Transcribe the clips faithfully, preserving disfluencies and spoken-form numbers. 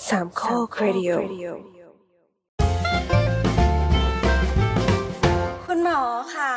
สามข้อครดิโอคุณหมอค่ะ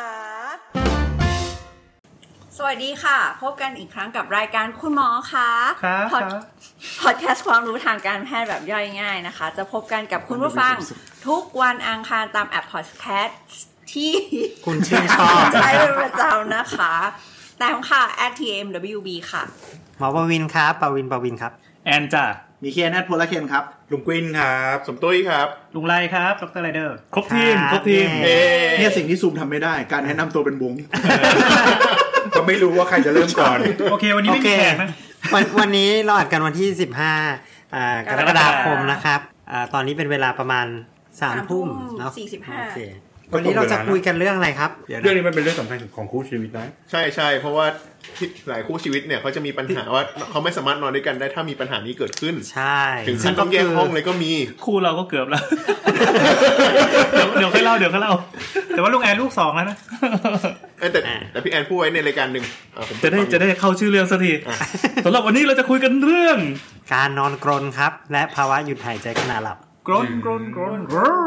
สวัสดีค่ะพบกันอีกครั้งกับรายการคุณหมอค่ะพอดแคสต์ความรู้ทางการแพทย์แบบย่อยง่ายนะคะจะพบกันกับคุณผู้ฟังทุกวันอังคารตามแอปพอดแคสต์ที่คุณชื่นชอบใช้เป็นประจำนะคะแต่ของค่ะ แอท ที เอ็ม ดับเบิลยู บี ค่ะหมอปวินครับปวินปวินครับแอนจ้ะมีเคนแอดพลเคนครับลุงกวินครับสมตุ้ยครับลุงไลครับดรไรเดอร์ครบทีมครบทีมเนี่ยสิ่งที่ซูมทำไม่ได้การแนะนำตัวเป็นวงก็ไม่รู้ว่าใครจะเริ่มก่อนโอเควันนี้ไม่มีแขกนะวันวันนี้เราอัดกันวันที่สิบห้าอ่ากรกฎาคมนะครับอ่าตอนนี้เป็นเวลาประมาณ สามทุ่มเนาะสี่สิบห้าโอเควันนี้เราจะคุยกันเรื่องอะไรครับเรื่องนี้มันเป็นเรื่องสำคัญของคู่ชีวิตนะใช่ๆเพราะว่าหลายคู่ชีวิตเนี่ยเขาจะมีปัญหาว่าเขาไม่สามารถนอนด้วยกันได้ถ้ามีปัญหานี้เกิดขึ้นใช่ถึงขั้นต้องแยกห้องเลยก็มีคู่เราก็เกือบแล้วเดี๋ยวเดี๋ยวค่อยเล่าเดี๋ยวค่อยเล่าแต่ว่าลุงแอนลูกสองแล้วนะแต่แต่พี่แอนพูดไว้ในรายการนึงจะได้จะได้เข้าชื่อเรื่องสักทีสำหรับวันนี้เราจะคุยกันเรื่องการนอนกรนครับและภาวะหยุดหายใจขณะหลับกรนกรนกรน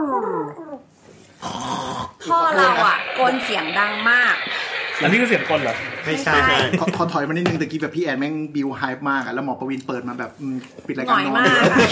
พ่อเราอ่ะกรนเสียงดังมากอันนี้คือเสียงกรนเหรอไม่ใช่ขอถอยมานิดนึงตะกี้แบบพี่แอนแม่งบิวไฮป์มากอ่ะแล้วหมอประวินเปิดมาแบบปิดรายการนอน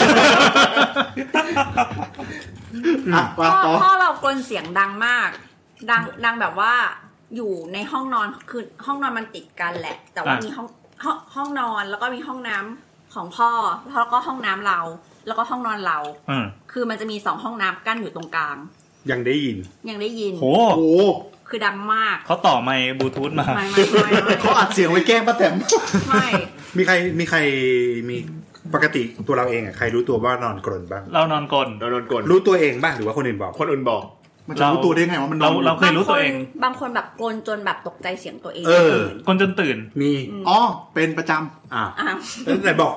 อ่ะพ่อพ่อเรากรนเสียงดังมากดังดังแบบว่าอยู่ในห้องนอนคือห้องนอนมันติดกันแหละแต่ว่ามีห้องห้องนอนแล้วก็มีห้องน้ำของพ่อแล้วก็ห้องน้ำเราแล้วก็ห้องนอนเราคือมันจะมีสองห้องน้ำกั้นอยู่ตรงกลางยังได้ยินยังได้ยินโอ้โหคือดังมากเขาต่อไมค์บลูทูธมาไม่ไม่เขาอัดเสียงไว้แกล้งป้าแต๋มไม่มีใครมีใครมีปกติตัวเราเองอ่ะใครรู้ตัวว่านอนกรนบ้างเรานอนกรนเรานอนกรนรู้ตัวเองบ้างหรือว่าคนอื่นบอกคนอื่นบอกมันจะรู้ตัวได้ไงว่ามันนอนเราเราเคยรู้ตัวเองบางคนแบบกรนจนแบบตกใจเสียงตัวเองเออกรนจนตื่นมีอ๋อเป็นประจำอ่าไหนบอก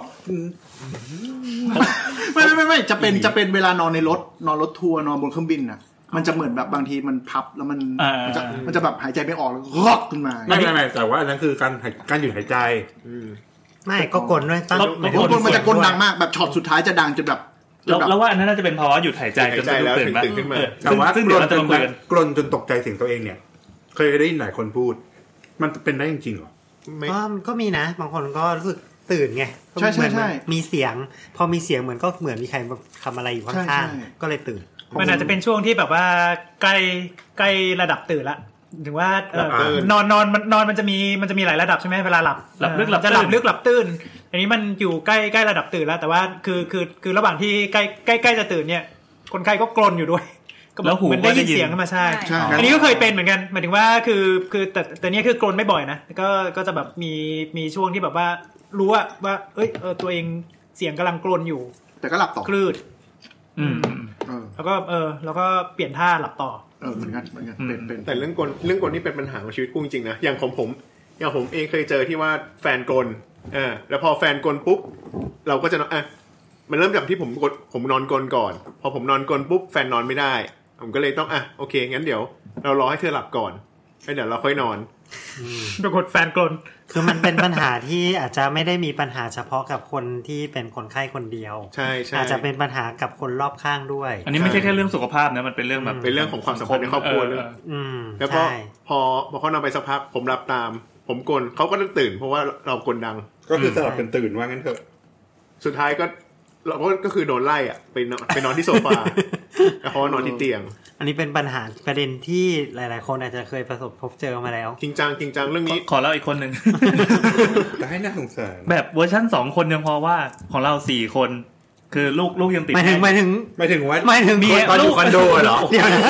ไม่ไม่ไม่ไม่จะเป็นจะเป็นเวลานอนในรถนอนรถทัวร์นอนบนเครื่องบินน่ะมันจะเหมือนแบบบางทีมันพับแล้วมันมันจะมันจะแบบหายใจไม่ออกแล้วรอกขึ้นมาไม่ไม่ไม่แต่ว่านั่นคือการการหยุดหายใจไม่ก็กลนด้วยตั้งกลนมันจะกลนดังมากแบบช็อตสุดท้ายจะดังจนแบบแล้วว่าอันนั้นน่าจะเป็นภาวะหยุดหายใจจนตื่นขึ้นมาแต่ว่ากลนจนกลนจนตกใจเสียงตัวเองเนี่ยเคยได้ยินหลายคนพูดมันเป็นได้จริงๆหรอก็ก็มีนะบางคนก็รู้สึกตื่นไงใช่ใช่ใช่มีเสียงพอมีเสียงเหมือนก็เหมือนมีใครทำอะไรอยู่ข้างๆก็เลยตื่นมันอาจจะเป็นช่วงที่แบบว่าใกล้ใกล้ระดับตื่นละถึงว่านอนนอนมันนอนมันจะมีมันจะมีหลายระดับใช่ไหมเวลาหลับหลับลึกหลับจะหลับลึกหลับตื่นอันนี้มันอยู่ใกล้ใกล้ระดับตื่นแล้วแต่ว่าคือคือคือระหว่างที่ใกล้ใกล้ใกล้จะตื่นเนี่ยคนไข้ก็กรนอยู่ด้วยแล้วหูมันได้ยินเสียงขึ้นมาใช่อันนี้ก็เคยเป็นเหมือนกันหมายถึงว่าคือคือแต่แต่เนี้ยคือกรนไม่บ่อยนะก็ก็จะแบบมีมีช่วงที่แบบว่ารู้ว่าว่าเอ้ยเออตัวเองเสียงกำลังกรนอยู่แต่ก็หลับต่อคลืดอืมแล้วก็เออแล้วก็เปลี่ยนท่าหลับต่อเออเหมือนกันเหมือนกันเป็นเป็นแต่เรื่องกลเรื่องกลนี่เป็นปัญหาของชีวิตคู่จริงๆนะอย่างของผมอย่างผมเองเคยเจอที่ว่าแฟนกลอ่าแล้วพอแฟนกลปุ๊บเราก็จะอ่ะมันเริ่มจากที่ผมกดผมนอนกลก่อนพอผมนอนกลปุ๊บแฟนนอนไม่ได้ผมก็เลยต้องอ่ะโอเคงั้นเดี๋ยวเรารอให้เธอหลับก่อนแล้วเดี๋ยวเราค่อยนอนปรากฏแฟนกลคือมันเป็นปัญหาที่อาจจะไม่ได้มีปัญหาเฉพาะกับคนที่เป็นคนไข้คนเดียวใช่ใช่อาจจะเป็นปัญหากับคนรอบข้างด้วยอันนี้ไม่ใช่แค่เรื่องสุขภาพนะมันเป็นเรื่องแบบเป็นเรื่องของความสัมพันธ์ในครอบครัวด้วยแล้วก็พอพอเขานอนไปสักพักผมหลับตามผมกลเขาก็ต้องตื่นเพราะว่าเรากลดังก็คือสลับกันตื่นว่างั้นเถอะสุดท้ายก็เราก็ก็คือโดนไล่อ่ะไปนอนไปนอนที่โซฟาแล้วเขานอนที่เตียงอันนี้เป็นปัญหาประเด็นที่หลายๆคนอาจจะเคยประสบพบเจอมาแล้วจริงจังจริงจังเรื่องนี้ขอเล่าอีกคนนึงแต่ให้น่าสงสารแบบเวอร์ชั่นสองคนยังพอว่าของเราสี่คนคือลูกลูกยังติดหมายถึงหมายถึงหมายถึงว่าหมายถึงตอนอยู่คอนโดเหรอเดี๋ยวนะ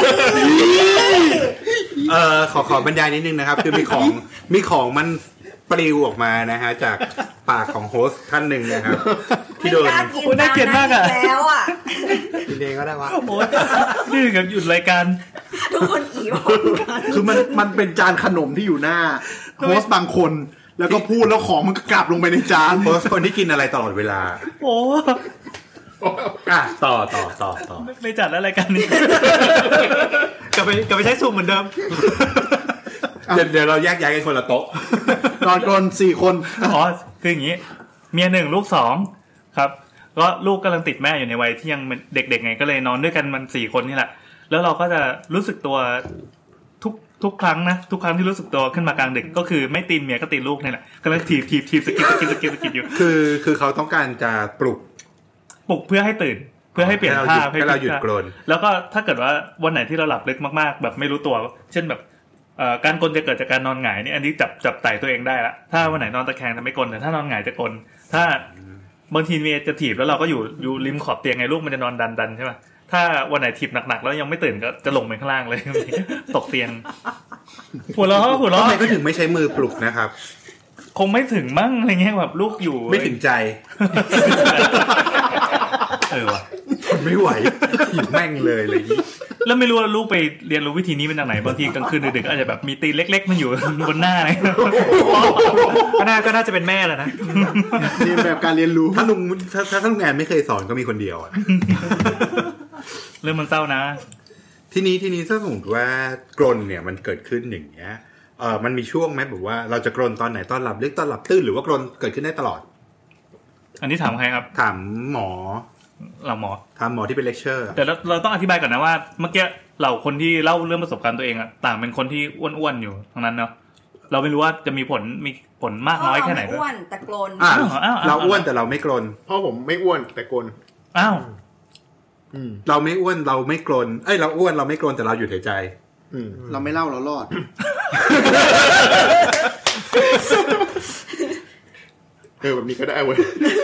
เอ่อขอขอบรรยายนิดนึงนะครับคือมีของมีของมันปลิวออกมานะฮะจากปากของโฮสต์ท่านหนึ่งนะครับที่โดนโอ้น่าเกลียดมากอ่ะแล้วอ่ะกินเองก็ได้วะโอ้ยนี่กับหยุดรายการทุกคนอิ่มคือมันมันเป็นจานขนมที่อยู่หน้าโฮสต์บางคนแล้วก็พูดแล้วของมันก็กลับลงไปในจานโฮสต์คนที่กินอะไรตลอดเวลาโอ้อ่ะต่อต่อต่อต่อไม่จัดแล้วรายการนี้กลับไปกลับไปใช้ซูมเหมือนเดิมเดี๋ยวเราแยกย้ายกันคนละโต๊ะนอนกรนสี่คนอ๋อคืออย่างนี้เมียหนึ่งลูกสองครับก็ลูกกำลังติดแม่อยู่ในวัยที่ยังเด็กๆไงก็เลยนอนด้วยกันมันสี่คนนี่แหละแล้วเราก็จะรู้สึกตัวทุกทุกครั้งนะทุกครั้งที่รู้สึกตัวขึ้นมากลางดึกก็คือไม่ตีนเมียก็ตีนลูกนี่แหละก็เลยถีบถีบถีบสกิดสกิดสกิดสกิดอยู่คือคือเขาต้องการจะปลุกปลุกเพื่อให้ตื่นเพื่อให้เปลี่ยนท่าให้เราหยุดกรนแล้วก็ถ้าเกิดว่าวันไหนที่เราหลับลึกมากๆแบบไม่รู้ตัวเช่นแบบการกลนจะเกิดจากการนอนหงายนี่อันนี้จับจับไต่ตัวเองได้ละถ้าวันไหนนอนตะแคงจะไม่กลนแต่ถ้านอนหงายจะกลนถ้าบางทีเมียจะถีบแล้วเราก็อยู่อยู่ริมขอบเตียงไงลูกมันจะนอนดันดันใช่ไหมถ้าวันไหนถีบหนักๆแล้วยังไม่ตื่นก็จะลงไปข้างล่างเลยตกเตียงหัวเราะหัวเราะทำไมก็ถึงไม่ใช้มือปลุกนะครับคงไม่ถึงมั้งอะไรเงี้ยแบบลูกอยู่ไม่ถึงใจเออว่ะไม่ไหวหยิบแม่งเลยเลยแล้วไม่รู้ว่าลูกไปเรียนรู้วิธีนี้มาจากไหนบางทีกลางคืนดึกๆอาจจะแบบมีตีนเล็กๆมันอยู่บนหน้าอะไรก็น่าก็น่าจะเป็นแม่แหละนะเรียนแบบการเรียนรู้ถ้าลุงถ้าถ้าลุงแอนไม่เคยสอนก็มีคนเดียวอ่ะเรื่องมันเศร้านะทีนี้ทีนี้ถ้าสมมติว่ากรนเนี่ยมันเกิดขึ้นอย่างเงี้ยเออมันมีช่วงไหมแบบว่าเราจะกรนตอนไหนตอนหลับลึกตอนหลับตื่นหรือว่ากรนเกิดขึ้นได้ตลอดอันนี้ถามใครครับถามหมอเราหมอถามหมอที่เป็นเลคเชอร์แต่เราเราต้องอธิบายก่อนนะว่าเมื่อกี้เราคนที่เล่าเรื่องประสบการณ์ตัวเองอะต่างเป็นคนที่อ้วนๆอยู่ทั้งนั้นเนาะเราไม่รู้ว่าจะมีผลมีผลมากน้อยแค่ไหนอ้วนแต่กรนเราอ้วนแต่เราไม่กรนเพราะผมไม่อ้วนแต่กรนอ้าวเราไม่อ้วนเราไม่กรนเอ้ยเราอ้วนเราไม่กรนแต่เราหยุดหายใจเราไม่เล่าเรารอดเออแบบนี้ก็ได้เว้ย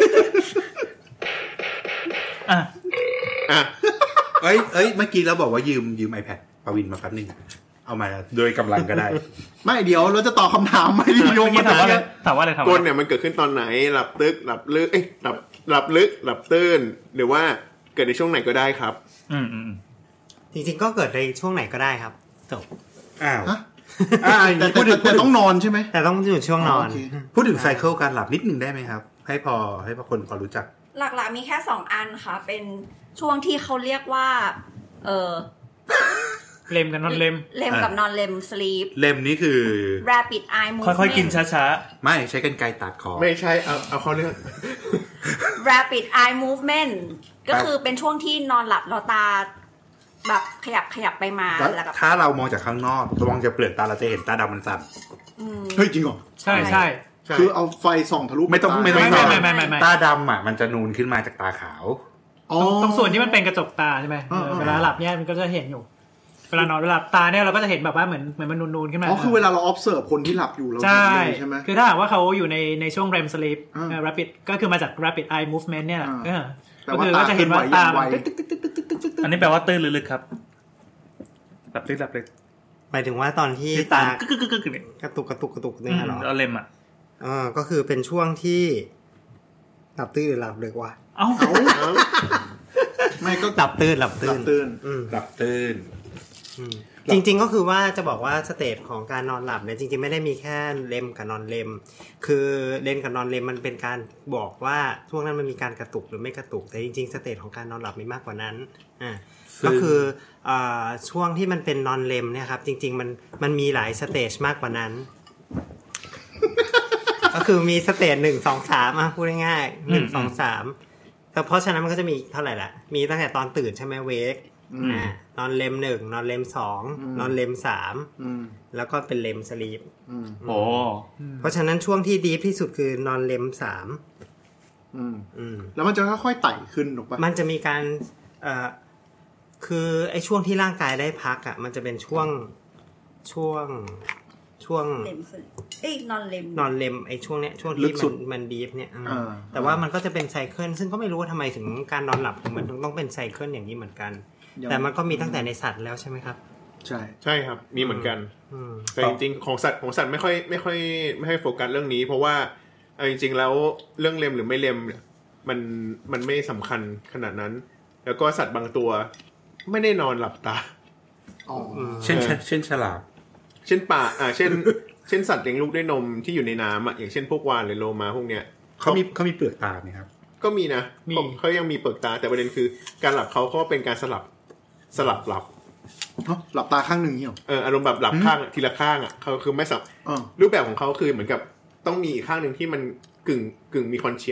อ่ะอ่ะเอ้ยเอ้ยเมื่อกี้เราบอกว่ายืมยืม iPad ปวินมาแป๊บนึงเอามาโดยกำลังก็ได้ไม่เดี๋ยวเราจะตอบคำถามไม่ได้โยงมาถามว่าอะไรถามว่าอะไรถามกลเนี่ยมันเกิดขึ้นตอนไหนหลับตึกหลับลึกเอ้ยหลับหลับลึกหลับตื่นหรือว่าเกิดในช่วงไหนก็ได้ครับอืมอืมจริงๆก็เกิดในช่วงไหนก็ได้ครับจบอ้าวอ่าแต่แต่ต้องนอนใช่ไหมแต่ต้องอยู่ช่วงนอนพูดถึงไซเคิลการหลับนิดนึงได้ไหมครับให้พอให้พอคนพอรู้จักหลักๆมีแค่สองอันค่ะเป็นช่วงที่เขาเรียกว่าเออเลมกับนอนเลมเลมกับนอนเลม sleep เลมนี่คือ rapid eye movement ค่อยๆกินช้าๆไม่ใช้กรรไกรตัดคอไม่ใช่เอาเอาเขาเรื่อง rapid eye movement ก็คือเป็นช่วงที่นอนหลับเราตาแบบขยับขยับไปมาแล้วถ้าเรามองจากข้างนอกระวังจะเปลือกตาเราจะเห็นตาดำมันสั่นเฮ้ยจริงเหรอใช่ใช่คือเอาไฟส่องทะลุไม่ต้องไม่ต้องไม่ไม่ไม่ตาดำอ่ะมันจะนูนขึ้นมาจากตาขาวตรงส่วนที่มันเป็นกระจกตาใช่ไหมเวลาหลับเนี่ยมันก็จะเห็นอยู่เวลานอนเวลาตาเนี่ยเราก็จะเห็นแบบว่าเหมือนเหมือนมันนูนๆขึ้นมาอ๋อคือเวลาเรา observe คนที่หลับอยู่เราเห็นใช่ไหมคือถ้าหากว่าเขาอยู่ในในช่วง เรม sleep rapid ก็คือมาจาก rapid eye movement เนี่ยก็คือก็จะเห็นว่าตาอันนี้แปลว่าตื่นลึกๆครับหลับลึกหลับลึกหมายถึงว่าตอนที่ตากึกกึกกึกเนี่ยกระตุกกระตุกกระตุกเนี่ยหรอเอาเลมอ่ะอ่าก็คือเป็นช่วงที่หลับตื่นหรือหลับลึกวะเอ้าไม่ก็หลับตื่นหลับตื่นหลับตื่นจริงๆก็คือว่าจะบอกว่าสเตจของการนอนหลับเนี่ยจริงๆไม่ได้มีแค่เลมกับนอนเลมคือเลมกับนอนเลมมันเป็นการบอกว่าช่วงนั้นมันมีการกระตุกหรือไม่กระตุกแต่จริงๆสเตจของการนอนหลับมีมากกว่านั้นอ่าก็คืออ่าช่วงที่มันเป็นนอนเลมเนี่ยครับจริงๆมันมันมีหลายสเตจมากกว่านั้นก็คือมีสเตจหนึ่ง สอง สามอ่ะพูดง่ายๆหนึ่ง สอง สามแต่เพราะฉะนั้นมันก็จะมีเท่าไหร่ล่ะมีตั้งแต่ตอนตื่นใช่ไหมเวกอ่านอนเลมหนึ่งนอนเลมสองนอนเลมสามแล้วก็เป็นเลมสลีปโอ้เพราะฉะนั้นช่วงที่ดีที่สุดคือนอนเลมสามแล้วมันจะค่อยๆไต่ขึ้นถูกปะมันจะมีการเอ่อคือไอ้ช่วงที่ร่างกายได้พักอ่ะมันจะเป็นช่วงช่วงช่วงเลมเอ้ยนอนเลมนอนเลมไอ้ช่วงเนี้ยช่วงที่มันมันดีฟเนี่ยแต่ว่ามันก็จะเป็นไซเคิลซึ่งก็ไม่รู้ว่าทำไมถึงการนอนหลับมันต้องเป็นไซเคิลอย่างนี้เหมือนกันแต่มันก็มีตั้งแต่ในสัตว์แล้วใช่ไหมครับใช่ใช่ครับมีเหมือนกันแต่จริงๆของสัตว์ของสัตว์ไม่ค่อยไม่ค่อยไม่ให้โฟกัสเรื่องนี้เพราะว่าจริงๆแล้วเรื่องเลมหรือไม่เลมเนี่ยมันมันไม่สำคัญขนาดนั้นแล้วก็สัตว์บางตัวไม่ได้นอนหลับตาเช่นเช่นฉลามเช่นปลาอ่าเช่นเช่นสัตว์เลี้ยงลูกด้วยนมที่อยู่ในน้ำอ่ะอย่างเช่นพวกวาฬหรือโลมาพวกเนี้ยเขามีเขามีเปลือกตาไหมครับก็มีนะเขายังมีเปลือกตาแต่ประเด็นคือการหลับเขาเขาเป็นการสลับสลับหลับหลับตาข้างหนึ่งเนี่ยเอออารมณ์แบบหลับข้างทีละข้างอ่ะเขาคือไม่สับรูปแบบของเขาคือเหมือนกับต้องมีอีกข้างหนึ่งที่มันกึ่งกึ่งมีคอนเชียสอ่ะ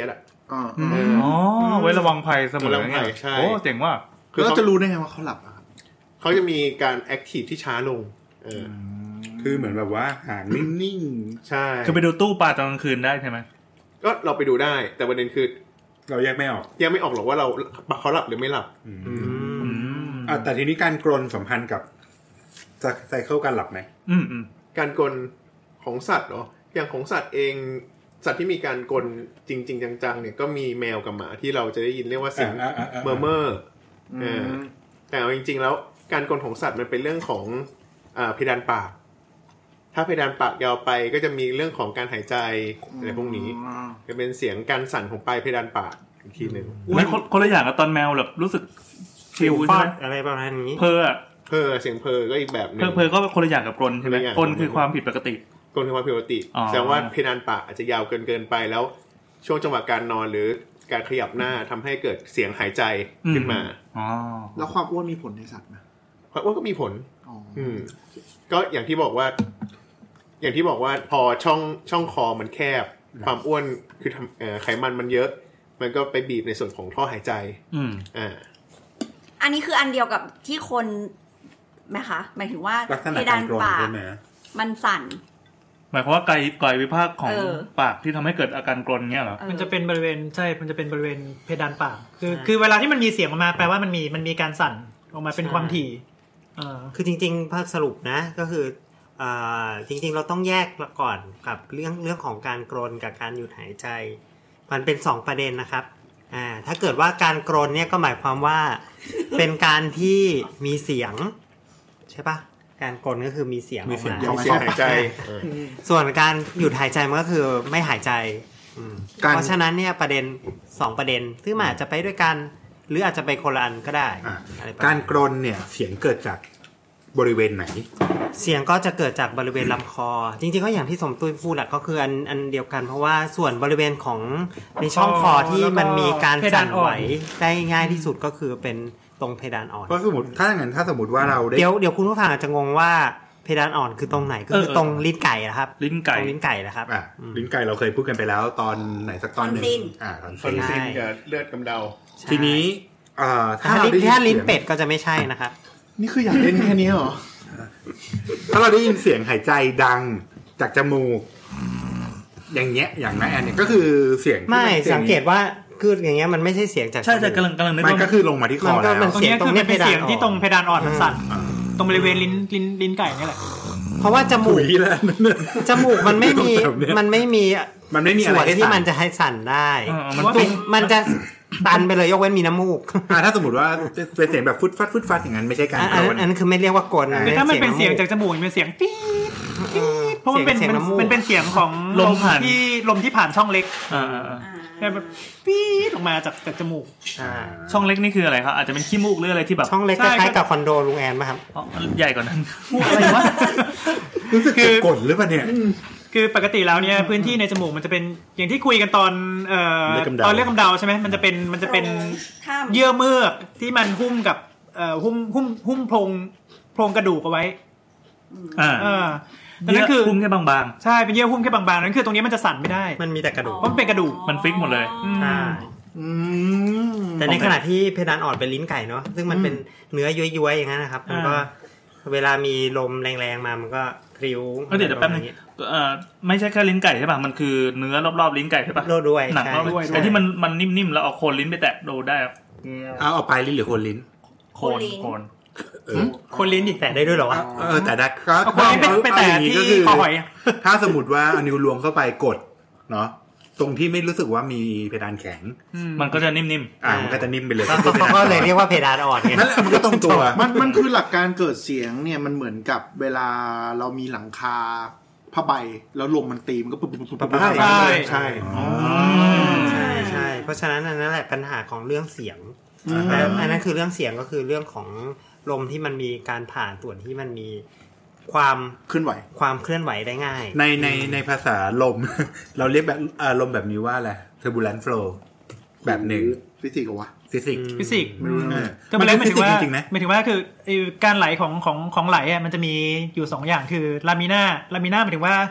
อ๋ออ๋อไว้ระวังภัยเสมอระวังภัยใช่โอ้เจ๋งว่ะคือเราจะรู้ได้ไงว่าเขาหลับอะครับเขาจะมีการแอคทีฟที่ช้าลงเออคือเหมือนแบบว่าหางนิ่งใช่คือไปดูตู้ปลาตอนกลางคืนได้ใช่ไหมก็เราไปดูได้แต่ประเด็นคือๆเราแยกไม่ออกยังไม่ออกหรอกว่าเราเขาหลับหรือไม่หลับอืมอืมอ่ะแต่ทีนี้การกรนสัมพันธ์กับไซเคิลการหลับไหมอืมอืมการกลของสัตว์เหรออย่างของสัตว์เองสัตว์ที่มีการกลจริงๆจังๆเนี่ยก็มีแมวกับหมาที่เราจะได้ยินเรียกว่าเสียงเมอร์เมอร์เออแต่เอาจริงๆแล้วการกลของสัตว์มันเป็นเรื่องของอ่าเพดานปากถ้าเพดานปากยาวไปก็จะมีเรื่องของการหายใจอะไรพวกนี้จะเป็นเสียงการสั่นของปลายเพดานปากอีกทีหนึ่งไม่คนคนละอย่างกับตอนแมวแบบรู้สึกชิลใช่ไหมอะไรประมาณนี้เพออะเพอเสียงเพอก็อีกแบบนึเพอง เพอก็คนละอย่างกับกรนใช่ไหมคนละอย่างกรนคือความผิดปกติกลคือความผิดปกติอ๋อแสดงว่าเพดานปากอาจจะยาวเกินเกินไปแล้วช่วงจังหวะการนอนหรือการขยับหน้าทำให้เกิดเสียงหายใจขึ้นมาอ๋อแล้วความอ้วนมีผลในสัตว์ไหมเพราะว่าก็มีผลอ๋ออืมก็อย่างที่บอกว่า อย่างที่บอกว่าพอช่องช่องคอมันแคบ ความอ้วนคือทำเอ่อไขมันมันเยอะ มันก็ไปบีบในส่วนของท่อหายใจอืมอ่าอันนี้คืออันเดียวกับที่คนไหมคะหมายถึงว่าลักษณะเพกาดาร นกรนปากใช่ไหมมันสั่นหมายความว่าไกลไกลวิภาคของเออปากที่ทำให้เกิดอาการกรนเงี้ยเหรอเออมันจะเป็นบริเวณใช่ มันจะเป็นบริเวณเพดานปาก คือคือเวลาที่มันมีเสียงออกมาแปลว่ามันมีมันมีการสั่นออกมาเป็นความถี่อ่าคือจริงๆภาคสรุปนะก็คืออ่าจริงๆเราต้องแยกก่อนกับเรื่องเรื่องของการกรนกับการหยุดหายใจ มันเป็นสองประเด็นนะครับอ่าถ้าเกิดว่าการกรนเนี่ยก็หมายความว่าเป็นการที่มีเสียงใช่ปะการกรนก็คือมีเสียงออกมาเสียงหายใจส่วนการหยุดหายใจมันก็คือไม่หายใจอืมการเพราะฉะนั้นเนี่ยประเด็นสองประเด็นซึ่งมันอาจจะไปด้วยกันหรืออาจจะไปคนละอันก็ได้อ่ะอะไรประกามาณรกรนเนี่ยเสียงเกิดจากบริเวณไหนเสียงก็จะเกิดจากบริเวณลำคอ จริงๆก็อย่างที่สมตุ้ยพูดแหละก็คืออันอันเดียวกันเพราะว่าส่วนบริเวณของในช่องคอที่มันมีการสั่นไหวได้ง่ายที่สุดก็คือเป็นตรงเพดานอ่อนเพราะสมมติถ้าอย่างนั้นถ้าสมมติว่าเราได้เดี๋ยวเดี๋ยวคุณผู้ฟังอาจจะงงว่าเพดานอ่อนคือตรงไหนก็คือเออตรงลิ้นไก่นะครับลิ้นไก่ตรงลิ้นไก่นะครับอ่ะลิ้นไก่เราเคยพูดกันไปแล้วตอนไหนสักตอนหนึ่งทอนซิลอ่าตอนคอนซิลซินกับเลือดกำเดาทีนี้อ่าถ้าถ้าเราลิ้นได้ยินถ้าลิ้นเสียงเป็ดก็จะไม่ใช่นะครับนี่คืออยากเล่นแค่นี้เหรอถ้าเราได้ยินเสียงหายใจดังจากจมูก อย่างเงี้ยอย่างนั้นอันเนี้ยก็คือเสียงที่ไม่นสียสังเกตว่าคืออย่างเงี้ยมันไม่ใช่เสียงจากใช่ใช่จมูกำลังกำลังนึกมันว่าก็คือลงมาที่คมัอนก็แล้วมันตรงเสียงเนี้ยตรคืงอเนี้มัยนเป็นเสียงเพดานอ่อนที่ตรงเพดานอ่อนมันสั่นตรงบริเวณลิ้นลิ้นลิ้นไก่นี่แหละเพราะว่าจมูถุกยแล้วจมูกมันไม่มีแบบเนี้ยมันไม่มีมันไม่มีอะไรส่วนให้ที่สั่นมันจะให้สั่นได้เออมันตุ่มมันจะตันไปเลยยกเว้นมีน้ำมูกอ่าถ้าสมมติว่าเป็นเสียงแบบฟุดฟัดฟุดฟัดอย่างนั้นไม่ใช่การอันกอันรนั้นนอันนั้นคือไม่เรียกว่ากลอ่าคือถ้ามันเป็นเสียงำจากจมูกมันเป็นเสียงปี๊ดปี๊ดเพราะมันเป็นเสียงมันน้ำมูกมันเป็นเสียงของลมที่ลมที่ผ่านช่องเล็กอ่าอ่าอ่าแบบปี๊ดออกมาจากจากจมูกอ่าช่องเล็กนี่คืออะไรครับอาจจะเป็นขี้มูกหรืออะไรที่แบบช่องเล็กใช่คล้ายๆกับคอนโดลุงแอนป่ะครับอ๋อใหญ่กว่านั้นอะไรวะรู้สึกจะกดหรือเปล่าเนี่ยคือปกติแล้วเนี่ยพื้นที่ในจมูกมันจะเป็นอย่างที่คุยกันตอนเอ่อเลือดกำเดาตอนเลือดกำเดาใช่ไหมมันจะเป็นมันจะเป็นถ้ำเยื่อเมือกที่มันหุ้มกับเอ่อหุ้มหุ้มหุ้มโพรงโพรงกระดูกเอาไว้อ่าเออแต่นั่นคือพุ่มแค่บางใช่เป็นเยื่อหุ้มแค่บางๆนั่นคือตรงนี้มันจะสั่นไม่ได้มันมีแต่กระดูกเพราะมันเป็นกระดูกๆมันฟิกหมดเลยอืมใช่อืมแต่ในขณะที่เพดานอ่อนเป็นลิ้นไก่เนาะซึ่งมันเป็นเนื้อย้วยๆอย่างนั้นนะครับมันก็เวลามีลมแรงๆมามันก็พลิ้วเออเดี๋ยวเดี๋ยวแป๊บนึงเอ่อไม่ใช่แค่ลิ้นไก่ใช่ป่ะมันคือเนื้อรอบๆลิ้นไก่ใช่ป่ะโลดด้วยหนังใช่รอบไอ้ที่มันมันนิ่มๆแล้วเอาโคนลิ้นไปแตะดูได้ครับเอาเอาปลายลิ้นหรือโคนลิ้นโคนโคนเออคนลิ้นดิแต่ได้ด้วยเหรอวะเออแต่ได้ก็เอาคนลิ้นไปไปแตะเอาอย่างนี้ที่ก็คือคอหอยถ้าสมมติว่าเอานิ้วล้วงเข้าไปกดเนาะตรงที่ไม่รู้สึกว่ามีเพดานแข็งมันก็จะนิ่มอ่ามันก็จะนิ่มไปเลยเขาก็เลยเรียกว่าเพดานอ่อนไงนั่นแหละมันก็ตรงตัวมันมันคือหลักการเกิดเสียงเนี่ยมันเหมือนกับเวลาเรามีหลังคาผ้าใบแล้วลมมันตีมันก็ปุ๊บปุ๊บปุ๊บปุ๊บปุ๊บใช่ใช่ใช่ใช่เพราะฉะนั้นอันนั้นแหละปัญหาของเรื่องเสียงแต่อันนั้นคือเรื่องเสียงก็คือเรื่องของลมที่มันมีการผ่านส่วนที่มันมีความเคลื่อนไหวความเคลื่อนไหวได้ง่ายในในในภาษาลม เราเรียกแบบอารมณ์แบบนี้ว่าอะไร turbulent flow แบบหนึ่งฟิสิกส์เหรอวะฟิสิกส์ฟิสิกส์ไม่รู้เรื่องเลยแต่มันหมายถึงว่าจริงๆนะหมายถึงว่าคือไอ้การไหลของของของไหลอ่ะมันจะมีอยู่สองอย่างคือลามิน่าลามิน่าหมายถึงว่า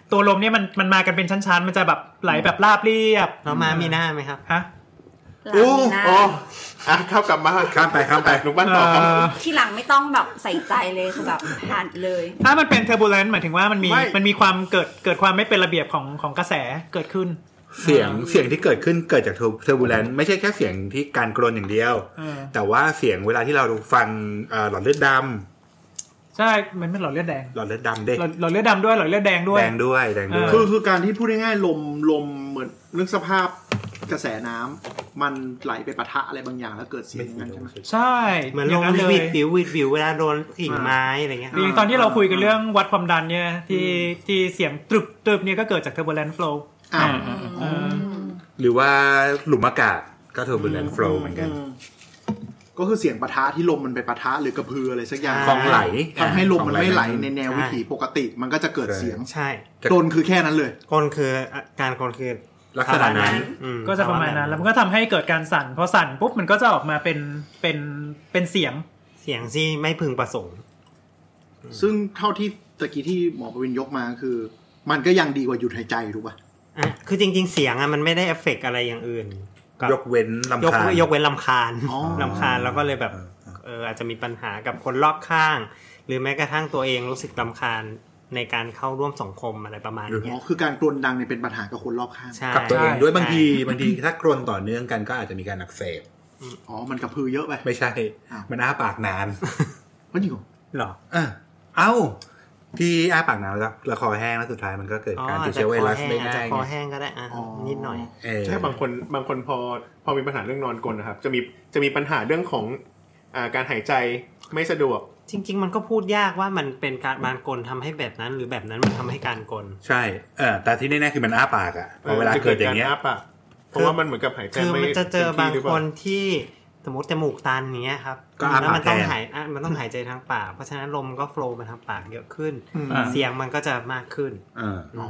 ตัวลมเนี่ยมันมันมากันเป็นชั้นๆมันจะแบบไหลแบบราบเรียบแล้วม้ามีหน้าไหมครับฮะโอ้โอ้อ่ะเข้ากลับมาข้ามไปข้ามไปลุงบ้านต่อครับที่หลังไม่ต้องแบบใส่ใจเลยคือแบบผ่านเลยถ้ามันเป็น turbulence หมายถึงว่ามันมีมันมีความเกิดเกิดความไม่เป็นระเบียบของของกระแสเกิดขึ้นเสียงเสียงที่เกิดขึ้นเกิดจาก turbulence ไม่ใช่แค่เสียงที่การกรนอย่างเดียวแต่ว่าเสียงเวลาที่เราฟังหลอดเลือดดำใช่มันไม่หลอดเลือดแดงหลอดเลือดดำเด้หลอดเลือดดำด้วยหลอดเลือดแดงด้วยแดงด้วยแดงด้วยคือคือการที่พูดง่ายๆลมลมเหมือนเรื่องสภาพกระแสน้ำมันไหลไปปะทะอะไรบางอย่างแล้วเกิดเสียงนั้นใช่ไหมใช่เหมือนลมวิดวิววิดวิวเวลาโดนกิ่งไม้อะไรเงี้ยอย่างตอนที่เราคุยกันเรื่องวัดความดันเนี่ยที่ที่เสียงตรึบตรึบเนี่ยก็เกิดจาก turbulent flow อ่าหรือว่าหลุมอากาศก็ turbulent flow เหมือนกันก็คือเสียงปะทะที่ลมมันไปปะทะหรือกระพืออะไรสักอย่างฟองไหลทำให้ลมมันไม่ไหลในแนววิถีปกติมันก็จะเกิดเสียงใช่กลนคือแค่นั้นเลยกลนคือการกลนคือลักษณะนั้นก็จะประมาณนั้นแล้วมันก็ทำให้เกิดการสั่นพอสั่นปุ๊บมันก็จะออกมาเป็นเป็นเป็นเสียงเสียงที่ไม่พึงประสงค์ซึ่งเท่าที่ตะกี้ที่หมอประวินยกมาคือมันก็ยังดีกว่าหยุดหายใจถูกป่ะอ่ะคือจริงๆเสียงอ่ะมันไม่ได้เอฟเฟกต์อะไรอย่างอื่นยกเว้นรำคาญยกเว้นรำคาญรำคาญแล้วก็เลยแบบเอออาจจะมีปัญหากับคนรอบข้างหรือแม้กระทั่งตัวเองรู้สึกรำคาญในการเข้าร่วมสังคมอะไรประมาณนี้อ๋อคือการกรนดังเนี่ยเป็นปัญหากับคนรอบข้างกับตัวเองด้วยบางทีบางทีถ้ากรนต่อเนื่องกันก็อาจจะมีการอักเสบอ๋อมันกระพือเยอะไปไม่ใช่มันอ้าปากนานมันอยู่หรอเออเอ้าที่อ้าปากนานแล้วแล้วคอแห้งแล้วสุดท้ายมันก็เกิดการติดเชื้อไวรัสได้ง่ายคอแห้งก็ได้อ่ะนิดหน่อยใช่บางคนบางคนพอพอมีปัญหาเรื่องนอนกรนนะครับจะมีจะมีปัญหาเรื่องของอ่าการหายใจไม่สะดวกจริงๆมันก็พูดยากว่ามันเป็นการบานกลทำให้แบบนั้นหรือแบบนั้นมันทำให้การกลใช่เออแต่ที่แน่ๆคือมันอ้าปากอ่ะพอเวลาเกิดอย่างเงี้ยเพราะว่ามันเหมือนกับหายใจไม่คือมันจะเจอบางคนที่สมมติจมูกตันอย่างเงี้ยครับแล้วมันต้องหายมันต้องหายใจทางปากเพราะฉะนั้นลมก็โฟลว์ไปทางปากเยอะขึ้นเสียงมันก็จะมากขึ้นอ๋อ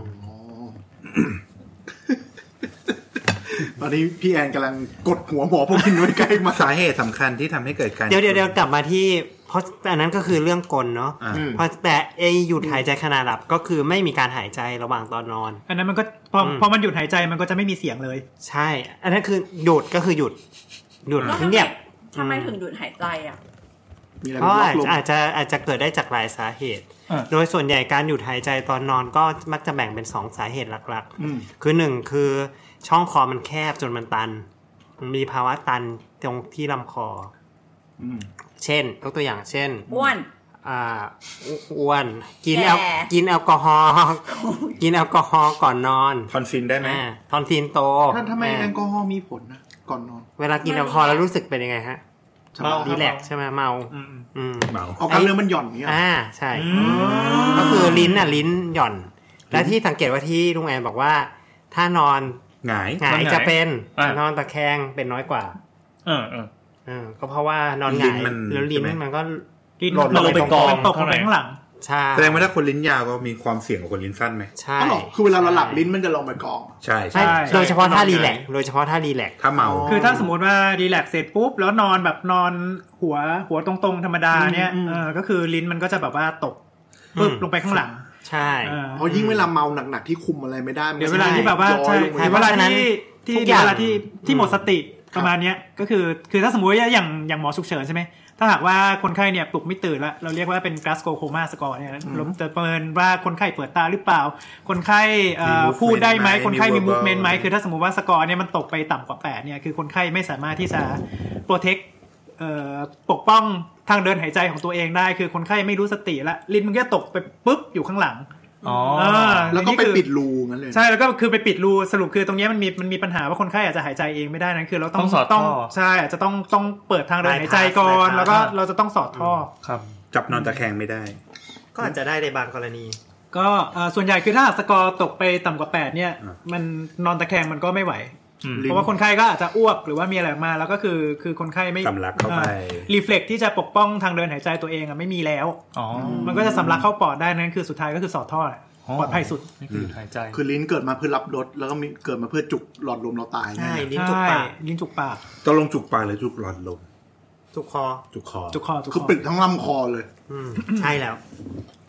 ตอนนี้พี่แอนกำลังกดหัวหมอพวกนี้ไว้ใกล้มาสาเหตุสำคัญที่ทำให้เกิดการเดี๋ยวเดี๋ยวกลับมาที่เพราะอันนั้นก็คือเรื่องกลเนาะเพราะแต่ไอหยุดหายใจขณะหลับก็คือไม่มีการหายใจระหว่างตอนนอนอันนั้นมันก็พอพอมันหยุดหายใจมันก็จะไม่มีเสียงเลยใช่อันนั้นคือหยุดก็คือหยุดหยุดเงียบทำไมถึงหยุดหายใจอ่ะเพราะอาจจะอาจจะเกิดได้จากหลายสาเหตุโดยส่วนใหญ่การหยุดหายใจตอนนอนก็มักจะแบ่งเป็นสองสาเหตุหลักๆคือหนึ่งคือช่องคอมันแคบจนมันตันมันมีภาวะตันตรงที่ลำคอเช่นยกตัวอย่างเช่นอ้วนอ่าอ้วนกินแอลกินแอลกอฮอล์กินแอลกอฮอล์ก่อนนอนทอนซิลได้ไหมทอนซิลโตท่านทำไมแอลกอฮอล์มีผลนะก่อนนอนเวลากินแอลกอฮอล์แล้วรู้สึกเป็นยังไงฮะเมารีแลกซ์ใช่ไหมเมาอืมเมาเอาการเรื่องมันหย่อนเนี่ยอ่าใช่ก็คือลิ้นอ่ะลิ้นหย่อนและที่สังเกตว่าที่ลุงแอนบอกว่าถ้านอนหงายหงายจะเป็นนอนตะแคงเป็นน้อยกว่าเออเออเออก็เพราะว่านอนหงายแล้วลิ้นมันก็ลิ้นลงไปกองตกไปข้างหลังใช่แสดงว่าถ้าคนลิ้นยาวก็มีความเสี่ยงกว่าคนลิ้นสั้นไหมใช่คือเวลาเราหลับลิ้นมันจะลงไปกองใช่ใช่โดยเฉพาะถ้ารีแลกซ์โดยเฉพาะถ้ารีแลกซ์ถ้าเมาคือถ้าสมมติว่ารีแลกซ์เสร็จปุ๊บแล้วนอนแบบนอนหัวหัวตรงๆธรรมดาเนี่ยเออก็คือลิ้นมันก็จะแบบว่าตกปึ๊บลงไปข้างหลังใช่เพราะยิ่งเวลาเมาหนักๆที่คุมอะไรไม่ได้เดี๋ยวเวลาที่แบบว่าใช่เวลาที่ที่เวลาที่ที่หมดสติประมาณนี้ก็คือคือถ้าสมมติว่าอย่างอย่างหมอฉุกเฉินใช่ไหมถ้าหากว่าคนไข้เนี่ยปลุกไม่ตื่นแล้วเราเรียกว่าเป็น Glasgow Coma Score เนี่ยเราจะประเมินว่าคนไข้เปิดตาหรือเปล่าคนไข้พูดได้ไหมคนไข้มี movement ไหมคือถ้าสมมติว่าสกอร์เนี่ยมันตกไปต่ำกว่าแปดเนี่ยคือคนไข้ไม่สามารถที่จะ protect ปกป้องทางเดินหายใจของตัวเองได้คือคนไข้ไม่รู้สติละลิ้นมันก็ตกไปปุ๊บอยู่ข้างหลังอ๋อแล้วก็ไปปิดรูงั้นเลยใช่แล้วก็คือไปปิดรูสรุปคือตรงนี้มันมีมันมีปัญหาว่าคนไข้อาจจะหายใจเองไม่ได้นั่นคือเราต้องต้องใช่อาจจะต้องต้องเปิดทางเดินหายใจก่อนแล้วก็เราจะต้องสอดท่อครับจับนอนตะแคงไม่ได้ก็อาจจะได้ในบางกรณีก็ส่วนใหญ่คือถ้าสกอร์ตกไปต่ำกว่าแปดเนี่ยมันนอนตะแคงมันก็ไม่ไหวเพราะว่าคนไข้ก็อาจจะอ้วกหรือว่ามีอะไรมาแล้วก็คือคือคนไข้ไม่สำลักเข้าไปรีเฟล็กที่จะปกป้องทางเดินหายใจตัวเองอ่ะไม่มีแล้วอ๋อมันก็จะสำลักเข้าปอดได้นั่นคือสุดท้ายก็คือสอดท่อปลอดภัยสุดนี่คือหายใจคือลิ้นเกิดมาเพื่อรับรสแล้วก็มีเกิดมาเพื่อจุกหลอดลมเราตายใช่ลิ้นจุกปากลิ้นจุกปากต้องลงจุกปากหรือจุกหลอดลมจุกคอจุกคอจุกคอคือปิดทั้งลำคอเลยอืมใช่แล้ว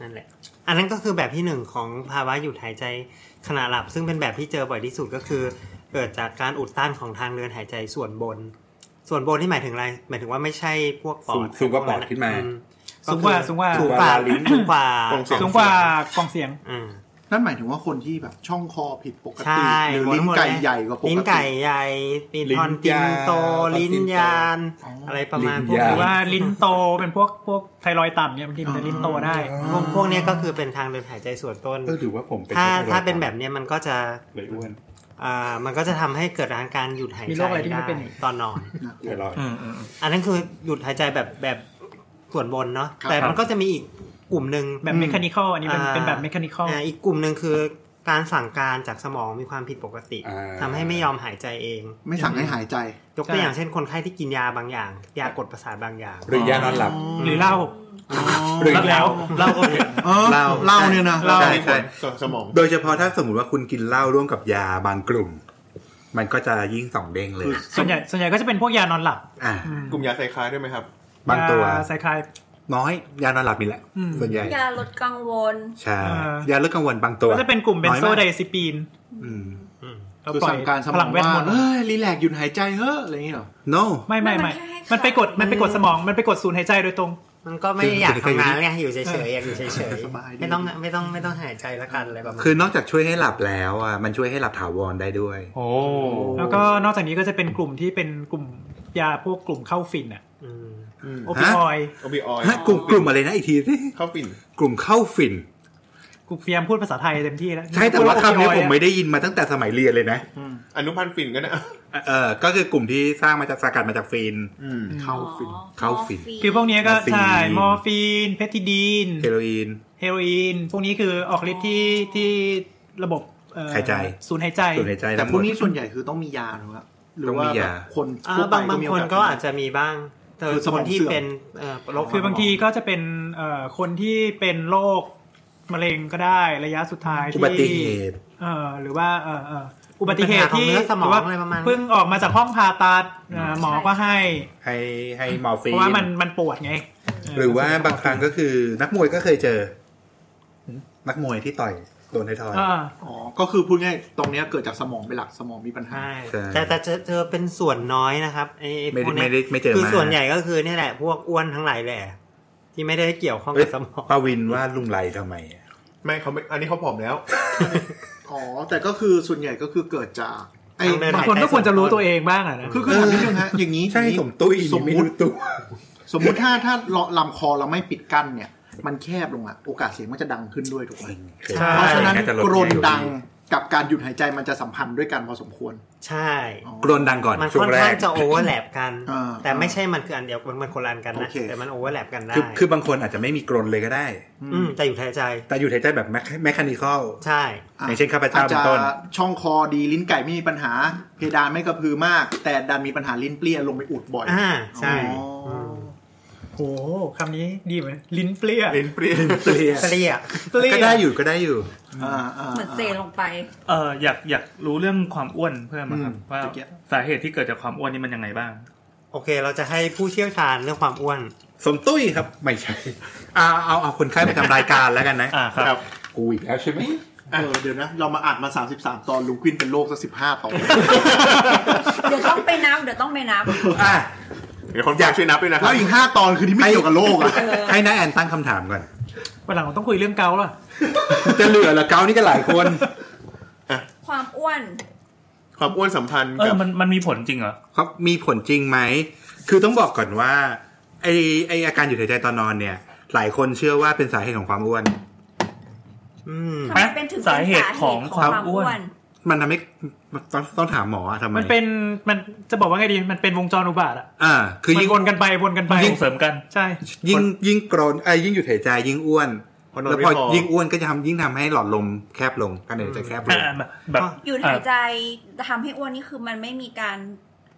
นั่นแหละอันนั้นก็คือแบบที่หนึ่งของภาวะหยุดหายใจขณะหลับซึ่งเป็นแบบที่เจอบ่อยที่สุดก็คือเกิดจากการอุดตันของทางเดินหายใจส่วนบนส่วนบนที่หมายถึงอะไรหมายถึงว่าไม่ใช่พวกปอดสูงกว่าปอดขึ้นมาสูงกว่าสูงกว่าสูงกว่าลิ้นสูงกว่าสูงกว่ากล่องเสียงนั่นหมายถึงว่าคนที่แบบช่องคอผิดปกติหรือลิ้นไก่ใหญ่กว่าปกติลิ้นไก่ใหญ่ลิ้นทอนติงโตลิ้นยานอะไรประมาณพวกหรือว่าลิ้นโตเป็นพวกพวกไทรอยด์ต่ำเนี่ยบางทีมันจะลิ้นโตได้พวกพวกนี้ก็คือเป็นทางเดินหายใจส่วนต้นก็ถือว่าผมถ้าถ้าเป็นแบบนี้มันก็จะเลยอ้วนอ่ามันก็จะทำให้เกิดอาการหยุดหายใจได้ตอนนอนอันนั้นคือหยุดหายใจแบบแบบส่วนบนเนาะแต่มันก็จะมีอีกกลุ่มนึงแบบเมคานิคอลอันนี้มันเป็นแบบเมคานิคอลอ่าอีกกลุ่มนึงคือการสั่งการจากสมองมีความผิดปกติทำให้ไม่ยอมหายใจเองไม่สั่งให้หายใจยกตัวอย่างเช่นคนไข้ที่กินยาบางอย่างยากดประสาทบางอย่างหรือยานอนหลับหรือเหล้าหรือแล้วเหล้าก็เหล้าเหล้าเนี่ยนะใช่ใช่สมองโดยเฉพาะถ้าสมมติว่าคุณกินเหล้าร่วมกับยาบางกลุ่มมันก็จะยิ่งสองเด้งเลยส่วนใหญ่ส่วนใหญ่ก็จะเป็นพวกยานอนหลับกลุ่มยาไซคลายด้วยไหมครับบางตัวไซคลายน้อยยานอนหลับมีแหละส่วนใหญ่ยาลดกังวลใช่ยาลดกังวลบางตัวก็จะเป็นกลุ่มเบนโซไดซิปีนคือสั่งการสมองว่าเฮ้ยรีแลกซ์หยุดหายใจเฮ้ออะไรอย่างเงี้ยหรอ no ไม่ไม่ไม่มันไปกดมันไปกดสมองมันไปกดสูญหายใจโดยตรงมันก็ไม่อยากทำงานไงอยู่เฉยๆอยากอยู่เฉยๆไม่ต้องไม่ต้องไม่ต้องหายใจละกันอะไรประมาณคือนอกจากช่วยให้หลับแล้วอ่ะมันช่วยให้หลับถาวรได้ด้วยโอ้แล้วก็นอกจากนี้ก็จะเป็นกลุ่มที่เป็นกลุ่มยาพวกกลุ่มเข้าฟินอ่ะโอปิออยด์โอปิออยด์กลุ่มกลุ่มอะไรนะอีกทีสิเข้าฟินกลุ่มเข้าฟินกูพยายามพูดภาษาไทยเต็มที่แล้วใช่แต่ว่าคำนี้ผมไม่ได้ยินมาตั้งแต่สมัยเรียนเลยนะอนุพันธ์ฟินก็นะเออก็คือกลุ่มที่สร้างมาจากสกัดมาจากฟินเข้าฟินเข้าฟินคือพวกนี้ก็ใช่มอร์ฟีนเพทิดีนเฮโรอีนเฮโรอีนพวกนี้คือออกฤทธิ์ที่ที่ระบบหายใจสูญหายใจสูญหายใจแต่พวกนี้ส่วนใหญ่คือต้องมียาหรือว่าหรือว่าคนบางบางคนก็อาจจะมีบ้างแต่คนที่เป็นโรคคือบางทีก็จะเป็นคนที่เป็นโรคมะเร็งก็ได้ระยะสุดท้ายที่อุบัติเหตุเอ่อหรือว่าเอ่อเอ่ออุบัติเหตุที่หรือว่าเพิ่งออกมาจากห้องผ่าตัดหมอก็ให้ให้ให้มอร์ฟีนเพราะว่ามันมันปวดไงหรือว่าบางครั้งก็คือนักมวยก็เคยเจอนักมวยที่ต่อยโดนไททอยอ๋อก็คือพูดง่ายตรงนี้เกิดจากสมองเป็นหลักสมองมีปัญหาแต่แต่เจอเป็นส่วนน้อยนะครับไอ้พวกนี้คือส่วนใหญ่ก็คือนี่แหละพวกอ้วนทั้งหลายแหละที่ไม่ได้เกี่ยวข้องกับสมองปาวินว่าลุงไรทำไมไม่เขาไม่อันนี้เขาผอมแล้วอ๋อแต่ก็คือส่วนใหญ่ก็คือเกิดจากไอ้บางคนก็ควรจะรู้ตัวเองบ้างอ่ะนะคือคือถามนิดนึงฮะอย่างนี้ใช่สมตุ้ยสมมติสมมติถ้าถ้าลำคอเราไม่ปิดกั้นเนี่ยมันแคบลงอ่ะโอกาสเสียงมันจะดังขึ้นด้วยถูกไหมเพราะฉะนั้นกรนดังกับการหยุดหายใจมันจะสัมพันธ์ด้วยกันพอสมควรใช่กรนดังก่อนมันค่อนข้างจะโอเวอร์แลปกันแต่ไม่ใช่มันคืออันเดียวมันมันคนละอันกันนะแต่มันโอเวอร์แลปกันได้คือคือบางคนอาจจะไม่มีกรนเลยก็ได้แต่หยุดหายใจแต่หยุดหายใจแบบแมคคานิคอลใช่อย่างเช่นข้าพเจ้าเป็นต้นช่องคอดีลิ้นไก่ไม่มีปัญหาเพดานไม่กระพือมากแต่ดันมีปัญหาลิ้นเปรี้ยลงไปอุดบ่อยอ่าใช่โอ้คำนี้ดีไหมลิ้นเปรี้ยลิ้นเปรี้ยเปรี้ยเปรี้ยก็ได้อยู่ก็ได้อยู่เหมือนเซลงไปเอออยากอยากรู้เรื่องความอ้วนเพิ่มครับว่าสาเหตุที่เกิดจากความอ้วนนี่มันยังไงบ้างโอเคเราจะให้ผู้เชี่ยวชาญเรื่องความอ้วนสมตุ้ยครับไม่ใช่เอาเอาเอาคนไข้ไปทำรายการแล้วกันนะอ่าครับกูอีกแล้วใช่ไหมเออเดี๋ยวนะเรามาอัดมาสามสิบสามตอนลุงควินเป็นโรคสักสิบห้าตอนเดี๋ยวต้องไปนับเดี๋ยวต้องไปนับอ่ะเดี๋ยวคนอยากช่วยนับด้วยนะครับแล้วอีกห้าตอนคือที่ไม่เกี่ยวกับโลกอ่ะให้น้าแอนตั้งคำถามก่อนวันหลังเราต้องคุยเรื่องเกาล่ะจะเหลือละเกานี่ก็หลายคนความอ้วนความอ้วนสัมพันธ์กับมันมันมีผลจริงเหรอครับมีผลจริงไหมคือต้องบอกก่อนว่าไอไออาการหยุดหายใจตอนนอนเนี่ยหลายคนเชื่อว่าเป็นสาเหตุของความอ้วนอืมทำไมเป็นถึงสาเหตุของความอ้วนมันทำให้ต้องต้องถามหมอทำไมมันเป็นมันจะบอกว่าไงดีมันเป็นวงจรอุบาทอ่ะอ่าคือยิ่งวนกันไปวนกันไปยิ่งเสริมกันใช่ยิ่งยิ่งกรนไอ้ยิ่งหยุดหายใจยิ่งอ้วนแล้วพอยิ่งอ้วนก็จะทำยิ่งทำให้หลอดลมแคบลงการหายใจแคบลงแบบหยุดหายใจทำให้อ้วนนี่คือมันไม่มีการ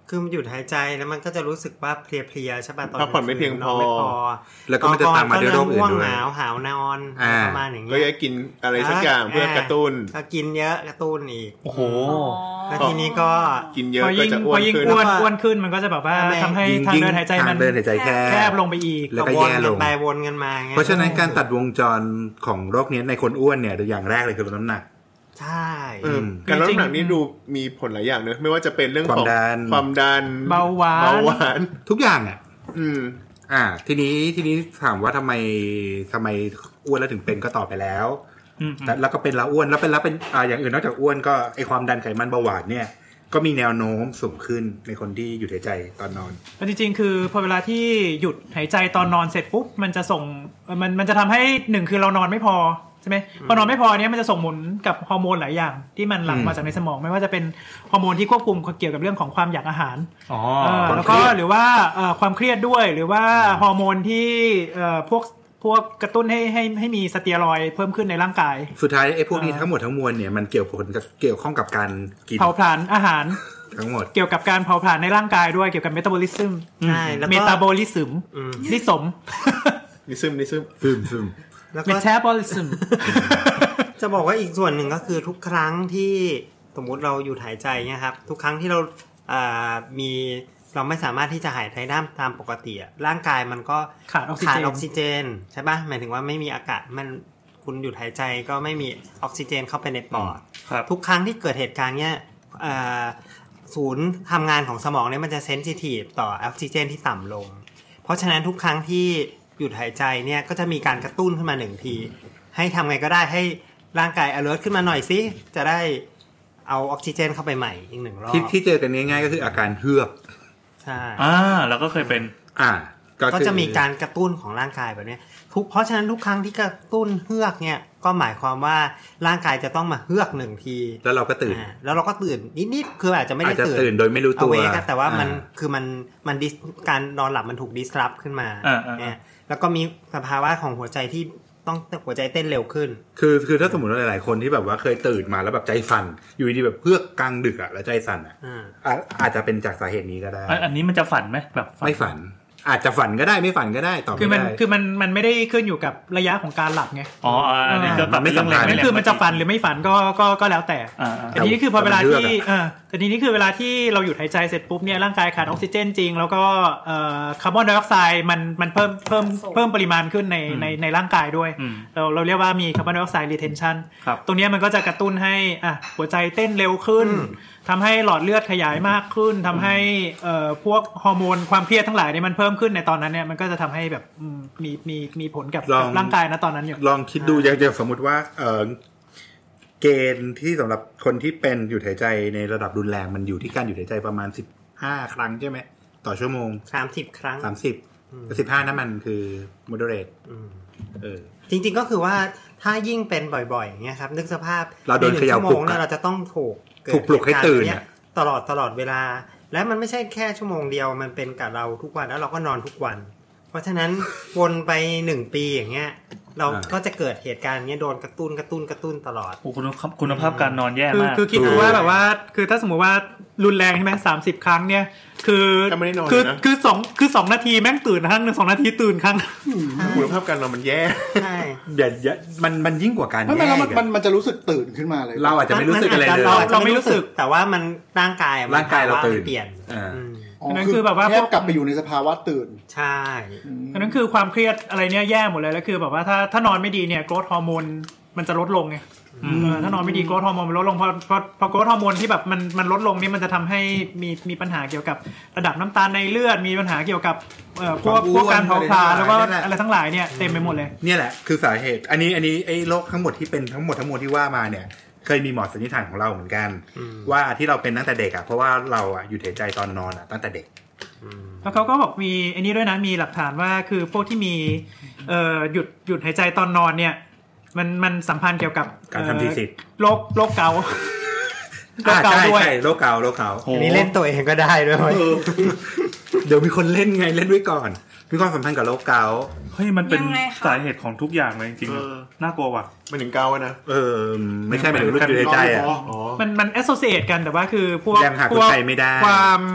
คือมันหยุดหายใจแล้วมันก็จะรู้สึกว่าเพลียๆใช่ป่ะตอนพักผ่อนไม่เพียงพอแล้วก็มันจะตามมาด้วยโรคอื่นด้วยง่วงหนาวหาวนอนประมาณอย่างเงี้ก็ยจะกินอะไรสักอย่างเพื่อกระตุ้นก็กินเยอะกระตุ้นอีกโอ้โหแล้วทีนี้ก็กินเยอะก็จะอ้วพอน ยิ่งขึ้นอ้วนอ้วนขึ้นมันก็จะแบบว่าทำให้ทางเดินหายใจมันทางเดินหายใจแคแคบบลงไปอีกแล้วก็แย่ลงไปวนกันมาไงเพราะฉะนั้นการตัดวงจรของโรคนี้ในคนอ้วนเนี่ยอย่างแรกเลยคือลดน้ำหนักใช่การลดน้ำหนักนี่ดูมีผลหลายอย่างเนอะไม่ว่าจะเป็นเรื่องของความดันความดันเบาหวานเบาหวานทุกอย่างอ่ะอืมอ่า ทีนี้ทีนี้ถามว่าทำไมทำไมอ้วนแล้วถึงเป็นก็ตอบไปแล้วแต่แล้วก็เป็นแล้วอ้วนแล้วเป็นแล้วเป็นอ่าอย่างอื่นนอกจากอ้วนก็ไอความดันไขมันเบาหวานเนี่ยก็มีแนวโน้มสูงขึ้นในคนที่หยุดหายใจตอนนอนแล้วจริงๆคือพอเวลาที่หยุดหายใจตอนนอนเสร็จปุ๊บมันจะส่งมันมันจะทำให้หนึ่งคือเรานอนไม่พอใช่ไหมพอนอนไม่พอเนี้ยมันจะส่งผลกับฮอร์โมนหลายอย่างที่มันหลั่งมาจากในสมองไม่ว่าจะเป็นฮอร์โมนที่ควบคุมเกี่ยวกับเรื่องของความอยากอาหารอ๋อแล้วก็หรือว่าความเครียดด้วยหรือว่าฮอร์โมนที่พวกพวกกระตุ้นให้ให้ให้มีสเตียรอยด์เพิ่มขึ้นในร่างกายสุดท้ายไอ้พวกนี้ทั้งหมดทั้งมวลเนี่ยมันเกี่ยวผลกับเกี่ยวข้องกับการกินเผาผลาญอาหารทั้งหมดเกี่ยวกับการเผาผลาญในร่างกายด้วยเกี่ยวกับเมตาบอลิซึมใช่แล้วก็เมตาบอลิซึมนิสมนิซึมนิซึมซึมซึมแล้วก็เมตาบอลิซึมจะบอกว่าอีกส่วนหนึ่งก็คือทุกครั้งที่สมมุติเราหยุดหายใจเนี่ยครับทุกครั้งที่เราอ่ามีเราไม่สามารถที่จะหายใจได้ตามปกติร่างกายมันก็ขาดออกซิเจนขาดออกซิเจนใช่ป่ะหมายถึงว่าไม่มีอากาศมันคุณหยุดหายใจก็ไม่มีออกซิเจนเข้าไปในปอดทุกครั้งที่เกิดเหตุการณ์เนี้ยศูนย์ทำงานของสมองเนี่ยมันจะเซนซิทีฟต่อออกซิเจนที่ต่ำลงเพราะฉะนั้นทุกครั้งที่หยุดหายใจเนี่ยก็จะมีการกระตุ้นขึ้นมาหนึ่งทีให้ทำไงก็ได้ให้ร่างกาย alert ขึ้นมาหน่อยสิจะได้เอาออกซิเจนเข้าไปใหม่อีกหนึ่งรอบที่ที่เจอกันง่ายๆก็คืออาการเฮือกใช่อ่าแล้วก็เคยเป็นอ่าก็จะมีการกระตุ้นของร่างกายแบบนี้ทุกเพราะฉะนั้นทุกครั้งที่กระตุ้นเฮือกเนี่ยก็หมายความว่าร่างกายจะต้องมาเฮือกหนึ่งทีแล้วเราก็ตื่นแล้วเราก็ตื่นนิดๆคืออาจจะไม่ได้ตื่นตื่นโดยไม่รู้ตัวแต่ว่ามันคือมันมันการนอนหลับมันถูกดิสรับขึ้นมาเนี่ยแล้วก็มีสภาวะของหัวใจที่ต้องหัวใจเต้นเร็วขึ้นคือคือถ้าสมมติว่าหลายๆคนที่แบบว่าเคยตื่นมาแล้วแบบใจสั่นอยู่ดีแบบเพื่อกกลางดึกอะแล้วใจสั่นอะอาจจะเป็นจากสาเหตุนี้ก็ได้อันนี้มันจะฝันไหมแบบไม่ฝันอาจจะฝันก็ได้ไม่ฝันก็ได้ตอบไม่ได้คือมันคือมันมันไม่ได้ขึ้นอยู่กับระยะของการหลับไงอ๋ออันนี้ก็มันไม่สำคัญนั่นคือมันจะฝันหรือไม่ฝันก็ก็ก็แล้วแต่แต่ทีนี้คือพอเวลาที่เออแต่ทีนี้คือเวลาที่เราหยุดหายใจเสร็จปุ๊บเนี่ยร่างกายขาดออกซิเจนจริงแล้วก็เอ่อคาร์บอนไดออกไซด์มันมันเพิ่มเพิ่มเพิ่มปริมาณขึ้นในในในร่างกายด้วยเราเราเรียกว่ามีคาร์บอนไดออกไซด์รีเทนชั่นตรงนี้มันก็จะกระตุ้นให้อ่ะหัวใจเต้นเร็วขึ้นทำให้หลอดเลือดขยายมากขึ้นทำให้เอ่อพวกฮอร์โมนความเครียดทั้งหลายเนี่ยมันเพิ่มขึ้นในตอนนั้นเนี่ยมันก็จะทำให้แบบมีมีมีผลกับร่างกายนะตอนนั้นอยู่ลองคิดดูอย่างสมมติว่าเอ่อเกณฑ์ที่สำหรับคนที่เป็นหยุดหายใจในระดับรุนแรงมันอยู่ที่การหยุดหายใจประมาณสิบห้าครั้งใช่ไหมต่อชั่วโมงสามสิบครั้งสามสิบแต่สิบห้านั่นมันคือ moderate เออจริงๆก็คือว่าถ้ายิ่งเป็นบ่อยๆอย่างเงี้ยครับนึกสภาพเราโดนเขย่าปลุกเราจะต้องถูกถูกปลุกให้ตื่นตลอดตลอดเวลาและมันไม่ใช่แค่ชั่วโมงเดียวมันเป็นกับเราทุกวันแล้วเราก็นอนทุกวันเพราะฉะนั้นวนไปหนึ่งปีอย่างเงี้ยเราก็จะเกิดเหตุการณ์เงี้ยโดนกระตุ้นกระตุ้นกระตุ้นตลอดโอ้คุณคุณภาพการนอนแย่มากคือคิดดูว่าแบบว่าคือถ้าสมมติว่ารุนแรงใช่ไหมสามสิบครั้งเนี่ยคือคือคือสองคือสองนาทีแม่งตื่นครั้งนึงสองนาทีตื่นครั้งคุณภาพการนอนมันแย่ใช่อย่ามันมันยิ่งกว่าการแย่ไม่แล้วมันมันจะรู้สึกตื่นขึ้นมาเลยเราอาจจะไม่รู้สึกอะไรเลยเราไม่รู้สึกแต่ว่ามันร่างกายร่างกายเราตื่นเปลี่ยนนั่นคือแบบว่าแค่กลับไปอยู่ในสภาวะตื่นใช่นั่นคือความเครียดอะไรเนี่ยแย่หมดเลยแล้วคือแบบว่าถ้าถ้านอนไม่ดีเนี่ยโกรทฮอร์โมนมันจะลดลงไงถ้านอนไม่ดีโกรทฮอร์โมนมันลดลงพอพอพอโกรทฮอร์โมนที่แบบมันมันลดลงนี่มันจะทำให้มีมีปัญหาเกี่ยวกับระดับน้ำตาลในเลือดมีปัญหาเกี่ยวกับเอ่อพวกพวกการเผาผลาญแล้วก็อะไรทั้งหลายเนี่ยเต็มไปหมดเลยเนี่ยแหละคือสาเหตุอันนี้อันนี้ไอ้โรคทั้งหมดที่เป็นทั้งหมดทั้งมวลที่ว่ามาเนี่ยเคยมีหมอสันนิษฐานของเราเหมือนกันว่าที่เราเป็นตั้งแต่เด็กอ่ะเพราะว่าเราอ่ะหยุดหายใจตอนนอนอ่ะตั้งแต่เด็กแล้วเขาก็บอกมีอันนี้ด้วยนะมีหลักฐานว่าคือพวกที่มีเอ่อหยุดหยุดหายใจตอนนอนเนี่ยมันมันสัมพันธ์เกี่ยวกับการทำทีสิทธิ์โรคโรคเกาต์โรคเกาต์ด้วยโรคเกาต์โรคเกาต์อันนี้เล่นตัวเองก็ได้ด้วยเดี๋ยวมีคนเล่นไงเล่นไว้ก่อนมีความสัมพันธ์กับโรคเกาต์เฮ้ยมันเป็นสาเหตุของทุกอย่างเลยจริงๆน่ากลัวว่ะมันถึงเกาต์นะเออไม่ใช่หมายถึงหยุดหายใจอ่ะมันมันแอสโซเชตกันแต่ว่าคือพวกพวกความเ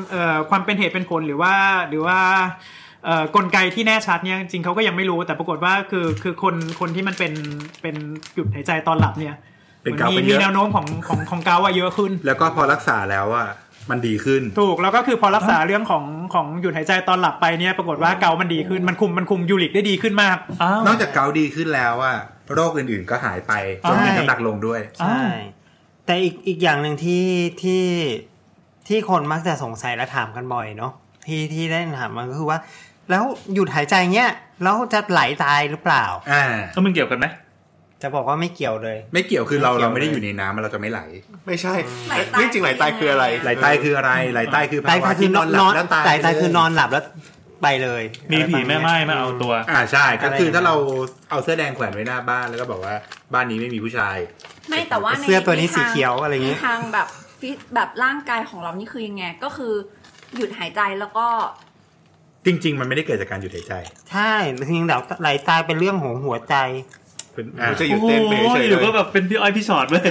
เอ่อความเป็นเหตุเป็นผลหรือว่าหรือว่าเอ่อกลไกที่แน่ชัดเนี่ยจริงเขาก็ยังไม่รู้แต่ปรากฏว่าคือคือคนคนที่มันเป็นเป็นหยุดหายใจตอนหลับเนี่ยมีมีแนวโน้มของของของเกาต์ว่าเยอะขึ้นแล้วก็พอรักษาแล้วอ่ะมันดีขึ้นถูกแล้วก็คือพอรักษาเรื่องของของหยุดหายใจตอนหลับไปเนี่ยปรากฏว่าเกาต์มันดีขึ้นมันคุมมันคุมยูริกได้ดีขึ้นมากนอกจากเกาต์ดีขึ้นแล้วอ่ะโรคอื่นๆก็หายไปรวมถึงน้ำหนักลงด้วยใช่แต่อีกอีกอย่างนึงที่ที่ที่คนมักจะสงสัยและถามกันบ่อยเนาะที่ที่ได้ถามมันก็คือว่าแล้วหยุดหายใจเงี้ยแล้วจะไหลตายหรือเปล่าอ่าก็มันเกี่ยวกันไหมจะบอกว่าไม่เกี่ยวเลยไม่เกี่ยวคือเราเราไม่ได้อยู่ในน้ำเราจะไม่ไหลไม่ใช่จริงๆไหลตายคืออะไรไหลตายคืออะไรไหลตายคือภาวะที่นอนหลับแล้วตายไหลตายคือนอนหลับแล้วไปเลยมีผีแม่ไม้มาเอาตัวอ่าใช่ก็คือถ้าเราเอาเสื้อแดงแขวนไว้หน้าบ้านแล้วก็บอกว่าบ้านนี้ไม่มีผู้ชายไม่แต่ว่าเสื้อตัวนี้สีเขียวอะไรเงี้ยทางแบบฟิตแบบร่างกายของเรานี่คือยังไงก็คือหยุดหายใจแล้วก็จริงๆมันไม่ได้เกิดจากการหยุดหายใจใช่จริงๆแล้วไหลตายเป็นเรื่องของหัวใจจะหยุดเต้นไปเฉยๆหรือว่าแบบเป็นพี่อ้อยพี่ชอตเลย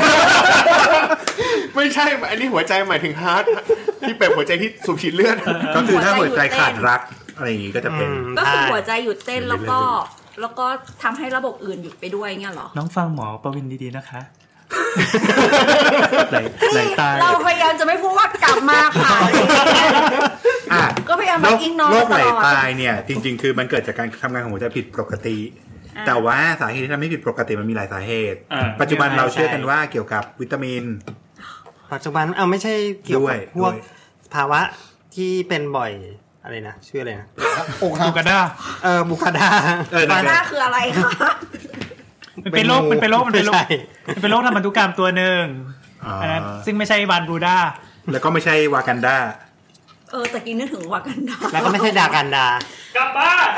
ไม่ใช่อันนี้หัวใจหมายถึงฮาร์ทที่เป็นหัวใจที่สูบฉีดเลือดก็คือถ้าหัวใจขาดรักอะไรอย่างงี้ก็จะเป็นก็คือหัวใจหยุดเต้นแล้วก็แล้วก็ทำให้ระบบอื่นหยุดไปด้วยเงี้ยหรอน้องฟังหมอประวินดีๆนะคะไหลไหลตายเราพยายามจะไม่พูดว่ากลับมาค่ะก็พยายามมาอิงน้องโรคไหลตายเนี่ยจริงๆคือมันเกิดจากการทำงานของหัวใจผิดปกติแต่ว่าสาเหตุที่ทำให้ผิดปกติมันมีหลายสาเหตุปัจจุบันเราเชื่อกันว่าเกี่ยวกับวิตามินปัจจุบันเอาไม่ใช่เกี่ยวกับพวกภาวะที่เป็นบ่อยอะไรนะชื่ออะไรนะบุคาด้าเออบุคาด้าบุคาด้าคืออะไรคะมันเป็นโรคมันเป็นโรคมันเป็นโรคมันเป็นโรคทางพันธุกรรมตัวหนึ่งอันนั้นซึ่งไม่ใช่วานบรูด้าแล้วก็ไม่ใช่วากันดาเออตะกี้นึกถึงวากันดาแล้วก็ไม่ใช่ดากันดากลับบ้าน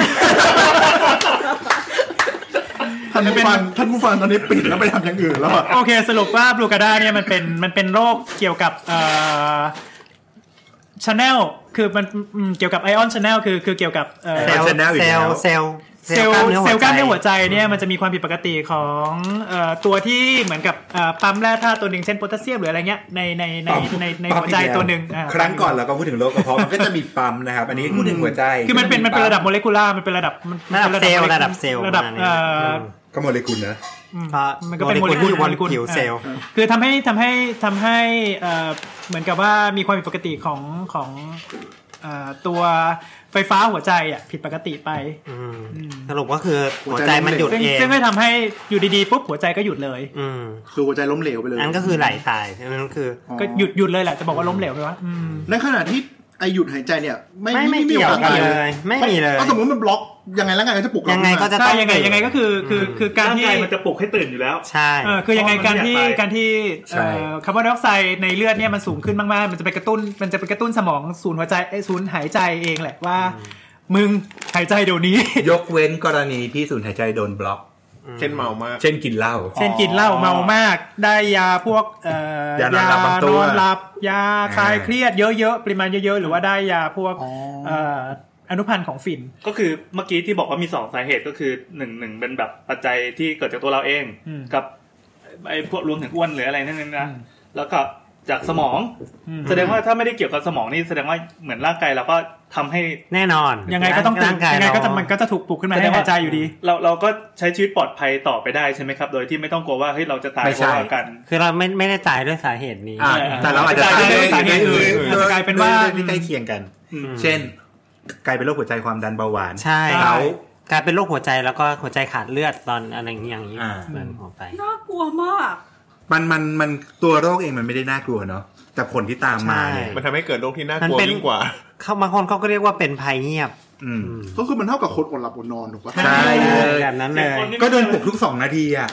ท่านผู้ฟังท่านผู้ฟังตอนนี้ปิดแล้วไปทำอย่างอื่นแล้วโอเคสรุปว่าบลูกาด้าเนี่ยมันเป็นมันเป็นโรคเกี่ยวกับเอ่อชาแนลคือมันเกี่ยวกับไอออนชาแนลคือคือเกี่ยวกับเซลล์เซลล์เซลล์เซลล์เซลล์กล้ามเนื้อหัวใจเนี่ยมันจะมีความผิดปกติของเอ่อตัวที่เหมือนกับเอ่อปั๊มแร่ธาตุตัวนึงเช่นโพแทสเซียมหรืออะไรเงี้ยในในในในในหัวใจตัวนึงครั้งก่อนเราก็พูดถึงโรคกระเพาะมันก็จะมีปั๊มนะครับอันนี้พูดถึงหัวใจคือมันเป็นมันเป็นระดับโมเลกุลาร์มันเป็นระดับมันเป็นเซลล์ระดับเซลล์ระดับเอ่อก็โมเลกุลนะมันก็เป็นโมเลกุลโมเลกุลผิวเซลล์คือทำให้ทำให้ทำให้เอ่อเหมือนกับว่ามีความผิดปกติของของเอ่อตัวไฟฟ้าหัวใจอ่ะผิดปกติไปสรุปก็คือหัวใจมันหยุดเองซึ่งไม่ทำให้อยู่ดีๆปุ๊บหัวใจก็หยุดเลยคือหัวใจล้มเหลวไปเลยนั่นก็คือไหลตายนั่นคือก็หยุดหยุดเลยแหละจะบอกว่าล้มเหลวไปวะในขณะที่ไอหยุดหายใจเนี่ยไม่ไม่เกี่ยวกันเลยไม่มีเลยสมมติมันบล็อกยังไงแล้วไงก็จะปลุกยังไงก็จะต้องยังไงยังไงก็คือคือคือการที่มันจะปลุกให้ตื่นอยู่แล้วใช่เออคือยังไงการที่การที่คาร์บอนไดออกไซด์ในเลือดเนี่ยมันสูงขึ้นมากๆมันจะไปกระตุ้นมันจะไปกระตุ้นสมองศูนย์หัวใจไอ้ศูนย์หายใจเองแหละว่ามึงหายใจเดี๋ยวนี้ยกเว้นกรณีที่ศูนย์หายใจโดนบล็อกเช่นเมามากเช่นกินเหล้าเช่นกินเหล้าเมามากได้ยาพวกเอ่อยานอนหลับบางตัวนอนหลับยาคลายเครียดเยอะๆปริมาณเยอะๆหรือว่าได้ยาพวกเอ่ออนุพันธ์ของฝิ่นก็คือเมื่อกี้ที่บอกว่ามีสองสาเหตุก็คือหนึ่งหนึ่งเป็นแบบปัจจัยที่เกิดจากตัวเราเองกับไอ้พวกรวมถึงอ้วนหรืออะไรนั่นนะแล้วก็จากสมองแสดงว่าถ้าไม่ได้เกี่ยวกับสมองนี่แสดงว่าเหมือนร่างกายเราก็ทำให้แน่นอนยังไงก็ต้องตื่นยังไงก็จะมันก็จะถูกปลุกขึ้นมาให้หายใจอยู่ดีเราเราก็ใช้ชีวิตปลอดภัยต่อไปได้ใช่ไหมครับโดยที่ไม่ต้องกลัวว่าเฮ้ยเราจะตายเพราะว่ากันคือเราไม่ไม่ได้ตายด้วยสาเหตุนี้แต่เราอาจจะตายด้วยสาเหตุอื่นอาจจะกลายเป็นว่าที่ใกล้เคียงกันเช่นกลายเป็นโรคหัวใจความดันเบาหวานใช่เขากลายเป็นโรคหัวใจแล้วก็หัวใจขาดเลือดตอนอะไรอย่างนี้มันออกไปน่ากลัวมากมันมันมันตัวโรคเองมันไม่ได้น่ากลัวเนาะแต่ผลที่ตามมาเนี่ยมันทำให้เกิดโรคที่น่ากลัวยิ่งกว่าเขาบางคนเขาก็เรียกว่าเป็นภัยเงียบก็คือมันเท่ากับคนอดหลับอดนอนถูกป่ะใช่แบบนั้นเลยก็โดนปลุกทุกสองนาทีอ่ะ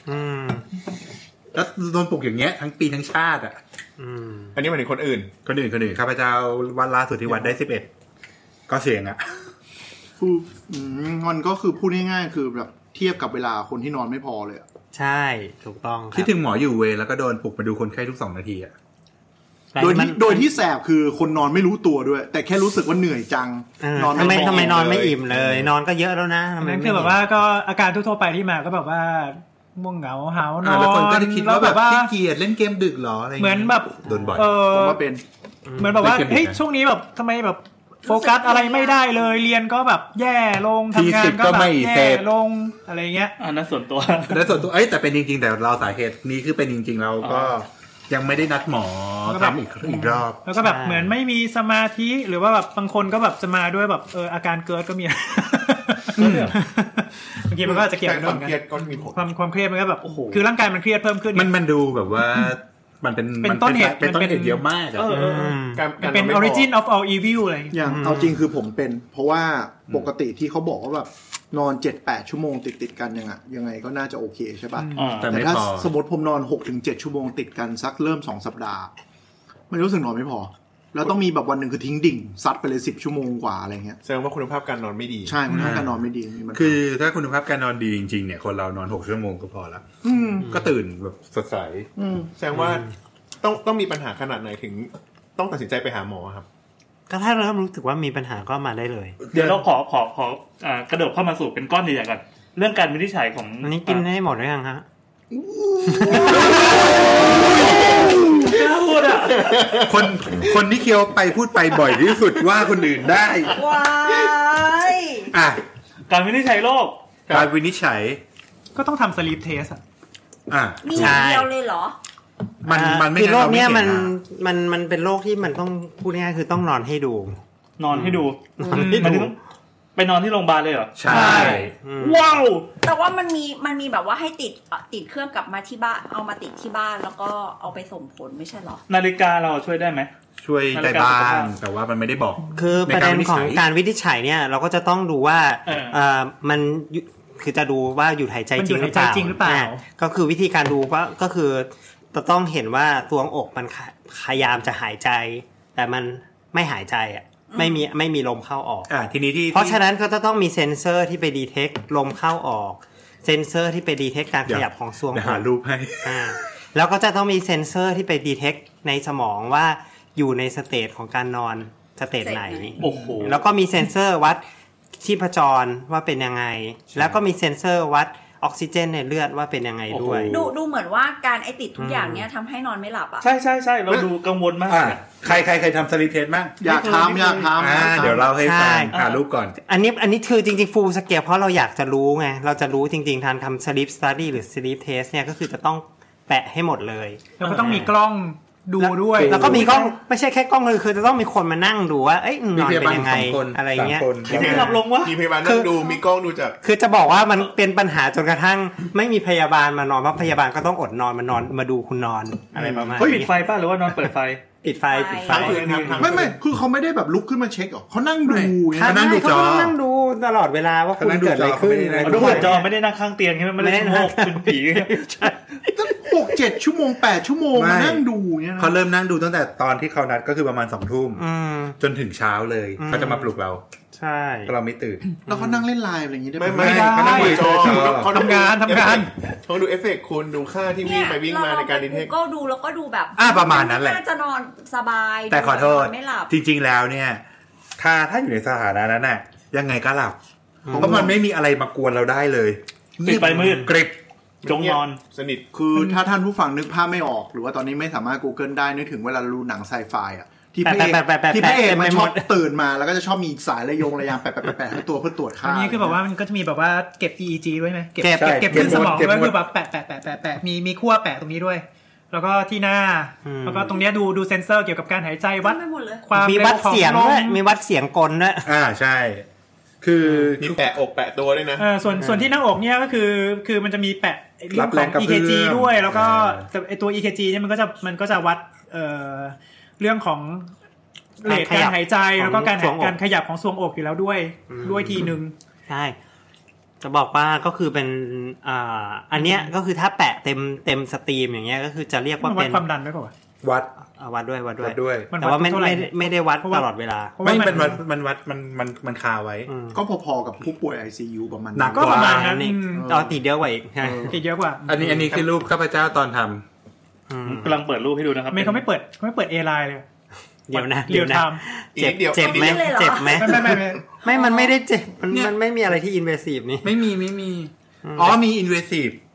แล้วโดนปลุกอย่างเงี้ยทั้งปีทั้งชาติอ่ะอันนี้หมายถึงคนอื่นคนอื่นคนอื่นข้าพเจ้าวันล่าสุดที่วัดได้สิบเอ็ดก็เสี่ยงอ่ะคือมันก็คือพูดง่ายๆคือแบบเทียบกับเวลาคนที่นอนไม่พอเลยใช่ถูกต้องคิดถึงหมออยู่เวรแล้วก็โดนปลุกมาดูคนไข้ทุกสองนาทีอ่ะโดยที่โดยที่แสบคือคนนอนไม่รู้ตัวด้วยแต่แค่รู้สึกว่าเหนื่อยจังนอนทำไมทำไมนอนไม่อิ่มเลยนอนก็เยอะแล้วนะนั่นคือแบบว่าก็อาการทั่วๆไปที่มาก็แบบว่าง่วงเหงาหาวนอนแล้วคนก็จะคิดว่าแบบว่าขี้เกียจเล่นเกมดึกหรออะไรเหมือนแบบโดนบ่อยเออผมว่าเป็นเหมือนแบบว่าเฮ้ยช่วงนี้แบบทำไมแบบโฟกัสอะไรไม่ได้เลยเรียนก็แบบแย่ลงทำงานก็แบบแย่ลงอะไรเงี้ยอันนั้นส่วนตัวแล้วส่วนตัวเอ้ยแต่เป็นจริงๆแต่เราสาเหตุนี้คือเป็นจริงๆเราก็ยังไม่ได้นัดหมอทำอีกอีกรอบแล้วก็แบบเหมือนไม่มีสมาธิหรือว่าแบบบางคนก็แบบจะมาด้วยแบบเอออาการเกิดก็มีบางทีมันก็จะเกี่ยวกับความเครียดก็มีผลความความเครียดมันก็แบบคือร่างกายมันเครียดเพิ่มขึ้นมันมันดูแบบว่ามันเป็นเป็นต้นเหตุเป็นต้นเหตุเยอะมากเออมันเป็น origin of all evil อะไรอย่างเอาจริงคือผมเป็นเพราะว่าปกติที่เขาบอกว่าแบบนอน เจ็ดแปด ชั่วโมงติดติดกันยังไงยังไงก็น่าจะโอเคใช่ป่ะแต่ถ้าสมมติผมนอน หกถึงเจ็ด ชั่วโมงติดกันสักเริ่มสองสัปดาห์มันรู้สึกนอนไม่พอแล้วต้องมีแบบวันหนึ่งคือทิ้งดิ่งซัดไปเลยสิบชั่วโมงกว่าอะไรเงี้ยแสดงว่าคุณภาพการนอนไม่ดีใช่คุณภาพการนอนไม่ดีคือถ้าคุณภาพการนอนดีจริงๆเนี่ยคนเรานอนหกชั่วโมงก็พอแล้วก็ตื่นแบบสดใสแสดงว่าต้องต้องมีปัญหาขนาดไหนถึงต้องตัดสินใจไปหาหมอครับก็ถ้าเรารู้สึกว่ามีปัญหาก็มาได้เลยเดี๋ยวเราขอขอขอกระโดดเข้ามาสู่เป็นก้อนใหญ่ๆก่อนเรื่องการวินิจฉัยของอันนี้กินให้หมดหรือยังฮะพูดอ่ะคนคนที่เคี้ยวไปพูดไปบ่อยที่สุดว่าคนอื่นได้ว้ายอ่ะการวินิจฉัยโรคการวินิจฉัยก็ต้องทำสลีปเทสอ่ะอ่ะมีอย่างเดียวเลยเหรอมันมันไม่คือโรคเนี้ยมันมันมันเป็นโรคที่มันต้องพูดง่ายๆคือต้องนอนให้ดูนอนให้ดูมันถึงไปนอนที่โรงพยาบาลเลยเหรอใช่ว้าวแต่ว่ามันมีมันมีแบบว่าให้ติดติดเครื่องกลับมาที่บ้านเอามาติดที่บ้านแล้วก็เอาไปส่งผลไม่ใช่หรอนาฬิกาเราช่วยได้ไหมช่วยได้บ้างแต่ว่ามันไม่ได้บอกคือประเด็นของการวินิจฉัยเนี่ยเราก็จะต้องดูว่าเอ่อมันคือจะดูว่าหยุดหายใจจริงหรือเปล่าก็คือวิธีการดูว่าก็คือจะต้องเห็นว่าทรวงอกมันพยายามจะหายใจแต่มันไม่หายใจอ่ะไม่มีไม่มีลมเข้าออกอ่าทีนี้ที่เพราะฉะนั้นก็จะต้องมีเซ็นเซอร์ที่ไปดีเทคลมเข้าออกเซ็นเซอร์ที่ไปดีเทคการขยับของทรวงอกหารูปให้อ่าแล้วก็จะต้องมีเซ็นเซอร์ที่ไปดีเทคในสมองว่าอยู่ในสเตจของการนอนสเตจไหนโอ้โหแล้วก็มีเซ็นเซอร์วัดชีพจรว่าเป็นยังไงแล้วก็มีเซ็นเซอร์วัดออกซิเจนในเลือดว่าเป็นยังไงด้วยดูดูเหมือนว่าการไอติดทุกอย่างเนี้ยทำให้นอนไม่หลับอ่ะใช่ใช่ใช่เราดูกังวลมากใครใครเคยทำสลีปเทสบ้างอยากทำอยากทำเดี๋ยวเราให้ฟังหารูปก่อนอันนี้อันนี้คือจริงๆฟูลสเกลเพราะเราอยากจะรู้ไงเราจะรู้จริงๆทางทำสลีปสตั๊ดดี้หรือสลีปเทสเนี่ยก็คือจะต้องแปะให้หมดเลยแล้วก็ต้องมีกล้องดูด้วยแล้วก็มีกล้องไม่ใช่แค่กล้องเลยคือจะต้องมีคนมานั่งดูว่าเอ้ยนอนเป็นยังไงอะไรเงี้ยมีหลับลงวะมีพยาบาลนั่งดูมีกล้องดูจากคือจะบอกว่ามันเป็นปัญหาจนกระทั่งไม่มีพยาบาลมานอนเพราะพยาบาลก็ต้องอดนอนมานอนมาดูคุณนอนอะไรประมาณนี้ปิดไฟป่ะหรือว่านอนเปิดไฟปิดไฟปิดไฟไม่ไม่คือเขาไม่ได้แบบลุกขึ้นมาเช็คหรอเขานั่งดูเขานั่งดูจอเขานั่งดูตลอดเวลาว่าคุณเกิดอะไรขึ้นดูผ่านจอไม่ได้นั่งข้างเตียงใช่ไหมไม่ได้นั่งเป็นผีใช่ตั้งหกเจ็ดชั่วโมงแปดชั่วโมงมานั่งดูเนี่ยเขาเริ่มนั่งดูตั้งแต่ตอนที่เขานัดก็คือประมาณสองทุ่มจนถึงเช้าเลยเขาจะมาปลุกเราใช่เราไม่ตื่นแล้วเขานั่งเล่นไลน์อะไรอย่างงี้ได้ไหมไม่ได้เขานั่งดูจอเขาทำงานทำงานเขาดูเอฟเฟกต์คุณดูค่าที่วิ่งไปวิ่งมาในการดีเทคก็ดูแล้วก็ดูแบบอ่าประมาณนั้นแหละน่าจะนอนสบายแต่ขอโทษจริงๆแล้วเนี่ยถ้าถ้าอยู่ในสถานะนั้นน่ะยังไงก็หลับเพราะมันไม่มีอะไรมากวนเราได้เลยปิดไฟมืดกริบจงนอนสนิทคือถ้าท่านผู้ฟังนึกภาพไม่ออกหรือว่าตอนนี้ไม่สามารถ Google ได้นึกถึงเวลาดูหนังไซไฟอ่ะที่พระเอกที่พระเอกมันชอบตื่นมาแล้วก็จะชอบมีสายระยงระยางแปะๆๆให้ตัวเพื่อตรวจค่าอันนี้คือแบบว่ามันก็จะมีแบบว่าเก็บ อี อี จี ด้วยมั้ยเก็บเก็บเก็บขึ้นสมองด้วยคือแบบแปะๆๆๆมีมีขั้วแปะตรงนี้ด้วยแล้วก็ที่หน้าแล้วก็ตรงนี้ดูดูเซ็นเซอร์เกี่ยวกับการหายใจวัดความมีวัดเสียงด้วยมีวัดเสียงกลด้วยอ่าใช่คือมีแปะอกแปะตัวด้วยนะเออส่วนส่วนที่หน้าอกเนี่ยก็คือคือมันจะมีแปะเรื่องของ อี เค จี ด้วยแล้วก็ไอตัว อี เค จี เนี่ยมันก็จะมันก็จะวัดเอ่อเรื่องของเรทการหายใจแล้วก็การการขยับของทรวงอกอยู่แล้วด้วยด้วยทีนึงใช่จะบอกว่าก็คือเป็นอ่าอันเนี้ยก็คือถ้าแปะเต็มเต็มสตรีมอย่างเงี้ยก็คือจะเรียกว่าเป็นวัดความดันได้ป่ะวัดวัดด้วยวัดด้วยแต่ว่าไม่ไม่ไม่ได้วัดตลอดเวลาไม่เป็นวัดมันวัดมันมันมันคาไว้ก็พอๆกับผู้ป่วย ไอ ซี ยู ประมาณนั้นก็ประมาณนั้นอ๋อติดเยอะกว่าอีกใช่ติดเยอะกว่าอันนี้อันนี้คือรูปข้าพเจ้าตอนทำกำลังเปิดรูปให้ดูนะครับไม่เขาไม่เปิดเขาไม่เปิด เอ ไลน์ เลยเดี๋ยวนะเดี๋ยวทำเจ็บเจ็บไหมเจ็บไหมไม่ไม่ไม่ไม่มันไม่ได้เจ็บมันมันไม่มีอะไรที่อินเวสีฟนี่ไม่มีไม่มีอ๋อมีอินเวสีฟ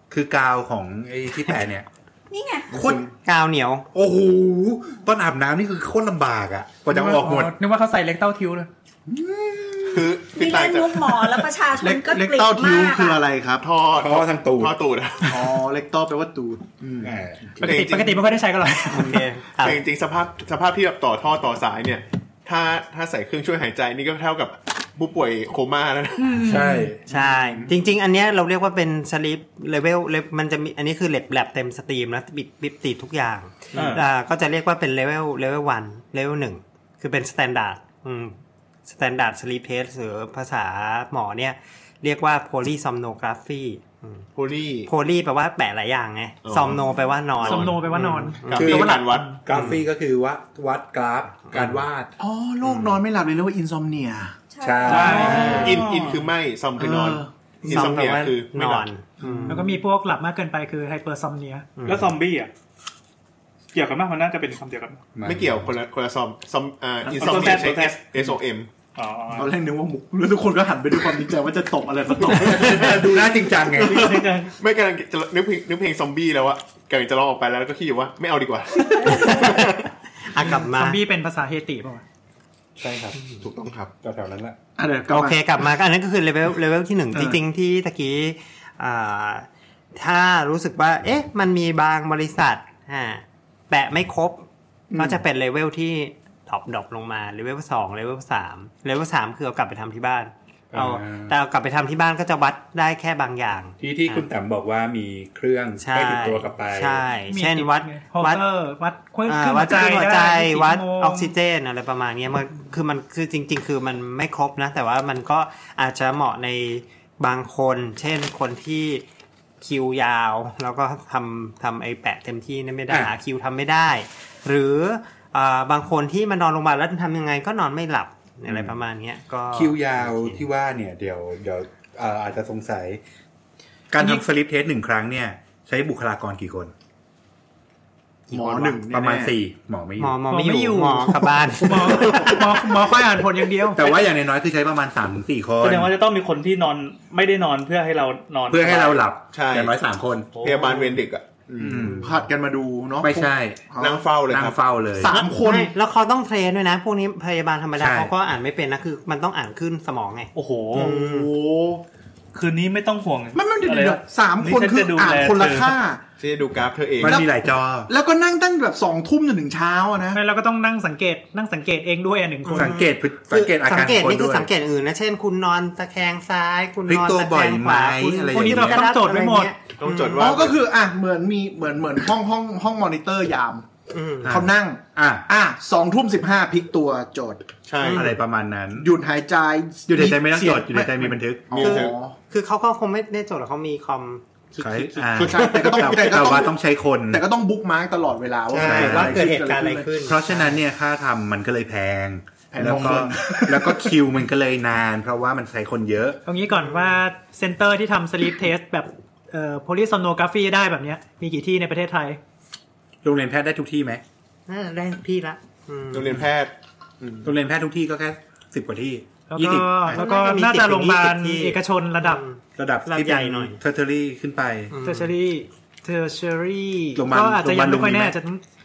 คือกาวของไอ้ที่แปะเนี่ยนี่ไงโคตรกาวเหนียวโอ้โหตอนอาบน้ำนี่คือโคตรลำบากอ่ะกว่าจะออกหมดนึกว่าเขาใส่เล็กเต้าทิวเลยคือนี่เล่นมุกหมอแล้วประชาชนก็เล็กเต้าทิวคืออะไรครับท่อท่อทางตูดท่อตูดอ๋อเล็กเต้าแปลว่าตูดปกติปกติไม่ค่อยได้ใช้กันหรอกโอเคแต่จริงๆสภาพสภาพที่แบบต่อท่อต่อสายเนี่ยถ้าถ้าใส่เครื่องช่วยหายใจนี่ก็เท่ากับผู้ป่วยโคม่าแล้วใช่ใช่จริงๆอันเนี้ยเราเรียกว่าเป็นสลีปเลเวลมันจะมีอันนี้คือแลบแลบเต็มสตรีมแล้วปิดปิดติดทุกอย่างอ่าก็จะเรียกว่าเป็นเลเวลเลเวลหนึ่งเลเวลหนึ่งคือเป็นสแตนดาร์ดอืมสแตนดาร์ดสลีปเทสหรือภาษาหมอเนี่ยเรียกว่าโพลีซอมโนกราฟีโพลีโพลีแปลว่าแปะหลายอย่างไงซอมโนแปลว่านอนซอมโนแปลว่านอนคือการวัดกราฟีก็คือวัดวัดกราฟการวาดอ๋อโรคนอนไม่หลับเลยเรียกว่าอินซอมเนียใช่อินอินคือไม่ซอมคือนอนอินซอมเนียคือไม่นอนแล้วก็มีพวกหลับมากเกินไปคือไฮเปอร์ซอมเนียแล้วซอมบี้อ่ะเกี่ยวกันมากมันน่าจะเป็นคำเดียวกันไม่เกี่ยวคนละคนละซอมซอมอ่าอินซอมเนียใช้ S S O M อ๋อตอนแรกนึกว่ามุกแล้วทุกคนก็หันไปด้วยความดีใจว่าจะตบอะไรมาตบดูน่าจริงจังไงไม่กำลังจะนึกเพลงนึกเพลงซอมบี้แล้วอะกำลังจะร้องออกไปแล้วก็คิดว่าไม่เอาดีกว่าอ่ะกลับมาซอมบี้เป็นภาษาเฮติป่ะใช่ครับถูกต้องครับแถวๆนั้นแหละโอเคกลับมาก็อันนั้นก็คือเลเวลเลเวลที่หนึ่งจริงๆที่ตะกี้อ่าถ้ารู้สึกว่าเอ๊ะมันมีบางบริษัทอ่าแปะไม่ครบก็จะเป็นเลเวลที่ดรอปดรอปลงมาเลเวลสองเลเวลสามเลเวลสามคือเอากลับไปทำที่บ้านเอาแต่เอากลับไปทำที่บ้านก็จะวัดได้แค่บางอย่างที่ที่คุณแต้มบอกว่ามีเครื่องให้ติดตัวกลับไปใช่เช่นวัดวัดวัดคลื่นหัวใจวัดออกซิเจนอะไรประมาณนี้มันคือมันคือจริงๆคือมันไม่ครบนะแต่ว่ามันก็อาจจะเหมาะในบางคนเช่นคนที่คิวยาวแล้วก็ทำทำไอ้แปะเต็มที่นั่นไม่ได้หาคิวทำไม่ได้หรือบางคนที่มานอนโรงพยาบาลแล้วทำยังไงก็นอนไม่หลับอะไรประมาณนี้ก็คิวยาวที่ว่าเนี่ยเดี๋ยวเดี๋ยวอาจจะสงสัยการทำสลิปเทสหนึ่งครั้งเนี่ยใช้บุคลากรกี่คนหมอหนึ่งประมาณสี่หมอไม่อยู่หมอไม่อยู่หมอกลับบ้านหมอหมอหมอค่อยอ่านผลอย่างเดียวแต่ว่าอย่างน้อยๆคือใช้ประมาณ สามถึงสี่ คนแสดงว่าจะต้องมีคนที่นอนไม่ได้นอนเพื่อให้เรานอนเพื่อให้เราหลับอย่างน้อยสามคนพยาบาลเวรดึกอ่ะผัดกันมาดูเนาะไม่ใช่นั่งเฝ้าเลยครับนั่งเฝ้าเลยสามคนแล้วเขาต้องเทรนด้วยนะพวกนี้พยาบาลธรรมดาเขาก็อ่านไม่เป็นนะคือมันต้องอ่านขึ้นสมองไงโอ้โหคืนนี้ไม่ต้องห่วงมันมันเดี๋ยวสามคนคืออ่านคนละค่าจะดูกราฟเธอเองมันมีหลายจอแล้วก็นั่งตั้งแบบสองทุ่มจนถึงเช้าอ่ะนะแล้วก็ต้องนั่งสังเกตนั่งสังเกตเองด้วยอ่ะหนึ่งคนสังเกตสังเกตอาการสังเกตนี่คือสังเกตอื่นนะเช่นคุณนอนตะแคงซ้ายคุณนอนตะแคงขวาพวกนี้เราต้องจดไว้หมดต้องจดว่าอ๋อก็คืออ่ะเหมือนมีเหมือนเหมือนห้องห้องห้องมอนิเตอร์ยามเขานั่งอ่ะอ่ะสองทุ่มสิบห้าพลิกตัวจดใช่อะไรประมาณนั้นหยุดหายใจหยุดหายใจไม่ต้องจดหยุดหายใจมีบันทึกคือคือเขาก็คงไม่ได้จดหรอกเขามีคอมใช่แต่ก็ต้องแต่ว่าต้องใช้คนแต่ก็ต้องบุ๊กมาร์กตลอดเวลาว่าเกิดเหตุการณ์อะไรขึ้นเพราะฉะนั้นเนี่ยค่าทำมันก็เลยแพงแล้วก็แล้วก็คิวมันก็เลยนานเพราะว่ามันใช้คนเยอะตรงนี้ก่อนว่าเซ็นเตอร์ที่ทำสลีปเทสแบบเอ่อโพลีซอมโนกราฟีได้แบบเนี้ยมีกี่ที่ในประเทศไทยโรงเรียนแพทย์ได้ทุกที่ไหมได้ทุกที่ละโรงเรียนแพทย์โรงเรียนแพทย์ทุกที่ก็แค่สิบกว่าที่ยี่สิบแล้วก็น่าจะโรงพยาบาลเอกชนระดับระดับที่ใหญ่หน่อยเทอร์เทอรี่ขึ้นไปเทอร์เทอรี่เทอร์เทอรี่ก็อาจจะยังไม่ค่อยแน่จะ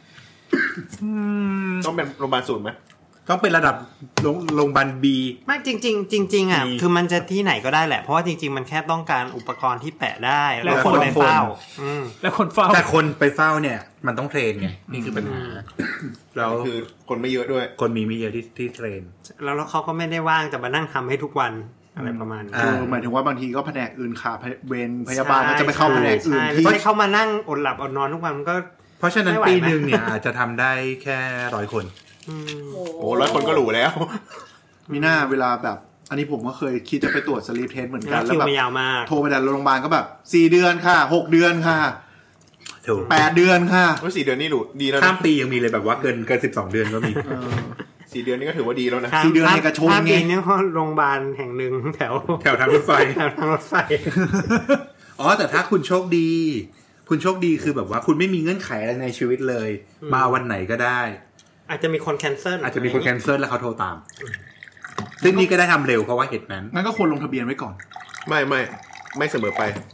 ต้องเป็นโรงพยาบาลศูนย์ไหมต้องเป็นระดับโรงพยาบาล B ไม่จริงๆจริงๆอ่ะคือมันจะที่ไหนก็ได้แหละเพราะว่าจริงๆมันแค่ต้องการอุปกรณ์ที่แปะได้แล้วคนไปเฝ้าแล้วคนเฝ้าแต่คนไปเฝ้าเนี่ยมันต้องเทรนไงนี่คือปัญหาแล้วคือคนไม่เยอะด้วยคนมีไม่เยอะที่ที่เทรนแล้วเขาก็ไม่ได้ว่างจะมานั่งทำให้ทุกวันอะไรประมาณนี้หมายถึงว่าบางทีก็แผนกอื่นขาเวรพยาบาลก็จะไปเข้าแผนกอื่นที่ให้เขามานั่งอดหลับอดนอนทุกวันมันก็เพราะฉะนั้นปีนึงเนี่ยอาจจะทำได้แค่ร้อยคนโอ้ร้อยคนก็หรูแล้วมีหน้าเวลาแบบอันนี้ผมก็เคยคิดจะไปตรวจสลีปเทสเหมือนกันแล้วแบบโทรไปดันโรงพยาบาลก็แบบสี่เดือนค่ะหกเดือนค่ะแปดเดือนค่ะว่าสี่เดือนนี่หรูดีแล้วข้ามปียังมีเลยแบบว่าเกินเกินสิบสองเดือนก็มีสี่เดือนนี่ก็ถือว่าดีแล้วนะสี่เดือนเอกชนไงนี่ก็โรงพยาบาลแห่งหนึ่งแถวแถวทางรถไฟแถวทางรถไฟอ๋อแต่ถ้าคุณโชคดีคุณโชคดีคือแบบว่าคุณไม่มีเงื่อนไขอะไรในชีวิตเลยมาวันไหนก็ได้อาจจะมีคนแคนเซิลอาจจะมีคนแคนเซิลแล้วเขาโทรตามซึ่งนี่ก็ได้ทำเร็วเพราะว่าเหตุนั้นงั้นก็ควรลงทะเบียนไว้ก่อนไม่ไม่ไม่เสมอไป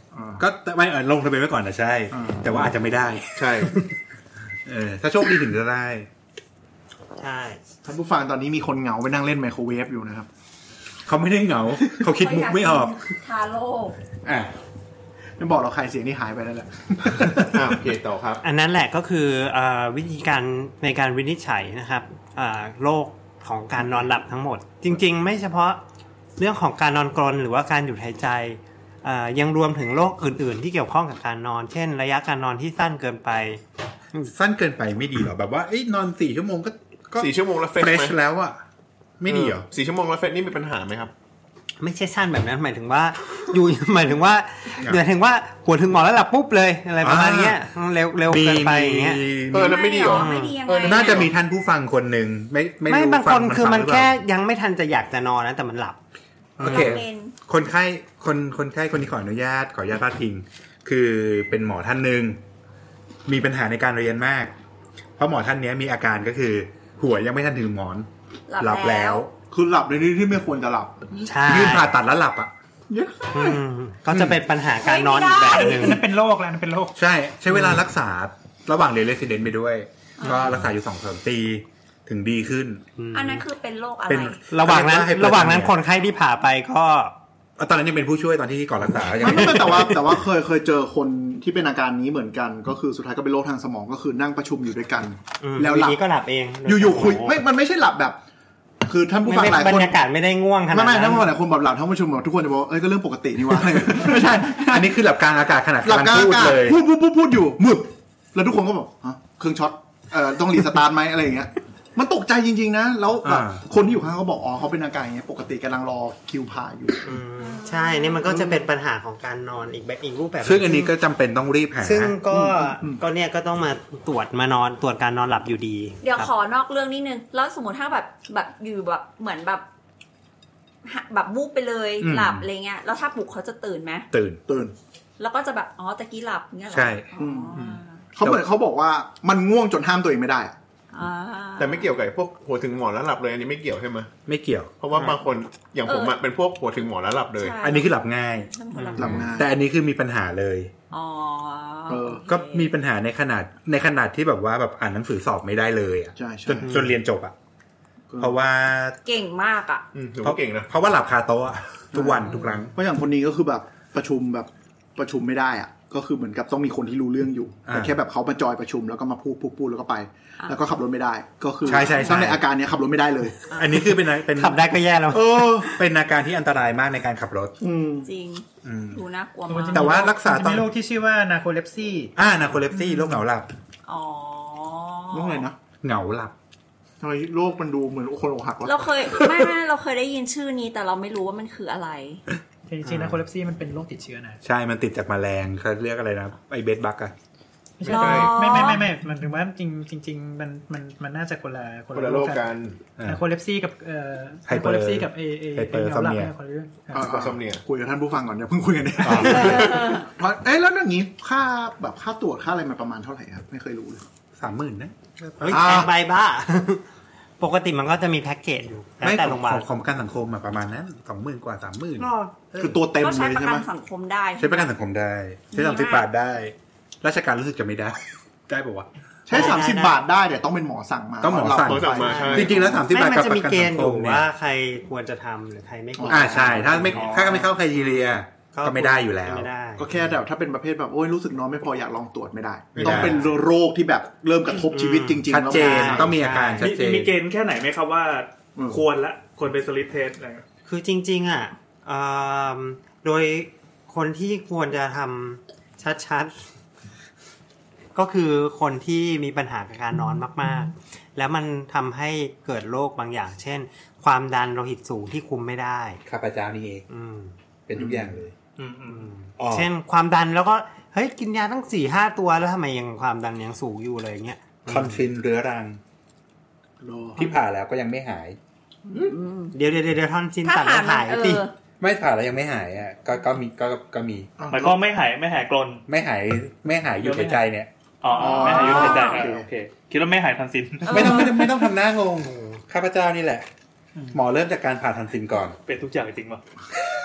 ก็ไม่ลงทะเบียนไว้ก่อนนะใช่แต่ว่าอาจจะไม่ได้ใช่เออถ้าโชคดีถึงจะได้ใช่ท่านผู้ฟังตอนนี้มีคนเหงาไปนั่งเล่นไมโครเวฟอยู่นะครับเขาไม่ได้เหงาเขาคิดมุกไม่ออกทาโร่อ่ะไม่บอกเราใครเสียงที่หายไปแล้วแหละอ่าโอเคต่อครับอันนั้นแหละก็คือวิธีการในการวินิจฉัยนะครับโรคของการนอนหลับทั้งหมดจริงๆไม่เฉพาะเรื่องของการนอนกรนหรือว่าการหยุดหายใจยังรวมถึงโรคอื่นๆที่เกี่ยวข้องกับการนอนเช่นระยะการนอนที่สั้นเกินไปสั้นเกินไปไม่ดีหรอแบบว่าเอ้ยนอนสี่ชั่วโมงก็สี่ชั่วโมงแล้วเฟรชแล้วอ่ะไม่ดีเหรอสี่ชั่วโมงแล้วเฟรชนี่มีปัญหาไหมครับไม่ใช่สั้นแบบนั้นหมายถึงว่าอยู่หมายถึงว่าหมายถึงว่าหัวถึงหมอนแล้วหลับปุ๊บเลยอะไรประมาณนี้เร็วเร็วเกินไปอย่างเงี้ยเออแล้วไม่ดีหรอเออน่าจะมีท่านผู้ฟังคนหนึ่งไม่ไม่ไม่บางคนคือมันแค่ยังไม่ทันจะอยากจะนอนนะแต่มันหลับโอเคคนไข้คนคนไข้คนนี้ขออนุญาตขออนุญาตพาดพิงคือเป็นหมอท่านนึงมีปัญหาในการเรียนมากเพราะหมอท่านนี้มีอาการก็คือหัวยังไม่ทันถึงหมอนหลับแล้วคือหลับในที่ที่ไม่ควรจะหลับยื่นผ่าตัดแล้วหลับอ่ะก็จะเป็นปัญหาการนอนอีกแบบนึงนั่นเป็นโรคแล้วนั่นเป็นโรคใช่ใช้เวลารักษาระหว่างเรียนเรสซิเดนต์ไปด้วยก็รักษาอยู่ สองถึงสาม ปีถึงดีขึ้นอันนั้นคือเป็นโรคอะไรระหว่างนั้นระหว่างนั้นคนไข้ที่ผ่าไปก็ตอนนั้นยังเป็นผู้ช่วยตอนที่ก่อนรักษาไม่ไม่แต่ว่าแต่ว่าเคยเคยเจอคนที่เป็นอาการนี้เหมือนกันก็คือสุดท้ายก็เป็นโรคทางสมองก็คือนั่งประชุมอยู่ด้วยกันแล้วหลับก็หลับเองอยู่ๆคุยไม่มันไม่ใช่หลับแบบคือท่านผู้ฟังหลายคนบรรยากาศไม่ได้ง่วงขนาดนั้นไม่ไม่ท่านผู้ฟังหลายคนบอกหลับทั้งประชุมหมดทุกคนจะบอกเอ้ยก็เรื่องปกตินี่วะไม่ใช่อันนี้คือหลับกลางอากาศขนาดการพูดเลยพูดพูดพูดพูดอยู่มึบแล้วทุกคนก็บอกฮะเครื่องช็อตเอ่อต้องรีสตาร์ทไหมอะไรอย่างเงี้ยมันตกใจจริงๆนะแล้วแบบคนที่อยู่ข้างเขาบอกอ๋อเขาเป็นอาการอย่างเงี้ยปกติกำลังรอคิวผ่าอยู่ใช่นี่มันก็จะเป็นปัญหาของการนอนอีกแบบอีกรูปแบบซึ่งอันนี้ก็จำเป็นต้องรีบหาซึ่งก็ก็เนี่ยก็ต้องมาตรวจมานอนตรวจการนอนหลับอยู่ดีเดี๋ยวขอนอกเรื่องนิดนึงแล้วสมมติถ้าแบบแบบอยู่แบบเหมือนแบบแบบวูบไปเลยหลับอะไรเงี้ยแล้วถ้าปลุกเขาจะตื่นไหมตื่นตื่นแล้วก็จะแบบอ๋อตะกี้หลับเงี้ยหรอใช่เขาเหมือนเขาบอกว่ามันง่วงจนห้ามตัวเองไม่ได้แต่ไม่เกี่ยวกับพวกหัวถึงหมอนแล้วหลับเลยอันนี้ไม่เกี่ยวใช่ไหมไม่เกี่ยวเพราะว่าบางคนอย่างผมอ่ะเป็นพวกหัวถึงหมอนแล้วหลับเลยอันนี้คือหลับง่ายหลับง่ายแต่อันนี้คือมีปัญหาเลยอ๋อก็มีปัญหาในขนาดในขนาดที่แบบว่าแบบอ่านหนังสือสอบไม่ได้เลยอ่ะจนจนเรียนจบอ่ะเพราะว่าเก่งมากอ่ะเพราะเก่งนะเพราะว่าหลับคาโต๊ะทุกวันทุกครั้งเพราะอย่างคนนี้ก็คือแบบประชุมแบบประชุมไม่ได้อ่ะก็คือเหมือนกับต้องมีคนที่รู้เรื่องอยู่แต่แค่แบบเขามาจอยประชุมแล้วก็มาพูดพูดพูดแล้วก็ไปแล้วก็ขับรถไม่ได้ก็คือใช่ใช่ตั้งในอาการนี้ขับรถไม่ได้เลยอันนี้คือเป็นเป็นขับได้ก็แย่แล้วเออเป็นอาการที่อันตรายมากในการขับรถจริงดูน่ากลัวมากแต่ว่ารักษาต้องมีโรคที่ชื่อว่านาโคเลปซี่อ่านาโคเลปซี่โรคเหงาหลับอ๋อโรคอะไรนะเหงาหลับทำไมโรคมันดูเหมือนคนอกหักวะเราเคยไม่ไม่เราเคยได้ยินชื่อนี้แต่เราไม่รู้ว่ามันคืออะไรจริงๆนาโคเลปซี่มันเป็นโรคติดเชื้อนะใช่มันติดจากแมลงเขาเรียกอะไรนะไอเบดบักอะไม่ใช่ไม่ไม่ไม่ไม่มันถึงว่าจริงจริงๆมันมันมันน่าจะคนละคนละโรคกันนาโคเลปซี่กับเอ่อนาโคเลปซี่กับเอเอไฮเปอร์ซัมเนียคนละเรื่องไฮเปอร์ซัมเนียคุยกับท่านผู้ฟังก่อนเดี๋ยวเพิ่งคุยกันเนี่ยเอ๊ะแล้วอย่างนี้ค่าแบบค่าตรวจค่าอะไรมาประมาณเท่าไหร่ครับไม่เคยรู้เลยสามหมื่นนะเฮ้ยแพงไปบ้าปกติมันก็จะมีแพ็กเกจอยู่แต่โรงพยาบาลของประกันสังคมอะประมาณนั้น สองหมื่น กว่า สามหมื่นคือตัวเต็มเลยใช่ไหมใช้ประกันสังคมได้ใช้ประกันสังคมได้ใช้สามสิบบาทได้ราชการรู้สึกจะไม่ได้ได้ป่าววะใช้สามสิบบาทได้แต่ต้องเป็นหมอสั่งมาต้องหมอสั่งมาจริงๆแล้วสามสิบบาทกับประกันสังคมว่าใครควรจะทำหรือใครไม่ควรอ่าใช่ถ้าไม่ถ้าไม่เข้าไคทีเรียก็ไม่ได้อยู่แล้วก็แค่แต่ถ้าเป็นประเภทแบบโอ้ยรู้สึกนอนไม่พออยากลองตรวจไม่ได้ต้องเป็นโรคที่แบบเริ่มกระทบชีวิตจริงๆชัดเจนต้องมีอาการชัดเจนมีเกณฑ์แค่ไหนไหมครับว่าควรละควรไปสลิปเทสอะไรคือจริงๆอ่ะโดยคนที่ควรจะทำชัดๆก็คือคนที่มีปัญหากับการนอนมากๆแล้วมันทำให้เกิดโรคบางอย่างเช่นความดันโลหิตสูงที่คุมไม่ได้ข้าพเจ้านี่เองเป็นทุกอย่างเลยเช่นความดันแล้วก็เฮ้ยกินยาตั้ง สี่ห้า ตัวแล้วทำไมยังความดันยังสูงอยู่อะไรเงี้ยทอนซิลเรื้อรังที่ผ่าแล้วก็ยังไม่หายเดี๋ยวเดี๋ยวเดี๋ยวทอนซิลตัดแล้วหายติไม่ผ่าแล้วยังไม่หายอ่ะก็ก็มีก็ก็มีหมายความไม่หายไม่หายกรนไม่หายไม่หายหยุดหายใจเนี่ยอ๋อไม่หายหยุดหายใจโอเคคิดว่าไม่หายทอนซิลไม่ต้องไม่ต้องไม่ต้องทำหน้างงข้าพเจ้านี่แหละหมอเริ่มจากการผ่าทอนซิลก่อนเป็นทุกอย่างจริงป่ะ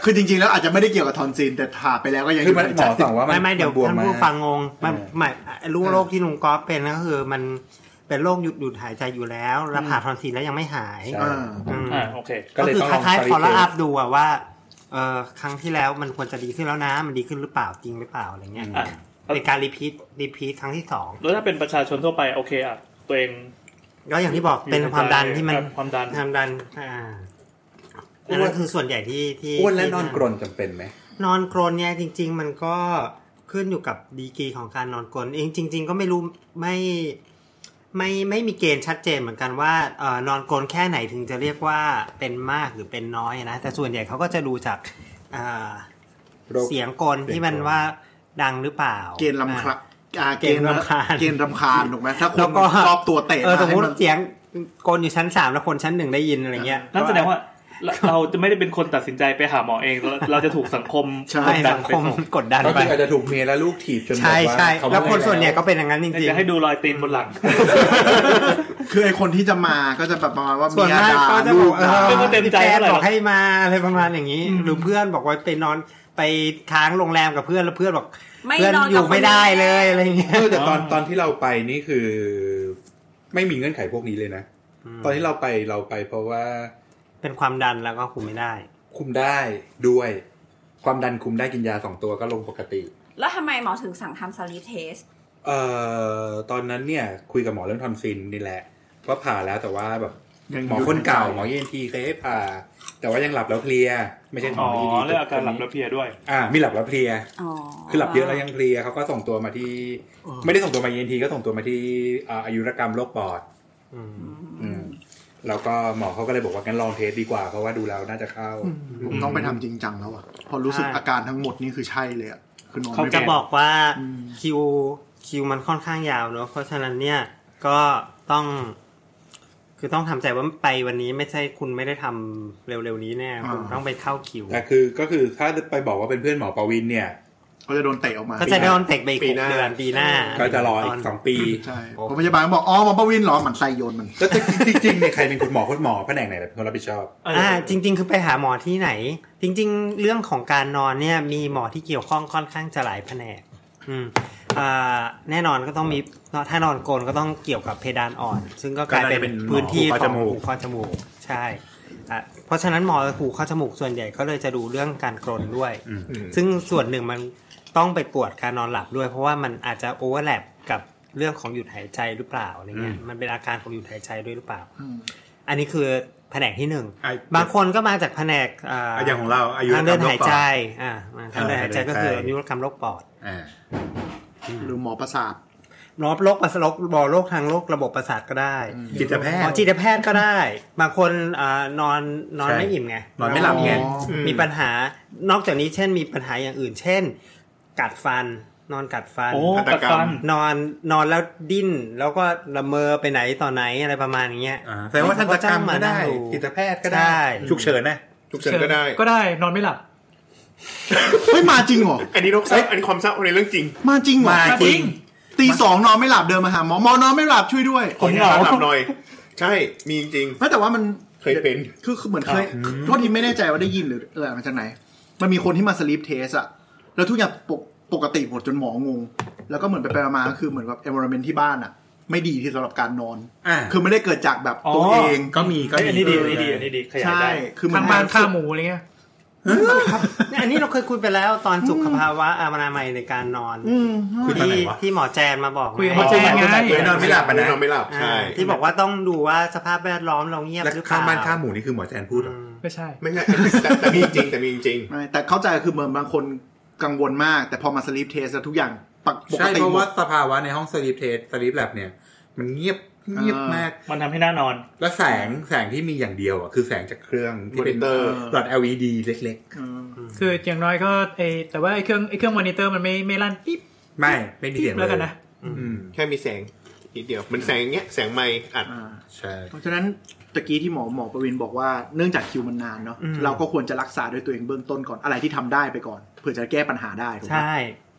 คือจริงๆแล้วอาจจะไม่ได้เกี่ยวกับทอนซิลแต่ทาไปแล้วก็ยังคือมันหมอสั่งว่ามันไม่ไม่เดี๋ยวท่านผู้ฟังงงมันไม่รู้โรคที่ลุงก๊อฟเป็นก็คือมันเป็นโรคหยุดหยุดหายใจอยู่แล้วแล้วผ่าทอนซิลแล้วยังไม่หายอ่าโอเคก็คือคล้ายๆ follow up ดูว่าเออครั้งที่แล้วมันควรจะดีขึ้นแล้วนะมันดีขึ้นหรือเปล่าจริงหรือเปล่าอะไรเงี้ยเป็นการรีพีทรีพีทครั้งที่สองแล้วถ้าเป็นประชาชนทั่วไปโอเคอ่ะตัวเองก็อย่างที่บอกเป็นความดันที่มันความดันความดันอ่าอันนั้นคือส่วนใหญ่ที่ที่อ้วนและนอนกรนจำเป็นไหมนอนกรนเนี่ยจริงๆมันก็ขึ้นอยู่กับดีกรีของการนอนกรนเองจริงๆก็ไม่รู้ไม่ไม่ไม่มีเกณฑ์ชัดเจนเหมือนกันว่าเอ่อนอนกรนแค่ไหนถึงจะเรียกว่าเป็นมากหรือเป็นน้อยนะแต่ส่วนใหญ่เขาก็จะดูจากอ่าเสียงกรที่มันว่าดังหรือเปล่าเกณฑ์ลำคาญเกณฑ์รำคาญเกณฑ์รำคาญถูกไหมถ้าคนรอบตัวเตะสมมติเสียงกรอยู่ชั้นสามแล้วคนชั้นหนึ่งได้ยินอะไรเงี้ยนั่นแสดงว่าเราจะไม่ได้เป็นคนตัดสินใจไปหาหมอเองเราจะถูกสังคมกดดันไปกดดันไปก็คืออาจจะถูกเมียและลูกถีบจนแบบว่าใช่ๆแล้วคนส่วนใหญ่ก็เป็นอย่างนั้นจริงๆจะให้ดูรอยตีนบนหลังคือไอ้คนที่จะมาก็จะแบบประมาณว่าเมียด่าลูกก็เต็มใจบอกให้มาอะไรประมาณอย่างนี้หรือเพื่อนบอกว่าไปนอนไปค้างโรงแรมกับเพื่อนแล้วเพื่อนบอกเพื่อนอยู่ไม่ได้เลยอะไรเงี้ยแต่ตอนตอนที่เราไปนี่คือไม่มีเงื่อนไขพวกนี้เลยนะตอนที่เราไปเราไปเพราะว่าเป็นความดันแล้วก็คุมไม่ได้คุมได้ด้วยความดันคุมได้กินยาสองตัวก็ลงปกติแล้วทำไมหมอถึงสั่งทำสลีปเทสเอ่อตอนนั้นเนี่ยคุยกับหมอเรื่องทอนซิลนี่แหละว่าผ่าแล้วแต่ว่าแบบหมอคนเก่าหมอ อี เอ็น ที เคยให้ผ่าแต่ว่ายังหลับแล้วเพลียไม่ใช่หมออี เอ็น ที เรื่องอาการหลับแล้วเพลียด้วยอ่ามีหลับแล้วเพลียคือหลับเยอะแล้วยังเพลียเขาก็ส่งตัวมาที่ไม่ได้ส่งตัวมา อี เอ็น ที ก็ส่งตัวมาที่อายุรกรรมโรคปอดอืมแล้วก็หมอเขาก็เลยบอกว่างั้นลองเทสดีกว่าเพราะว่าดูแล้วน่าจะเข้าผมต้องไปทำจริงจังแล้วอ่ะพอรู้สึกอาการทั้งหมดนี่คือใช่เลยอ่ะคือนอนเขาจะบอกว่าคิวคิวมันค่อนข้างยาวเนอะเพราะฉะนั้นเนี่ยก็ต้องคือต้องทำใจว่าไปวันนี้ไม่ใช่คุณไม่ได้ทำเร็วๆนี้แน่คุณต้องไปเข้าคิวแต่คือก็คือถ้าไปบอกว่าเป็นเพื่อนหมอปวินเนี่ยก็จะโดนเตะออกมาก็จะโดนเตะไปอีกเดือนปีหน้าก็จะรออีกสองปีใช่พยาบาลบอกอ๋อหมอปวินเหรอมันใส่โยนมันแล้วจริงๆเนี่ยใครเป็นคุณหมอคุณหมอแผนกไหนเป็นคนรับผิดชอบอ่าจริงๆคือไปหาหมอที่ไหนจริงๆเรื่องของการนอนเนี่ยมีหมอที่เกี่ยวข้องค่อนข้างจะหลายแผนกอืมอ่าแน่นอนก็ต้องมีถ้านอนกรนก็ต้องเกี่ยวกับเพดานอ่อนซึ่งก็กลายเป็นพื้นที่ของหูคอจมูกใช่อ่ะเพราะฉะนั้นหมอหูคอจมูกส่วนใหญ่ก็เลยจะดูเรื่องการกรนด้วยซึ่งส่วนหนึ่งมันต้องไปตรวจการนอนหลับด้วยเพราะว่ามันอาจจะโอเวอร์แลปกับเรื่องของหยุดหายใจหรือเปล่าอะไรเงี้ยมันเป็นอาการของหยุดหายใจด้วยหรือเปล่าอันนี้คือแผนกที่หนึ่งบางคนก็มาจากแผนกอ่าอย่างของเราอายุทางเดินหายใจอ่าทางเดินหายใจก็คืออายุรกรรมโรคปอดอ่าหรือหมอประสาทหมอโรคประสาทหมอโรคทางโรคระบบประสาทก็ได้จิตแพทย์หมอจิตแพทย์ก็ได้บางคนอ่านอนนอนไม่อิ่มไงนอนไม่หลับไงมีปัญหานอกจากนี้เช่นมีปัญหาอย่างอื่นเช่นกัดฟันนอนกัดฟันกัดฟันนอนนอนแล้วดิ้นแล้วก็ละเมอไปไหนต่อไหนอะไรประมาณอย่างเงี้ยแสดงว่าทันตกรรมก็ได้จิตแพทย์ก็ได้ฉุกเฉินนะฉุกเฉินก็ได้ก็ได้นอนไม่หลับไม่มาจริงเหรออันนี้โรคเศร้าอันนี้ความเศร้าในเรื่องจริงมาจริงเหรอมาจริงตีสองนอนไม่หลับเดินมาหาหมอหมอนอนไม่หลับช่วยด้วยผมเหงาหลับหน่อยใช่มีจริงไม่แต่ว่ามันเคยเป็นคือเหมือนเคยโทษทีไม่แน่ใจว่าได้ยินหรืออะไรมาจากไหนมันมีคนที่มาสลีปเทสอะแล้วทุกอย่างปกปกติหมดจนหมองงแล้วก็เหมือนไปไปมาๆก็คือเหมือนแบบ environment ที่บ้านอะไม่ดีที่สำหรับการนอนคือไม่ได้เกิดจากแบบตัวเองก็มีก็มีอันนี้ดีอันนี้ดีอันนี้ดีขยายได้คือทางบ้านฆ่าหมูอะไรเงี้ยอันนี้เราเคยคุยไปแล้วตอนสุขภาวะอนามัยในการนอนที่ที่หมอแจนมาบอกคุยหมอแจนไงนอนไม่หลับนะนอนไม่หลับใช่ที่บอกว่าต้องดูว่าสภาพแวดล้อมเราเงียบหรือเปล่าข้างบ้านข้าหมูนี่คือหมอแจนพูดหรอไม่ใช่ไม่ใช่แต่มีจริงแต่มีจริงแต่เข้าใจคือเหมือนบางคนกังวลมากแต่พอมาสลีปเทสแล้วทุกอย่างปกติใช่เพราะว่าสภาวะในห้องสลีปเทสสลีปแลบเนี่ยมันเงียบเงียบมากมันทำให้น่านอนแล้วแสงแสงที่มีอย่างเดียวอ่ะคือแสงจากเครื่องที่เป็นหลอด แอล อี ดี เล็กๆคืออย่างน้อยก็ไอแต่ว่าไอเครื่องไอเครื่องมอนิเตอร์มันไม่ไม่ลั่นปิ๊บไม่ไม่มีเสียงแล้วกันนะแค่มีแสงนิดเดียวมันแสงอย่างเงี้ยแสงไมค์อัดใช่เพราะฉะนั้นตะกี้ที่หมอหมอประวินบอกว่าเนื่องจากคิวมันนานเนาะเราก็ควรจะรักษาด้วยตัวเองเบื้องต้นก่อนอะไรที่ทำได้ไปก่อนเพื่อจะแก้ปัญหาได้ถูกไหมใช่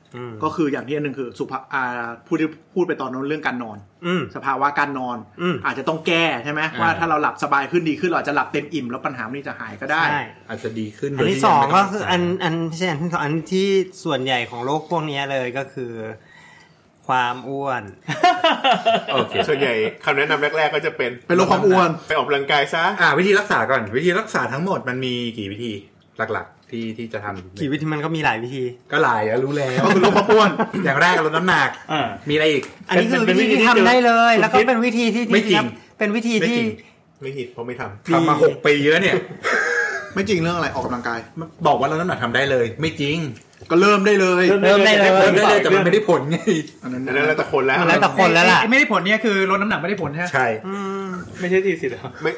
ก็คืออย่างที่อันนึงคือสุภาอ่าพูดพูดไปตอนนั้นเรื่องการนอนสภาวะการนอนอาจจะต้องแก้ใช่ไหมว่าถ้าเราหลับสบายขึ้นดีขึ้นเราจะหลับเต็มอิ่มแล้วปัญหานี้จะหายก็ได้อาจจะดีขึ้นอันที่สองก็คืออันอันไม่ใช่อันที่สองอันที่ส่วนใหญ่ของโรคพวกนี้เลยก็คือความอ้วนโอเคส่วนใหญ่คำแนะนำแรกๆก็จะเป็นเป็นโรคความอ้วนไปออกกำลังกายซะอ่าวิธีรักษาก่อนวิธีรักษาทั้งหมดมันมีกี่วิธีหลักๆที่ที่จะทำกี่วิธีมันก็มีหลายวิธีก็หลายอะรู้แล้วก็คือลดความอ้วนอย่างแรกลดน้ำหนักมีอะไรอีกอันนี้คือวิธีที่ทำได้เลยแล้วก็เป็นวิธีที่ไม่จริงเป็นวิธีที่ไม่ผิดเพราะไม่ทำทำมาหกปีแล้วเนี่ยไม่จริงเรื่องอะไรออกกำลังกายบอกว่าลดน้ำหนักทำได้เลยไม่จริงก็เริ่มได้เลยเริ่มได้เลยเริ่มได้เลยแต่มันไม่ได้ผลไงอันนั้นแล้วแต่คนแล้วแล้วแต่คนแล้วล่ะไม่ได้ผลเนี่ยคือลดน้ำหนักไม่ได้ผลใช่ใช่ไม่ใช่ทีสิครับไม่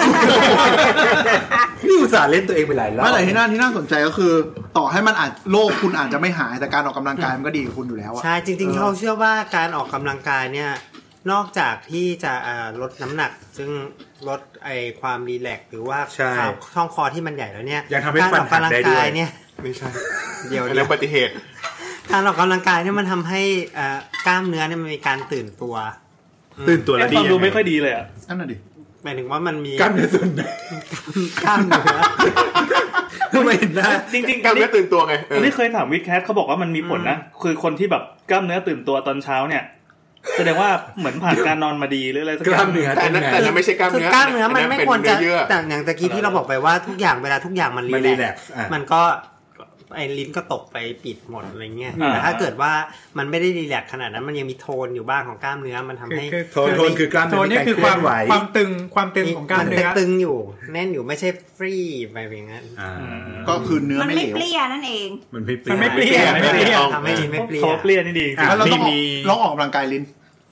นี่อุตส่าห์เล่นตัวเองไปหลายรอบไม่แต่ที่น่าที่น่าสนใจก็คือต่อให้มันอาจโรคคุณอาจจะไม่หายแต่การออกกำลังกายมันก็ดีกับคุณอยู่แล้วใช่จริงๆเขาเชื่อว่าการออกกำลังกายเนี่ยนอกจากที่จะลดน้ำหนักซึ่งลดไอความรีแลกซ์หรือว่าช่องคอที่มันใหญ่แล้วเนี่ยการออกกำลังกายเนี่ยไม่ใช่เดี๋ยวเรื่องอุบัติเหตุการออกกำลังกายเนี่ยมันทำให้กล้ามเนื้อเนี่ยมันมีการตื่นตัวตื่นตัวแล้วดีฟังดูไม่ค่อยดีเลยอ่ะนั่นน่ะดิหมายถึงว่ามันมีกล้ามเนื้อส่วนไหนกล้ามเนื้อทำไมนะจริงๆกล้ามเนื้อตื่นตัวไงอันนี้เคยถามวิดแคทเขาบอกว่ามันมีผลนะคือคนที่แบบกล้ามเนื้อตื่นตัวตอนเช้าเนี่ยแสดงว่าเหมือนผ่านการนอนมาดีหรืออะไรสักอย่างกล้ามเนื้อแต่แต่นั่นไม่ใช่กล้ามเนื้อกล้ามเนื้อมันไม่ควรจะแต่อย่างตะกี้ที่เราบอกไปว่าทุกอย่างเวลาทุกอย่างมันรีแลกซ์มันก็ไอ้ลิ้นก็ตกไปปิดหมดอะไรเงี้ยแต่ถ้าเกิดว่ามันไม่ได้รีแลกซ์ขนาดนั้นมันยังมีโทนอยู่บ้างของกล้ามเนื้อมันทำให้โทนโทนคือกล้ามเนื้อนี่คือความความตึงความตึงของกล้ามเนื้อตึงอยู่แน่นอยู่ไม่ใช่ฟรีไปอย่างนั้นก็คือเนื้อไม่เหลวมันไม่เปรี้ยนั่นเองมันไม่เปรี้ยมันไม่เปรี้ยไม่เปรี้ยทำให้ลิ้นไม่เปรี้ยเปรี้ยนี่ดีแล้วเราต้องลองออกกำลังกายลิ้น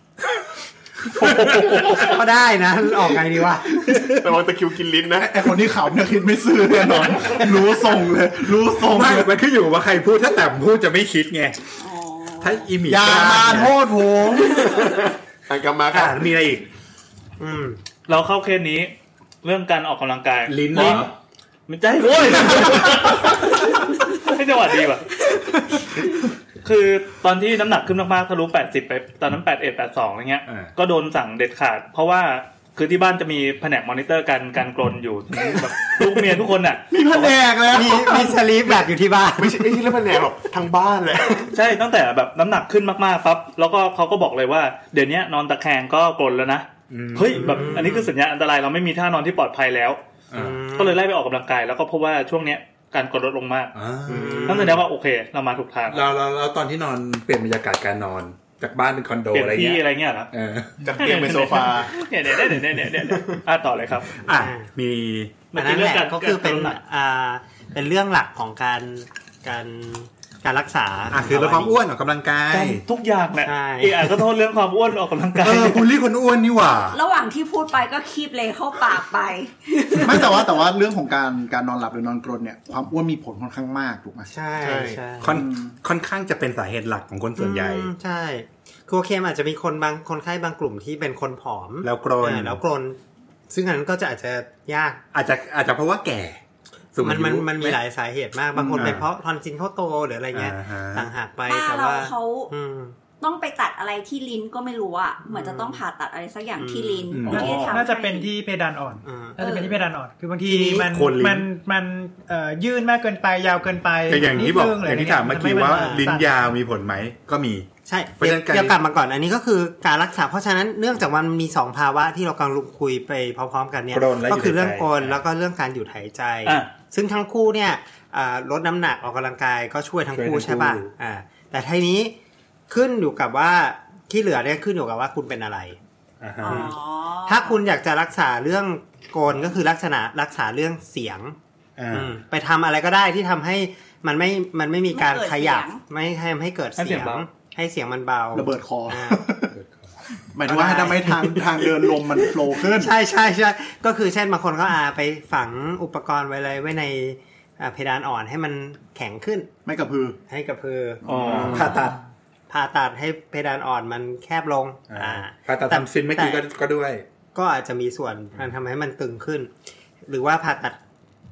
ก็ได้นะออกไงดีวะแต่ว่าตะคิวกินลิ้นนะไอคนที่ขำเนี่ยคิดไม่ซื่อแน่นอนรู้ทรงเลยรู้ทรงไม่มันขึ้นอยู่ว่าใครพูดถ้าแต่พูดจะไม่คิดไงถ้าอีมิอย่ามาโทษผมอ่ะกลับมาครับมีอะไรอีกอืมเราเข้าเคสนี้เรื่องการออกกำลังกายลิ้นไม่ใช่โว้ยให้จังหวะดีว่ะคือตอนที่น้ำหนักขึ้นมากๆทะลุแปดสิบไปตอนนั้นแปดสิบเอ็ด แปดสิบสองอะไรเงี้ยก็โดนสั่งเด็ดขาดเพราะว่าคือที่บ้านจะมีแผนกมอนิเตอร์การการกรนอยู่แบบลูกเมียทุกคนน่ะมีแผนกเลยมีมีสลีปแบบอยู่ที่บ้านไม่ใช่ไม่ใช่เรื่องแผนกหรอกทั้งบ้านเลยใช่ตั้งแต่แบบน้ำหนักขึ้นมากๆปั๊บแล้วก็เขาก็บอกเลยว่าเดี๋ยวนี้นอนตะแคงก็กรนแล้วนะเฮ้ยแบบอันนี้คือสัญญาณอันตรายเราไม่มีท่านอนที่ปลอดภัยแล้วก็เลยไล่ไปออกกำลังกายแล้วก็พบว่าช่วงเนี้ยการกดลดลงมากนั่นแสดงว่าโอเคเรามาถูกทางเราเราเราตอนที่นอนเปลี่ยนบรรยากาศการนอนจากบ้านเป็นคอนโดอะไรเงี้ยเปลี่ยนที่อะไรเงี้ยเหรอจากเตียงเป็นโซฟาเนี่ยเนี่ยเนี่ยเนี่ยเนี่ยอ่ะต่อเลยครับอ่ะมีอันนั้นแหละก็คือเป็นอ่าเป็นเรื่องหลักของการการการรักษาอ่ะคือลดความอ้วนออกกำลังกายทุกอย่างแหละเออก็โทษเรื่องความอ้วนออกกำลังกายเออคุณลี่คนอ้วนนี่หว่าระหว่างที่พูดไปก็คีบเลยเข้าปากไปไม่แต่ว่าแต่ว่าเรื่องของการการนอนหลับหรือนอนกรนเนี่ยความอ้วนมีผลค่อนข้างมากถูกไหมใช่ใช่ค่อนค่อนข้างจะเป็นสาเหตุหลักของคนส่วนใหญ่ใช่คือโอเคอาจจะมีคนบางคนไข้บางกลุ่มที่เป็นคนผอมแล้วกรนแล้วกรนซึ่งอันนั้นก็จะอาจจะยากอาจจะอาจจะเพราะว่าแก่มันมันมันมีหลายสาเหตุมากบางคนเป็นเพราะทอนซิลเขาโตหรืออะไรเงี้ยต่างหากไปแต่ว่าเขาต้องไปตัดอะไรที่ลิ้นก็ไม่รู้อ่ะเหมือนจะต้องผ่าตัดอะไรสักอย่างที่ลิ้นน่าจะเป็นที่เพดานอ่อนน่าจะเป็นที่เพดานอ่อนคือบางทีมันมันมันยื่นมากเกินไปยาวเกินไปอย่างที่บอกอย่างที่ถามเมื่อกี้ว่าลิ้นยาวมีผลไหมก็มีใช่เดี๋ยวกลับมาก่อนอันนี้ก็คือการรักษาเพราะฉะนั้นเนื่องจากมันมีสองภาวะที่เรากำลังคุยไปพร้อมๆกันเนี่ยก็คือเรื่องกรนแล้วก็เรื่องการหยุดหายใจซึ่งทั้งคู่เนี่ยลดน้ำหนักออกกำลังกายก็ช่วยทั้งคู่ใช่ป่ะอ่าแต่ทีนี้ขึ้นอยู่กับว่าที่เหลือเนี่ยขึ้นอยู่กับว่าคุณเป็นอะไรถ้าคุณอยากจะรักษาเรื่องกรนก็คือลักษณะรักษาเรื่องเสียงไปทำอะไรก็ได้ที่ทำให้มันไม่มันไม่มีการขยับไม่ให้ให้เกิดเสียงให้เสียงมันเบาระเบิดคอหมายถึงว่าให้ทำให้ทางทางเดินลมมันโฟลว์ขึ้นใช่ใช่ใช่ก็คือเช่นบางคนเขาอาไปฝังอุปกรณ์ไว้เลยไว้ในเพดานอ่อนให้มันแข็งขึ้นไม่กระพือให้กระพือผ่าตัดผ่าตัดให้เพดานอ่อนมันแคบลงผ่าตัดทำซินเมื่อกี้ก็ด้วยก็อาจจะมีส่วนมันทำให้มันตึงขึ้นหรือว่าผ่าตัด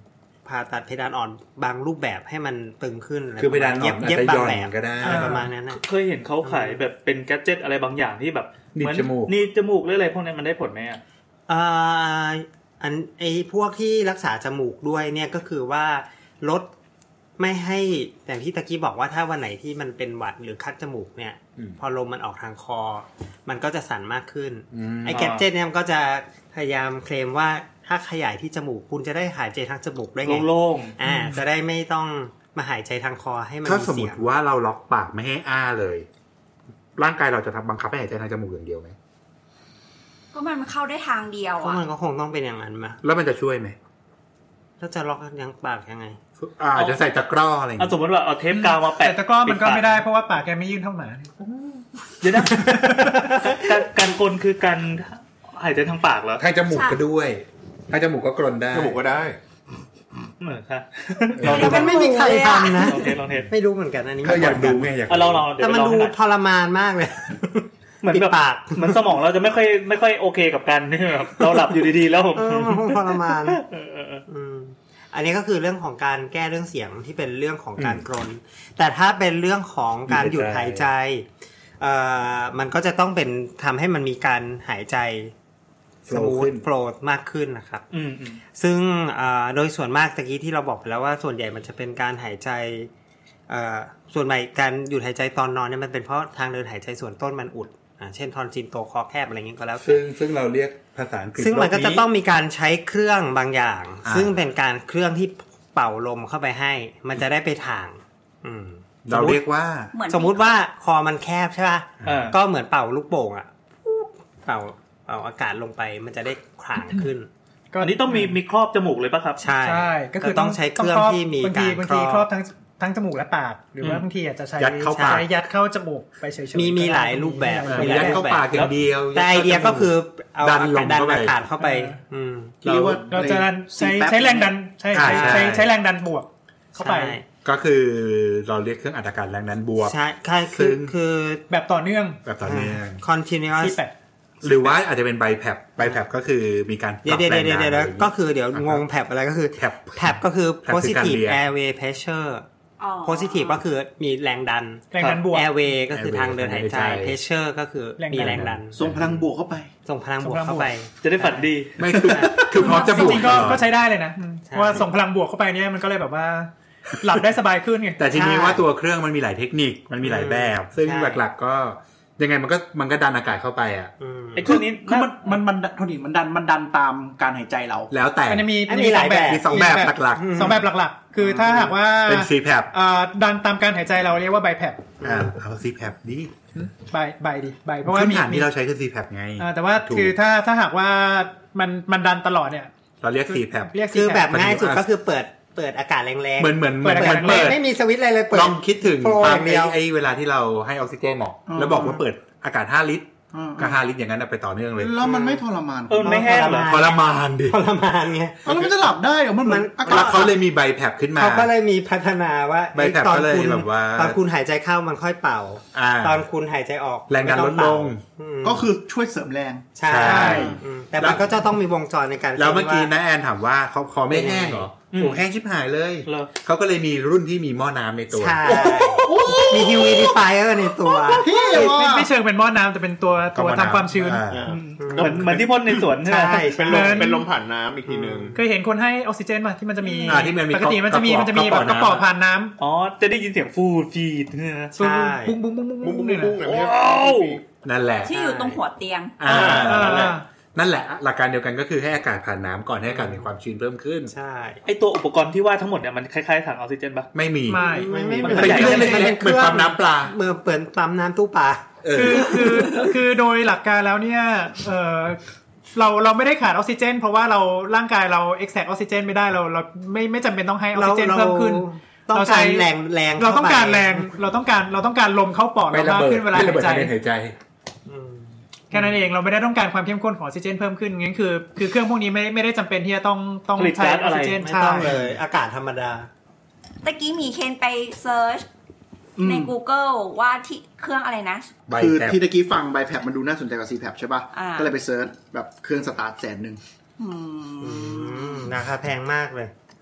ผ่าตัดเพดานอ่อนบางรูปแบบให้มันตึงขึ้นคือเพดานอ่อนอาจจะหย่อนก็ได้ประมาณนั้นนะเคยเห็นเขาขายแบบเป็นแกดเจ็ตอะไรบางอย่างที่แบบเหมือนจมูกนี่จมูกหรืออะไรพวกนี้มันได้ผลไหมอ่ะอ่าอันไอ้พวกที่รักษาจมูกด้วยเนี่ยก็คือว่าลดไม่ให้อย่างที่ตะกี้บอกว่าถ้าวันไหนที่มันเป็นหวัดหรือคัดจมูกเนี่ยพอลมมันออกทางคอมันก็จะสั่นมากขึ้นไอ้แกดเจ็ตเนี่ยมันก็จะพยายามเคลมว่าถ้าขยายที่จมูกคุณจะได้หายใจทางจมูกได้ไงโล่งๆอ่าจะได้ไม่ต้องมาหายใจทางคอให้มันมีเสียงถ้าสมมติว่าเราล็อกปากไม่ให้อ้าเลยร่างกายเราจะทำบังคับให้หายใจทางจมูกอย่างเดียวไหมก็มันเข้าได้ทางเดียวอ่ะก็มันก็คงต้องเป็นอย่างนั้นมาแล้วมันจะช่วยไหมแล้วจะล็อกยังปากยังไงอาจจะใส่ตะกร้ออะไรอย่างเงี้ยสมมติว่าเอาเทปกาวมาแปะแต่ตะกร้อมันก็ไม่ได้เพราะว่าปากแกไม่ยื่นเท่าหมาเดี๋ยวนะการการกลนคือการหายใจทางปากเหรอทางจมูกก็ด้วยทางจมูกก็กลนได้จมูกก็ได้เหมือนค่ะแต่มันไม่มีใครทำนะลองเทสลองเทสไม่รู้เหมือนกันอันนี้อยากดูไงอยากลองลองแต่มันดูทรมานมากเลยเหมือนแบบปากเหมือนสมองเราจะไม่ค่อยไม่ค่อยโอเคกับกันนี่แบบเราหลับอยู่ดีๆแล้วผมทรมานอันนี้ก็คือเรื่องของการแก้เรื่องเสียงที่เป็นเรื่องของการกรนแต่ถ้าเป็นเรื่องของการหยุดหายใจเอ่อมันก็จะต้องเป็นทำให้มันมีการหายใจสมูทโฟลว์มากขึ้นนะครับซึ่งโดยส่วนมากตะกี้ที่เราบอกไปแล้วว่าส่วนใหญ่มันจะเป็นการหายใจส่วนใหญ่การหยุดหายใจตอนนอนเนี่ยมันเป็นเพราะทางเดินหายใจส่วนต้นมันอุดเช่นทอนซิลโตคอแคบอะไรอย่างนี้ก็แล้วซึ่งซึ่งเราเรียกภาษาอังกฤษซึ่งมันก็จะต้องมีการใช้เครื่องบางอย่างซึ่งเป็นการเครื่องที่เป่าลมเข้าไปให้มันจะได้ไปทางเราเรียกว่าสมมุติว่าคอมันแคบใช่ป่ะก็เหมือนเป่าลูกโป่งอ่ะเป่าเอาอากาศลงไปมันจะได้ขางขึ้นก็อันนี้ต้องมีมีครอบจมูกเลยป่ะครับใช่ก็คือต้องใช้เครื่องที่มีการบางทีครอบทั้งทั้งจมูกและปากหรือว่าบางทีอาจจะใช้ยัดเข้าปากยัดเข้าจมูกไปเฉยๆมีมีหลายรูปแบบมียัดเข้าปากอย่างเดียวแต่ไอเดียก็คือเอาดันอากาศเข้าไปเราเราจะใช้ใช้แรงดันใช้ใช้ใช้แรงดันบวกเข้าไปก็คือเราเรียกเครื่องอัดอากาศแรงดันบวกใช่ใช่คือคือแบบต่อเนื่องแบบต่อเนื่อง continuous หรือว่าอาจจะเป็นไบแพปไบแพปก็คือมีการปรับแรงดันก็คือเดี๋ยวงงแพปอะไรก็คือแพปก็คือ positive airway pressure positive ก็คือมีแรงดันแรงดันบวก airway ก็คือทางเดินหายใจ pressure ก็คือมีแรงดันส่งพลังบวกเข้าไปส่งพลังบวกเข้าไปจะได้ฝันดีไม่คือคือพร้อมจะบวกก็ใช้ได้เลยนะเพราะว่าส่งพลังบวกเข้าไปเนี่ยมันก็เลยแบบว่าหลับได้สบายขึ้นไงแต่ทีนี้ว่าตัวเครื่องมันมีหลายเทคนิคมันมีหลายแบบซึ่งหลักๆก็ยังไงมันก็มันก็ดันอากาศเข้าไปอ่ะไอ้เครื่องนี้คือมันมันมันโทษทีมันดันมันดันตามการหายใจเราแล้วแต่มันมีมีหลายแบบมีสองแบบหลักๆสองแบบหลักๆคือถ้าหากว่าเป็น ซี แพปอ่าดันตามการหายใจเราเรียกว่า ไบแพปอ่าเอา ซี แพป ดิไบไบดิไบเพราะว่ามีที่เราใช้คือ ซี แพป ไงอ่าแต่ว่าคือถ้าถ้าหากว่ามันมันดันตลอดเนี่ยเราเรียก ซี แพปคือแบบง่ายสุดก็คือเปิดเปิดอากาศแรงๆเหมือนเหมือนเหมือนเปิดไม่มีสวิตช์อะไรเลยเปิดลองคิดถึงตอนไอ้เวลาที่เราให้ออกซิเจนออกแล้วบอกว่าเปิดอากาศห้าลิตรก็ห้าลิตรอย่างนั้นไปต่อเนื่องเลยแล้วมันไม่ทรมานเออไม่แห้งเหรอทรมานดิทรมานไงแล้วมันจะหลับได้เหรอมันเหมือนอากาศเขาเลยมีไบแพปขึ้นมาเขาก็เลยมีพัฒนาว่าตอนคุณตอนคุณหายใจเข้ามันค่อยเป่าตอนคุณหายใจออกแรงดันลดลงก็คือช่วยเสริมแรงใช่แต่มันก็จะต้องมีวงจรในการแล้วเมื่อกี้นะแอนถามว่าเขาคอไม่แห้งเหรอโอ้แห้งชิบหายเลยเขาก็เลยมีรุ่นที่มีหม้อน้ำในตัวใช่มี humidifier ในตัวไม่ไม่เชิงเป็นหม้อน้ำแต่เป็นตัวตัวทำความชื้นเหมือนเหมือนที่พ่นในสวนใช่ไหมเป็นลมเป็นลมผ่านน้ำอีกทีนึงเคยเห็นคนให้ออกซิเจนมาที่มันจะมีปกติมันจะมีมันจะมีแบบกระป๋อผ่านน้ำอ๋อจะได้ยินเสียงฟูดฟีดใช่บุ้งบุ้งบุ้งบุ้งบุ้งบุ้งเลยนั่นแหละที่อยู่ตรงหัวเตียงนั่นแหละหลักการเดียวกันก็คือให้อากาศผ่านน้ำก่อนให้อากาศมีความชื้นเพิ่มขึ้นใช่ไอตัวอุปกรณ์ที่ว่าทั้งหมดเนี่ยมันคล้ายๆถังออกซิเจนปะไม่มีไม่ไม่มันเป็นเครื่องมันเป็นเครื่องปั๊มน้ำปลาเมื่อเปิดปั๊มน้ำตู้ปลาคือคือคือโดยหลักการแล้วเนี่ยเออเราเราไม่ได้ขาดออกซิเจนเพราะว่าเราร่างกายเรา extract ออกซิเจนไม่ได้เราเราไม่ไม่จำเป็นต้องให้ออกซิเจนเพิ่มขึ้นเราใช้แรงแรงเราต้องการแรงเราต้องการเราต้องการลมเข้าปอดเรามากขึ้นเวลาหายใจแค่นั้นเองเราไม่ได้ต้องการความเข้มข้นของออกซิเจนเพิ่มขึ้นงั้นคือคือเครื่องพวกนี้ไม่ไม่ได้จำเป็นที่จะต้องต้องใช้ออกซิเจนไม่ต้องเลยอากาศธรรมดาตะกี้มีเคนไปเซิร์ชใน Google ว่าที่เครื่องอะไรนะคือที่ตะกี้ฟังไบแพปมันดูน่าสนใจกับ ซี แพป ใช่ป่ะก็เลยไปเซิร์ชแบบเครื่องสตาร์ทแสนนึงราคาแพงมากเลย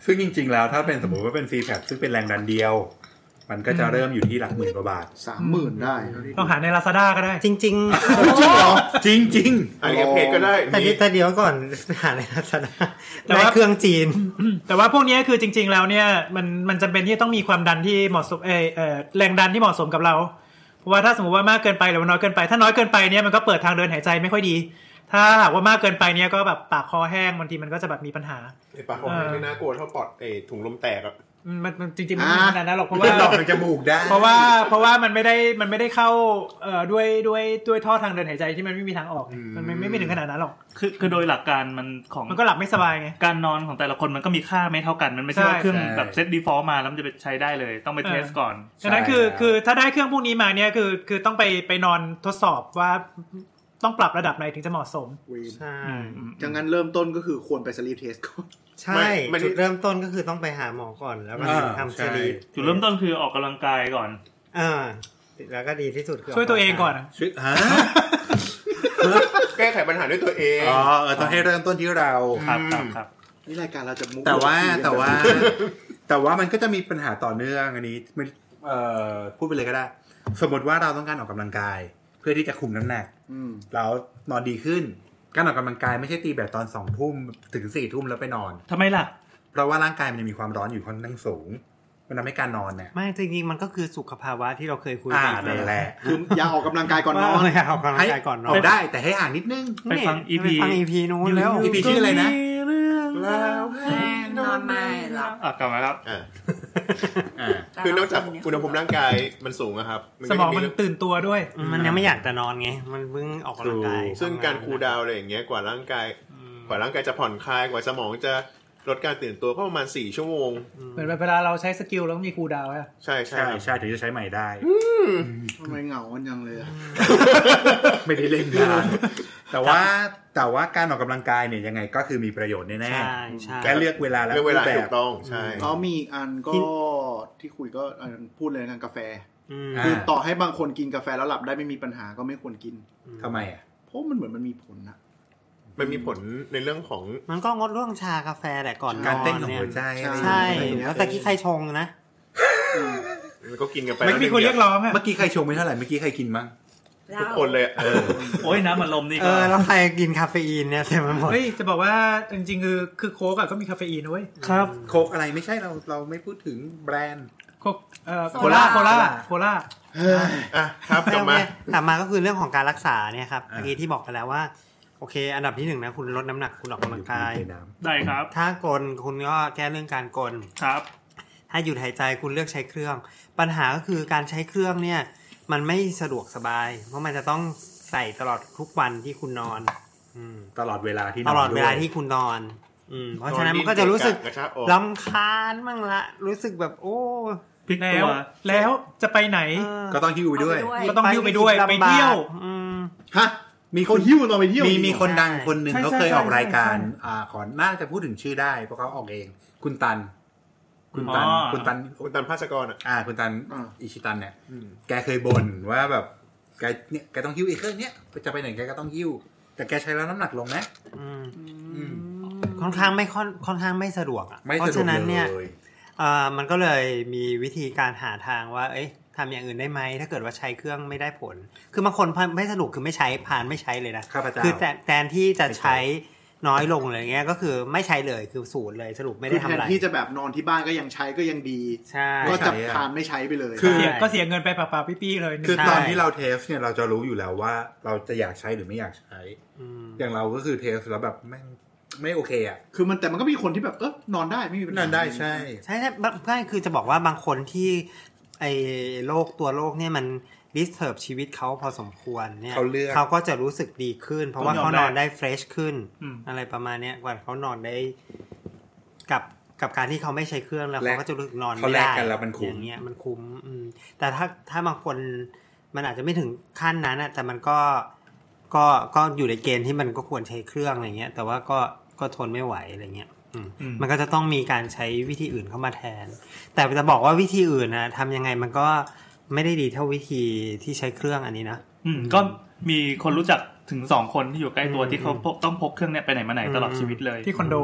ซึ่งจริงๆแล้วถ้าเป็นสมมติว่าเป็น ซี แพป ซึ่งเป็นแรงดันเดียวมันก็จะเริ่มอยู่ที่หลักหมื่นกว่าบาทสามหมื่น ได้ต้องหาใน Lazada ก็ได้จริงๆจริงเหรอจริงๆอะไรเพจก็ได้แต่แต่เดี๋ยวก่อนหาใน Lazada ได้เครื่องจีนแต่ว่าพวกนี้คือจริงๆแล้วเนี่ยมันมันจำเป็นที่ต้องมีความดันที่เหมาะสมเออเอ่อแรงดันที่เหมาะสมกับเราเพราะว่าถ้าสมมติว่ามากเกินไปหรือว่าน้อยเกินไปถ้าน้อยเกินไปเนี่ยมันก็เปิดทางเดินหายใจไม่ค่อยดีถ้าหากว่ามากเกินไปเนี่ยก็แบบปากคอแห้งบางทีมันก็จะแบบมีปัญหาไอ้ปากคอแห้งไม่น่ากลัวเท่าปอดไอ้ถุงลมแตกอ่ะมันมันจริงๆมันไม่ขนาดนั้นหรอกเพราะว่าหลอกจมูกได้เพราะว่าเพราะว่ามันไม่ได้มันไม่ได้เข้าเอ่อด้วยด้วยด้วยท่อทางเดินหายใจที่มันไม่มีทางออกมันไม่ไม่ถึงขนาดนั้นหรอกคือคือโดยหลักการมันของมันก็หลับไม่สบายไงการนอนของแต่ละคนมันก็มีค่าไม่เท่ากันมันไม่ใช่เครื่องแบบเซต default มาแล้วมันจะไปใช้ได้เลยต้องไปเทสก่อนฉะนั้นคือคือถ้าได้เครื่องพวกนี้มาเนี่ยคือคือต้องไปไปนอนทดสอบว่าต้องปรับระดับไหนถึงจะเหมาะสมใช่ดังนั้นเริ่มต้นก็คือควรไปสลีปเทสก่อนใช่จุดเริ่มต้นก็คือต้องไปหาหมอก่อนแล้วก็ทำสลีปจุดเริ่มต้นคือออกกำลังกายก่อนอ่าแล้วก็ดีที่สุดช่วยตัวเองก่อนช่วยฮะแก้ไขปัญหาด้วยตัวเองอ๋อเออต้องให้เริ่มต้นที่เราครับครับครับนี่รายการเราจะมุกแต่ว่าแต่ว่าแต่ว่ามันก็จะมีปัญหาต่อเนื่องอันนี้เอ่อพูดไปเลยก็ได้สมมติว่าเราต้องการออกกำลังกายเพื่อที่จะคุมน้ำหนักแล้วนอนดีขึ้นการออกกำลังกายไม่ใช่ตีแบตตอนสองทุ่มถึงสี่ทุ่มแล้วไปนอนทำไมล่ะเพราะว่าร่างกายมันจะมีความร้อนอยู่ค่อนข้างสูงมันทำให้การนอนเนี่ยไม่จริงๆมันก็คือสุขภาวะที่เราเคยคุยกันนั่นแหละคืออย่าออกกำลังกายก่อนนอนอย่าออกกำลังกายก่อนนอนได้แต่ให้ห่างนิดนึงไปฟัง อี พีฟัง อี พี นู้นแล้วอี พี ชื่ออะไรนะแล้วนอนไม่หลับอ่ะกลับมาครับอ่าคือนอกจากอุณหภูมิร่างกายมันสูงอะครับสมองมันตื่นตัวด้วยมันยังไม่อยากจะนอนไงมันเพิ่งออกกำลังกายซึ่งการคูลดาวน์อะไรอย่างเงี้ยกว่าร่างกายกว่าร่างกายจะผ่อนคลายกว่าสมองจะลดการตื่นตัวก็ประมาณสี่ชั่วโมงเหมือนเวลาเราใช้สกิลแล้วมีคูลดาวน์อ่ะใช่ใช่ใช่ถึงจะใช้ใหม่ได้ทำไมเหงากันจังเลยไม่ได้เล่นนานแต่ว่าแต่ว่าการออกกำลังกายเนี่ยยังไงก็คือมีประโยชน์แน่ๆแค่เลือกเวลาแล้วแบบต้องใช่เขามีอันก็ที่คุยก็พูดเลยกันกาแฟคือต่อให้บางคนกินกาแฟแล้วหลับได้ไม่มีปัญหาก็ไม่ควรกินทำไมอ่ะเพราะมันเหมือนมันมีผลนะมันมีผลในเรื่องของมันก็งดเรื่องชากาแฟแหละก่อนนอนการเต้นของหัวใจใช่แล้วแต่กี้ใครชงนะมันก็กินกันไปไม่มีคนเรียกร้องเมื่อกี้ใครชงไม่เท่าไหร่เมื่อกี้ใครกินมั้งทุกคนเลยเออโอ้ยน้ำมันลมนี่ก็เออแล้วใครกินคาเฟอีนเนี่ยเต็มไปหมดเฮ้ยจะบอกว่าจริงๆคือคือโค้กก็มีคาเฟอีนนะเว้ยครับโค้กอะไรไม่ใช่เราเราไม่พูดถึงแบรนด์โค้กเอ่อโคลาโคลาโคลาอ่ะครับกลับมากลับมาก็คือเรื่องของการรักษาเนี่ยครับเมื่อกี้ที่บอกไปแล้วว่าโอเคอันดับที่หนึ่งนะคุณลดน้ำหนักคุณออกกำลังกายได้ครับถ้ากลคุณก็แก้เรื่องการกลครับถ้าหยุดหายใจคุณเลือกใช้เครื่องปัญหาก็คือการใช้เครื่องเนี่ยมันไม่สะดวกสบายเพราะมันจะต้องใส่ตลอดทุกวันที่คุณนอนตลอดเวลาที่ตลอดเวลาที่คุณนอนเพราะฉะนั้นมันก็จะรู้สึกรำคาญบ้างละรู้สึกแบบโอ้แล้วแล้วจะไปไหนก็ต้องหิ้วไปด้วยก็ต้องหิ้วไปด้วยไปเที่ยวฮะมีคนหิ้วตอนไปเที่ยวมีมีคนดังคนหนึ่งเขาเคยออกรายการอ่าขอน่าจะพูดถึงชื่อได้เพราะเขาออกเองคุณตันคุณตันคุณตันคุณตันภาสกรอ่าคุณตันอิชิตันเนี่ยแกเคยบ่นว่าแบบแกเนี่ยแกต้องหิ้วอีกเครื่องเนี้ยจะไปไหนแกก็ต้องหิ้วแต่แกใช้แล้วน้ำหนักลงนะค่อนข้างไม่ค่อนค่อนข้างไม่สะดวกอ่ะเพราะฉะนั้นเนี่ยอ่ามันก็เลยมีวิธีการหาทางว่าเอ้ยทำอย่างอื่นได้ไหมถ้าเกิดว่าใช้เครื่องไม่ได้ผลคือบางคนไม่สนุกคือไม่ใช้ผ่านไม่ใช้เลยนะคือแต่แทนที่จะใช้น้อยลงอะไรเงี้ยก็คือไม่ใช้เลยคือศูนย์เลยสรุปไม่ได้ทำอะไรแทนที่จะแบบนอนที่บ้านก็ยังใช้ก็ยังดีก็จะผ่านไม่ใช้ไปเลยคือก็เสียเงินไปเปล่าๆปี้ๆเลยคือตอนที่เราเทสเนี่ยเราจะรู้อยู่แล้วว่าเราจะอยากใช้หรือไม่อยากใช้อย่างเราก็คือเทสแล้วแบบแม่งไม่โอเคอ่ะคือมันแต่มันก็มีคนที่แบบเออนอนได้ไม่มีปัญหานอนได้ใช่ใช่ใช่ก็คือจะบอกว่าบางคนที่ไอ้โรคตัวโรคเนี่ยมันดิสเทิร์บชีวิตเขาพอสมควรเนี่ยเขาก็จะรู้สึกดีขึ้นเพราะว่าเขานอนได้เฟรชขึ้นอะไรประมาณเนี้ยกว่าเขานอนได้กับกับการที่เขาไม่ใช้เครื่องแล้วเขาก็จะรู้สึกนอนไม่ได้อย่างเงี้ยมันคุ้มแต่ถ้าถ้าบางคนมันอาจจะไม่ถึงขั้นนั้นนะแต่มันก็ก็ก็อยู่ในเกณฑ์ที่มันก็ควรใช้เครื่องอะไรเงี้ยแต่ว่าก็ก็ทนไม่ไหวอะไรเงี้ยมันก็จะต้องมีการใช้วิธีอื่นเข้ามาแทนแต่จะบอกว่าวิธีอื่นนะทำยังไงมันก็ไม่ได้ดีเท่าวิธีที่ใช้เครื่องอันนี้นะก็มีคนรู้จักถึงสองคนที่อยู่ใกล้ตัวที่เขาต้องพกเครื่องเนี้ยไปไหนมาไหนตลอดชีวิตเลยที่คอนโด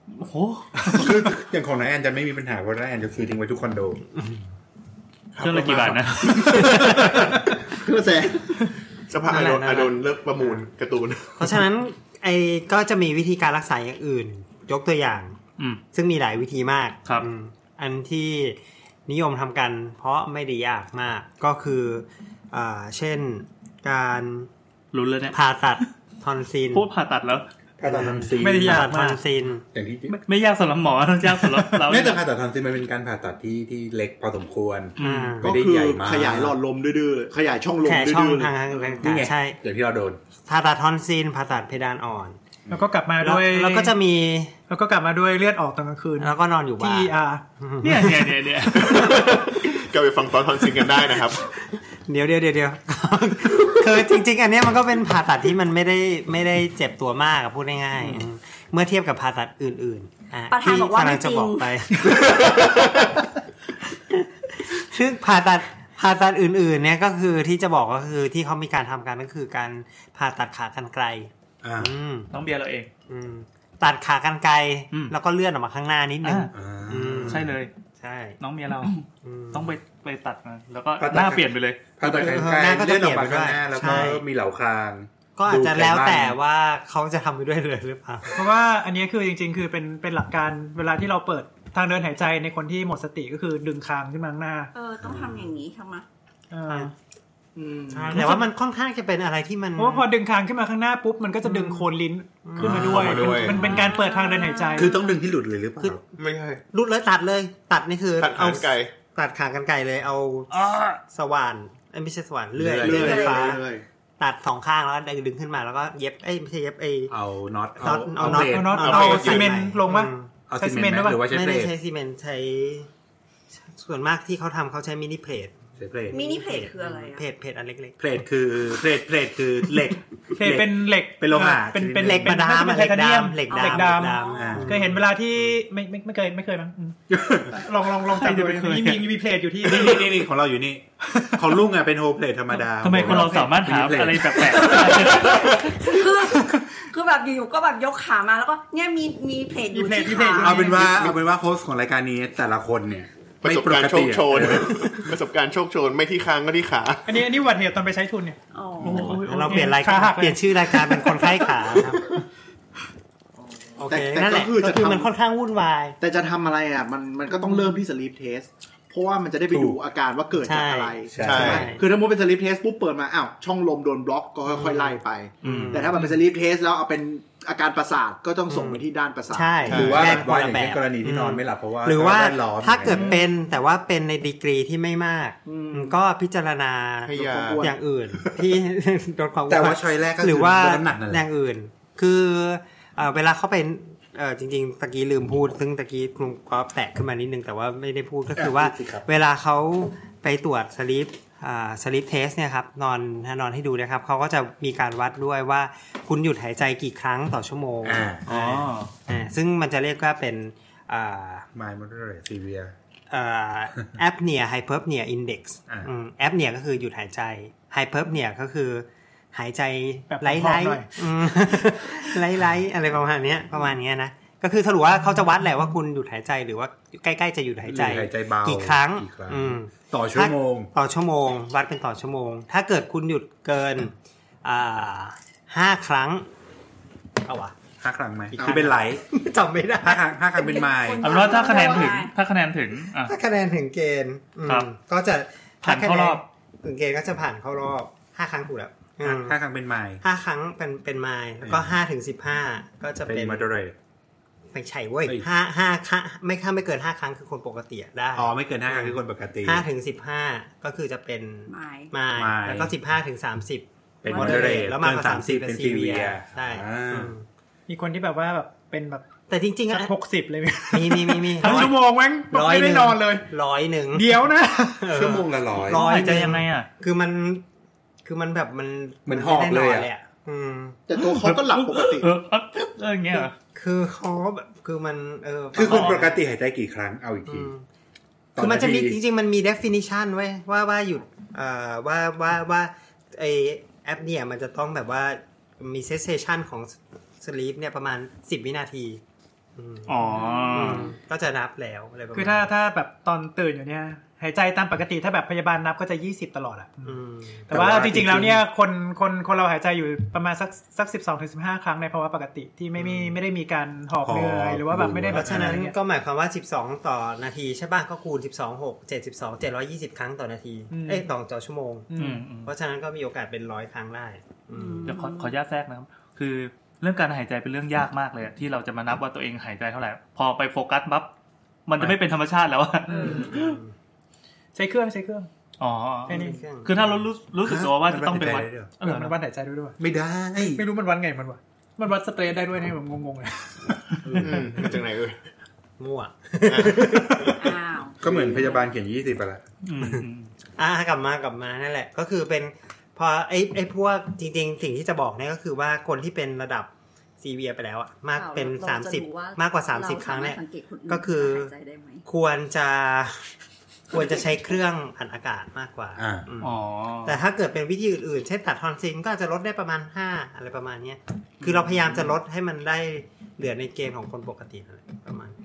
โอ้โหคืออย่างของน้าแอนจะไม่มีปัญหาเพราะน้าแอนจะซื้อทิ้งไว้ทุกคอนโดเครื่องละกี่บาทนะเครื่องแสนจะพาอโดนอโดนเลิกประมูลการ์ตูนเพราะฉะนั้นไอ้ก็จะมีวิธีการรักษาอย่างอื่นยกตัวอย่างซึ่งมีหลายวิธีมากอันที่นิยมทำกันเพราะไม่ได้ยากมากก็คืออ่าเช่นการรู้เลยเนี่ยผ่าตัดทอนซิลพูดผ่าตัดแล้วผ่าตัดทอนซิลไม่ได้ยากมากทอนซิลอย่างที่ไม่ยากสำหรับหมอต้องยากสำหรับเราเนี่ยแต่ผ่าตัดทอนซิลมันเป็นการผ่าตัดที่ที่เล็กพอสมควรไม่ได้ใหญ่มากขยายหลอดลมดื้อๆขยายช่องลมดื้อๆทางนี่ไงใช่อย่างที่เราโดนผ่าตัดทอนซิลผ่าตัดเพดานอ่อนแล้วก็กลับมาด้วยแล้วก็จะมีแล้วก็กลับมาด้วยเลือดออกตอนกลางคืนแล้วก็นอนอยู่บ้านที่อ่าเนี่ยเนี่ยเนี่ยก็ไปฟังตอนทอนซิลกันได้นะครับเดี๋ยวเดี๋ยวเดี๋ยวคือจริงๆอันนี้มันก็เป็นผ่าตัดที่มันไม่ได้ไม่ได้เจ็บตัวมากพูดง่ายๆเมื่อเทียบกับผ่าตัดอื่นๆที่กำลังจะบอกไปซึ่งผ่าตัดผ่าตัดอื่นๆเนี่ยก็คือที่จะบอกก็คือที่เขามีการทำกันก็คือการผ่าตัดขากรรไกรน้องเบียร์เราเองตัดขากรรไกรแล้วก็เลื่อนออกมาข้างหน้านิดนึงใช่เลยใช่น้องเมียเราต้องไปไปตัดมาแล้วก็หน้าเปลี่ยนไปเลยผ่าตัดขากรรไกรเลื่อนออกมาข้างหน้าแล้วก็มีเหลาคางก็อาจจะแล้วแต่ว่าเขาจะทำไปด้วยเลยหรือเปล่าเพราะว่าอันนี้คือจริงๆคือเป็นเป็นหลักการเวลาที่เราเปิดทางเดินหายใจในคนที่หมดสติก็คือดึงคางขึ้นมาข้างหน้าเออต้องทำอย่างนี้ใช่ไหมแต่ว่ามันค่อนข้างจะเป็นอะไรที่มันเพราะว่าพอดึงคางขึ้นมาข้างหน้าปุ๊บมันก็จะดึงโคนลิ้นขึ้นมาด้วยมันเป็นการเปิดทางเดินหายใจคือต้องดึงที่หลุดเลยหรือเปล่าไม่ใช่หลุดเลยตัดเลยตัดนี่คือเอาตัดขากรรไกรเลยเอาสว่านไม่ใช่สว่านเลื่อยเลื่อยไฟฟ้าตัดสองข้างแล้วดึงขึ้นมาแล้วก็เย็บเอ้ยไม่ใช่เย็บไอ้เอาน็อตเอาเอาน็อตเอาน็อตเอาซีเมนต์ลงมั้ยเอาซีเมนต์หรือว่าใช้ไม่ได้ใช้ซีเมนต์ใช้ส่วนมากที่เขาทำเขาใช้มินิเพลทมินิเพลทคืออะไรเพลทเพลทอันเล็กๆเพลทคือเพลทเพลทคือเหล็กเพลทเป็นเหล็กเป็นโลหะเป็นเป็นเหล็กมาดามเหล็กดามเหล็กดามเคยเห็นเวลาที่ไม่ไม่ไม่เคยไม่เคยมั้งลองลองลองจับดูมีมีมีเพลทอยู่ที่นี่นี่นี่ของเราอยู่นี่ของลุงอ่ะเป็นโฮเพลทธรรมดาทำไมคนเราสามารถหาอะไรแปลกๆคือคือแบบอยู่ๆก็แบบยกขามาแล้วก็เนี่ยมีมีเพลทอยู่ที่ขาเอาเป็นว่าเอาเป็นว่าโฮสต์ของรายการนี้แต่ละคนเนี่ยประสบการณ์โชคโชนประสบการณ์โชคโชนไม่ที่ค้างก็ที่ขาอันนี้อันนี้วัดเหตุตอนไปใช้ทุนเนี่ยเราเปลี่ยนรายการเปลี่ยนชื่อรายการเป็นคนไข้ขาครับโอเคนั่นแหละก็คือมันค่อนข้างวุ่นวายแต่จะทำอะไรอ่ะมันมันก็ต้องเริ่มที่ sleep test เพราะว่ามันจะได้ไปดูอาการว่าเกิดจากอะไรใช่ไหมคือถ้ามุดเป็น sleep test ปุ๊บเปิดมาอ้าวช่องลมโดนบล็อกก็ค่อยๆไล่ไปแต่ถ้ามันเป็น sleep test แล้วเอาเป็นอาการประสาทก็ต้องส่งไปที่ด้านประสาทหรือว่าว่าอย่างเช่นกรณีที่นอนไม่หลับเพราะว่าหรือว่าถ้าเกิดเป็นแต่ว่าเป็นในดีกรีที่ไม่มากก็พิจารณาอย่างอื่นที่ลดความอ้วนแต่ว่าช้อยแรกก็หรือว่าอย่างอื่นคือเวลาเขาเป็นจริงๆตะกี้ลืมพูดซึ่งตะกี้คุณก็แตะขึ้นมานิดนึงแต่ว่าไม่ได้พูดก็คือว่าเวลาเขาไปตรวจสลีปอ่าสลีปเทสเนี่ยครับนอนนอนให้ดูนะครับเขาก็จะมีการวัดด้วยว่าคุณหยุดหายใจกี่ครั้งต่อชั่วโมงอ๋ออ่าซึ่งมันจะเรียกว่าเป็นอ่า mild moderate severe อ่า apnea hypopnea index อืม apnea ก็คือหยุดหายใจ hypopnea ก็คือหายใจไร้ไร้ไร้ไร้อะไรประมาณนี้ประมาณนี้นะก็คือสรุปว่าเขาจะวัดแหละว่าคุณหยุดหายใจหรือว่าใกล้ๆจะหยุดหายใจกี่ครั้งต่อชั่วโมงต่อชั่วโมงวัดเป็นต่อชั่วโมงถ้าเกิดคุณหยุดเกินอ่าห้าครั้งเอาวะห้าครั้งไหมคือเป็นไหลจำไม่ได้ห้าครั้งห้าครั้งเป็นไมล์เอาว่าถ้าคะแนนถึงถ้าคะแนนถึงถ้าคะแนนถึงเกณฑ์ก็จะผ่านเข้ารอบถึงเกณฑ์ก็จะผ่านเข้ารอบห้าครั้งถูกแล้วห้าครั้งเป็นไมล์ห้าครั้งเป็นเป็นไมล์แล้วก็ห้าถึงสิบห้าก็จะเป็น moderate ไม่ใช่เว้ยห้า ห้าครั้งไม่ค่าไม่เกินห้าครั้งคือคนปกติได้อ๋อไม่เกินห้าครั้งคือคนปกติห้าถึงสิบห้าก็คือจะเป็นไมล์แล้วก็สิบห้าถึงสามสิบเป็น moderate แล้วมากกว่าสามสิบเป็น severe ใช่มีคนที่แบบว่าแบบเป็นแบบแต่จริงๆอ่ะหกสิบเลยมีมีมีมีทั้งชั่วโมงมั้งไม่ได้นอนเลยร้อยหนึ่งเดี๋ยวนะชั่วโมงละร้อยร้อยจะยังไงอ่ะคือมันคือมันแบบมันมันหอบเลยอ่ะแต่ตัวเขาก็หลับปกติเออเอออย่างเงี้ยคือเขาแบบคือมันเออคือคนปกติหายใจกี่ครั้งเอาอีกทีคือมันจะมีจริงๆมันมี definition ไว้ว่าว่าหยุดเอ่อว่าว่าว่าไอแอปเนี่ยมันจะต้องแบบว่ามี cessation ของ sleep เนี่ยประมาณสิบวินาทีอ๋อก็จะนับแล้วอะไรประมาณคือถ้าถ้าแบบตอนตื่นอยู่เนี่ยหายใจตามปกติถ้าแบบพยาบาลนับก็จะยี่สิบตลอดอ่ะแต่ว่าจริงๆแล้วเนี่ยคนคนคนเราหายใจอยู่ประมาณสักสักสิบสองถึงสิบห้าครั้งในภาวะปกติที่ไม่มีไม่ได้มีการหอบเหนื่อยหรือว่าแบบไม่ได้แบบฉะนั้นก็หมายความว่าสิบสองต่อนาทีใช่ป่ะก็คูณสิบสอง หก เจ็ด สิบสอง เจ็ดร้อยยี่สิบครั้งต่อนาทีเอ้ยต่อต่อชั่วโมงเพราะฉะนั้นก็มีโอกาสเป็นร้อยครั้งได้เดี๋ยวขอขออนุญาตแทรกนะครับคือเรื่องการหายใจเป็นเรื่องยากมากเลยที่เราจะมานับว่าตัวเองหายใจเท่าไหร่พอไปโฟกัสปั๊บมันจะไม่เป็นธรรมชาติแล้วอะใช้เครื่องใช้เครื่องอ๋อแค่นี้คือถ้าเรารู้รู้สึกตัวว่าจะต้องเป็นวัดเออมันวัดหายใจด้วยด้วยไม่ได้ไม่รู้มันวัดไงมันวะมันวัดสเตรสได้ด้วยเนี่ยผมงงๆเลยมันจังไหนเอ่ยมั่วอ้าวก็เหมือนพยาบาลเขียนยี่สิบไปละอ่ะกลับมากลับมานั่นแหละก็คือเป็นพอไอ้ไอ้พวกจริงๆสิ่งที่จะบอกเนี่ยก็คือว่าคนที่เป็นระดับซีเวียไปแล้วอ่ะมากเป็นสามสิบมากกว่าสามสิบครั้งเนี่ยก็คือควรจะควรจะใช้เครื่องอัดอากาศมากกว่าอ๋อแต่ถ้าเกิดเป็นวิธีอื่นๆเช่นตัดทอนซิลก็อาจจะลดได้ประมาณห้าอะไรประมาณนี้คือเราพยายามจะลดให้มันได้เหลือในเกณฑ์ของคนปกติอะไรประมาณ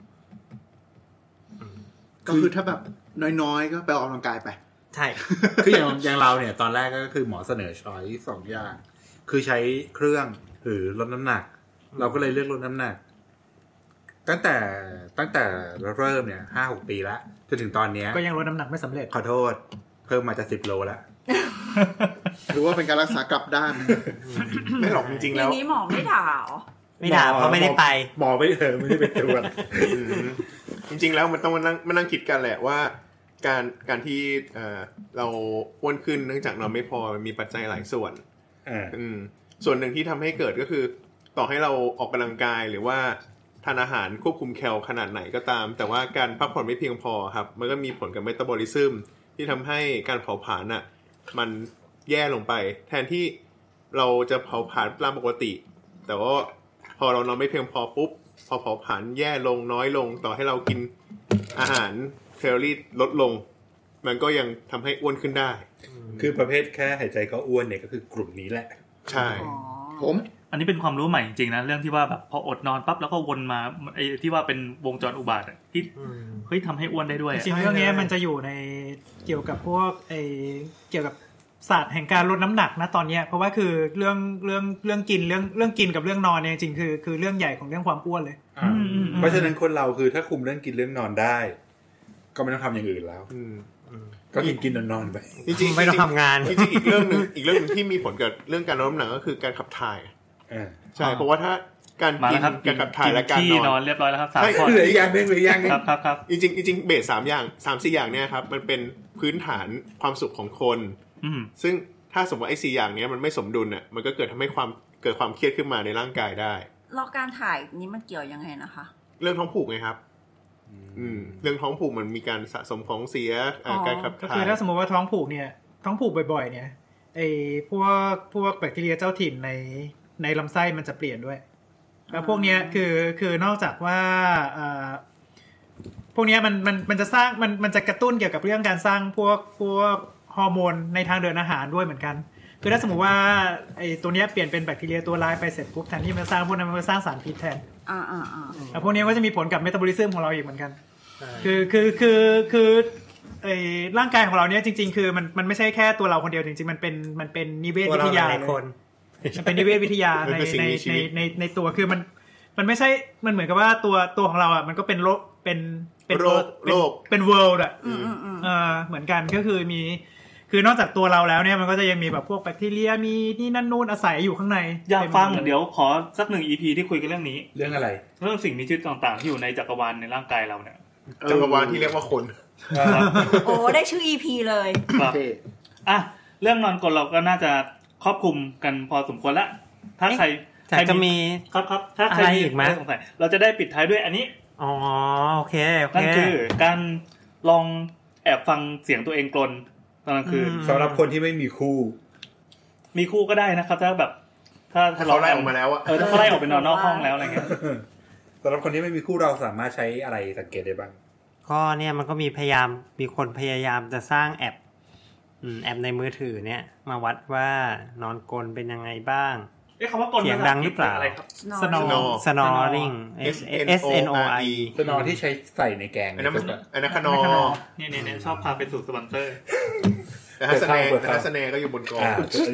ก็คือถ้าแบบน้อยๆก็ไปออกกำลังกายไปใช่คืออย่างอย่างเราเนี่ยตอนแรกก็คือหมอเสนอช้อยสองอย่างคือใช้เครื่องหรือลดน้ำหนักเราก็เลยเลือกลดน้ำหนักตั้งแต่ตั้งแต่เริ่มเนี่ยห้าหกปีแล้วจนถึงตอนนี้ก็ยังลดน้ำหนักไม่สำเร็จขอโทษเพิ่มมาจะสิบโลแล้วหรือว่าเป็นการรักษากลับด้านไม่หรอกจริงๆแล้วทีนี้หมอไม่ด่าไม่ด่าเพราะไม่ได้ไปหมอไม่เออไม่ได้ไปตรวจจริงๆแล้วมันต้องมานั่งมานั่งคิดกันแหละว่าการการที่เราอ้วนขึ้นเนื่องจากนอนไม่พอมีปัจจัยหลายส่วนส่วนหนึ่งที่ทำให้เกิดก็คือต่อให้เราออกกำลังกายหรือว่าทานอาหารควบคุมแคลขนาดไหนก็ตามแต่ว่าการพักผ่อนไม่เพียงพอครับมันก็มีผลกับเมตาบอลิซึมที่ทำให้การเผาผลาญน่ะมันแย่ลงไปแทนที่เราจะเผาผลาญตามปกติแต่ว่าพอเรานอนไม่เพียงพอปุ๊บพอเผาผลาญแย่ลงน้อยลงต่อให้เรากินอาหารแคลอรี่ลดลงมันก็ยังทำให้อ้วนขึ้นได้คือประเภทแค่หายใจก็อ้วนเนี่ยก็คือกลุ่มนี้แหละใช่ผมอันนี้เป็นความรู้ใหม่จริงๆนะเรื่องที่ว่าแบบพออดนอนปั๊บแล้วก็วนมาไอ้ที่ว่าเป็นวงจรอุบาทที่เฮ้ยทำให้อ้วนได้ด้วยจริงๆเรื่องนี้มันจะอยู่ในเกี่ยวกับพวกไอ้เกี่ยวกับศาสตร์แห่งการลดน้ำหนักนะตอนนี้เพราะว่าคือเรื่องเรื่องเรื่องกินเรื่องเรื่องกินกับเรื่องนอนเนี่ยจริงๆคือคือเรื่องใหญ่ของเรื่องความอ้วนเลยเพราะฉะนั้นคนเราคือถ้าคุมเรื่องกินเรื่องนอนได้ก็ไม่ต้องทำอย่างอื่นแล้วก็กินกินนอนๆไปจริงๆไม่ต้องทำงานจริงๆอีกเรื่องนึงอีกเรื่องนึงที่มีผลกับเรื่องการลดน้ำหนักก็คือการขับถ่ายใช่เพราะว่าถ้าการกินการขับถ่ายและการนอนเรียบร้อยแล้วครับสามข้อเหลืออย่างนึงเหลืออย่างนึงครับครับครับจริงๆจริงๆเบสสามอย่าง สามสี่ อย่างเนี่ยครับมันเป็นพื้นฐานความสุขของคนซึ่งถ้าสมมติไอ้สี่อย่างเนี้ยมันไม่สมดุลน่ะมันก็เกิดทำให้ความเกิดความเครียดขึ้นมาในร่างกายได้แล้วการถ่ายนี้มันเกี่ยวยังไงนะคะเรื่องท้องผูกไงครับอืมเรื่องท้องผูกมันมีการสะสมของเสียการขับถ่ายก็คือถ้าสมมติว่าท้องผูกเนี่ยท้องผูกบ่อยๆเนี่ยไอ้พวกพวกแบคทีเรียเจ้าถิ่นในในลำไส้มันจะเปลี่ยนด้วยแล้วพวกเนี้ยคือคือนอกจากว่าอ่าพวกเนี้ยมันมันมันจะสร้างมันมันจะกระตุ้นเกี่ยวกับเรื่องการสร้างพวกพวกฮอร์โมนในทางเดินอาหารด้วยเหมือนกันคือถ้าสมมติว่าไอ้ตัวเนี้ยเปลี่ยนเป็นแบคทีเรียตัวร้ายไปเสร็จปุ๊บแทนที่มันสร้างพวกนั้นมันสร้างสารพิษแทนอ่าอ่าอ่าแล้วพวกนี้ก็จะมีผลกับเมตาบอลิซึมของเราอีกเหมือนกันคือคือคือคือไอ้ร่างกายของเราเนี้ยจริงๆคือมันมันไม่ใช่แค่ตัวเราคนเดียวจริงๆมันเป็นมันเป็นนิเวศวิทยาเลยมันเป็นนิเวศวิทยาในในในในในตัวคือมันมันไม่ใช่มันเหมือนกับว่าตัวตัวของเราอ่ะมันก็เป็นโรคเป็นเป็นโรคโรคเป็นเวิลด์อ่ะเออเหมือนกันก็คือมีคือนอกจากตัวเราแล้วเนี่ยมันก็จะยังมีแบบพวกแบคทีเรียมีนี่นั่นนู่นอาศัยอยู่ข้างในอยากฟังเดี๋ยวขอสักหนึ่ง อี พี ที่คุยกันเรื่องนี้เรื่องอะไรเรื่องสิ่งมีชีวิตต่างๆที่อยู่ในจักรวาลในร่างกายเราเนี่ยจักรวาลที่เรียกว่าคนโอ้ได้ชื่อ อี พี เลยครับอ่ะเรื่องนอนกลนเราก็น่าจะครอบคลุมกันพอสมควรละถ้าใครใครจะมีครับครับถ้าใครมีอีกมั้ยสงสัยเราจะได้ปิดท้ายด้วยอันนี้อ๋อโอเคโอเคนั่นคือการลองแอบฟังเสียงตัวเองกลนตอนกลางคืนสำหรับคนที่ไม่มีคู่มีคู่ก็ได้นะครับถ้าแบบถ้าถ้าเราไล่ออกมาแล้วอะเออถ้าเขาไล่ออกไปนอนนอกห้องแล้วอะไรเงี้ยสำหรับคนที่ไม่มีคู่เราสามารถใช้อะไรสังเกตได้บ้างก็เนี่ยมันก็มีพยายามมีคนพยายามจะสร้างแอปอืมแอปในมือถือเนี่ยมาวัดว่านอนกลนเป็นยังไงบ้างเอ๊ะคำว่ากลเสียงดังหรือเปล่าอะไรครับ snore snoring s s n o r e สนอที่ใช้ใส่ในแกงอันนั้นมันอันนั้นคานอเนี่ยเนี่ยชอบพาไปสู่สปอนเซอร์แต่ฮัสเน่แต่ฮัสเน่ก็อยู่บนกอง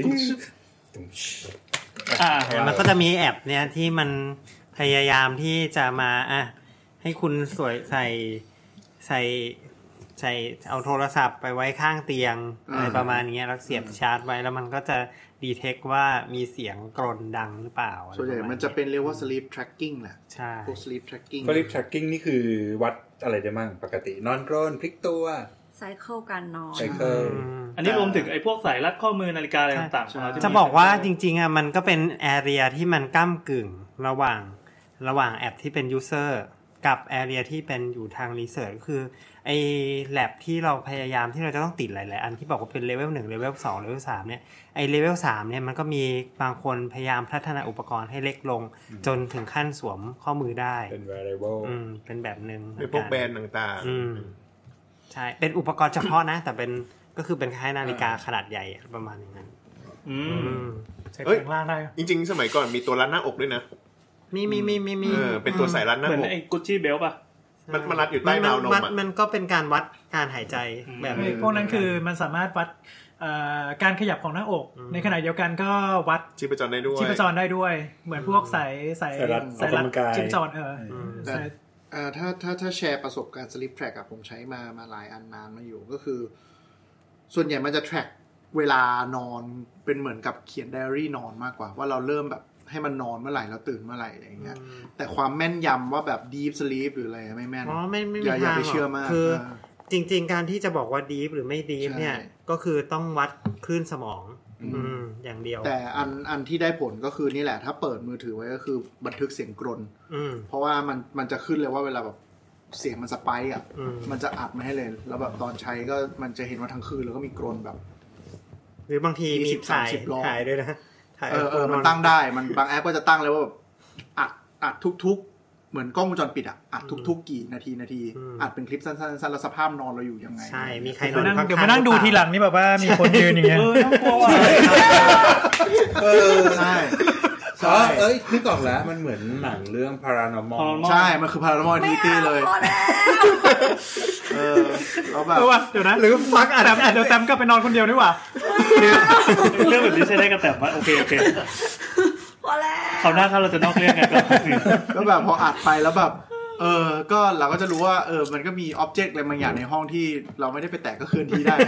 อ่ามันก็จะมีแอปเนี่ยที่มันพยายามที่จะมาอ่ะให้คุณสวยใส่ใส่ใส่เอาโทรศัพท์ไปไว้ข้างเตียงอะไรประมาณนี้แล้วเสียบชาร์จไว้แล้วมันก็จะดีเทคว่ามีเสียงกรนดังหรือเปล่าส่วนใหญ่มันจะเป็นเรียกว่า sleep tracking แหละใช่พวก sleep tracking sleep tracking นี่คือวัดอะไรได้มั่งปกตินอนกรนพลิกตัวไซเคิลการนอนไซเคิลอันนี้รวมถึงไอ้พวกสายรัดข้อมือนาฬิกาอะไรต่างๆจะบอกว่าจริงๆอ่ะมันก็เป็นแอเรียที่มันก้ำกึ่งระหว่างระหว่างแอปที่เป็นยูเซอร์กับแอเรียที่เป็นอยู่ทางรีเสิร์ชคือไอ้แลบที่เราพยายามที่เราจะต้องติดหลายๆอันที่บอกว่าเป็นเลเวลหนึ่งเลเวลสองเลเวลสามเนี่ยไอ้เลเวลสามเนี่ยมันก็มีบางคนพยายามพัฒนาอุปกรณ์ให้เล็กลงจนถึงขั้นสวมข้อมือได้เป็น wearable อืมเป็นแบบนึงเป็นพวกแบรนด์ต่างๆอืมใช่เป็นอุปกรณ์เฉพาะนะแต่เป็นก็คือเป็นคล้ายนาฬิกาขนาดใหญ่ประมาณอย่างนั้นอืมใส่แปลงร่างได้จริงๆสมัยก่อนมีตัวรัดหน้าอกด้วยนะมีมีมีมีมีเออเป็นตัวใส่รัดหน้าอกเหมือนไอ้กุชชี่เบลป่ะมันมันรัดอยู่ใต้ราวนมอ่ะมันก็เป็นการวัดการหายใจแบบนึงพวกนั้นคือมันสามารถวัดการขยับของหน้าอกในขณะเดียวกันก็วัดชีพจรได้ด้วยชีพจรได้ด้วยเหมือนพวกสายสายสายรัดชีพจรเอออ่าถ้าถ้าถ้าแชร์ประสบการณ์ sleep track อะผมใช้มามาหลายอันนานมาอยู่ก็คือส่วนใหญ่มันจะ track เวลานอนเป็นเหมือนกับเขียนไดอารี่นอนมากกว่าว่าเราเริ่มแบบให้มันนอนเมื่อไหร่แล้วตื่นเมื่อไหร่อะไรอย่างเงี้ยแต่ความแม่นยำว่าแบบ deep sleep หรืออะไรไม่แม่นอ๋อไม่ไม่อย่าอย่าไปเชื่อมากคือจริงๆการที่จะบอกว่า deep หรือไม่ deep เนี่ยก็คือต้องวัดคลื่นสมองอืมอย่างเดียวแต่อันอันที่ได้ผลก็คือนี่แหละถ้าเปิดมือถือไว้ก็คือบันทึกเสียงกรนเพราะว่ามันมันจะขึ้นเลยว่าเวลาแบบเสียงมันสไปค์อ่ะมันจะอัดมาให้เลยแล้วแบบตอนใช้ก็มันจะเห็นว่าทั้งคืนแล้วก็มีกรนแบบหรือบางทีมีถ่ายถ่ายด้วยนะเออเออมันตั้งได้มันบางแอปก็จะตั้งเลยว่าแบบอัดอัดทุกๆเหมือนกล้องวงจรปิดอ่ะอัดทุกๆกี่นาทีนาทีอัดเป็นคลิปสั้นๆแล้วสภาพนอนเราอยู่ยังไงใช่มีใครนอนเดี๋ยวมานั่งดูทีหลังนี่แบบว่ามีคนยืนอย่างเงี้ยเออน่ากลัวว่ะเออใช่ใช่เอ้ยนึกออกแล้วมันเหมือนหนังเรื่อง Paranormal ใช่มันคือ Paranormal Activity เลยเออแล้วแบบเดี๋ยวนะหรือฟักอ่ะเดี๋ยวแต้มก็ไปนอนคนเดียวดีกว่าเรื่องแบบนี้ใช้ได้กับแต้มว่าโอเคโอเคพอแล้วคราวหน้าถ้าเราจะนอกเรื่องไงก็ก็แบบพออัดไปแล้วแบบเออก็เราก็จะรู้ว่าเออมันก็มีอ็อบเจกต์อะไรบางอย่างในห้องที่เราไม่ได้ไปแตะก็เคลื่อนที่ได้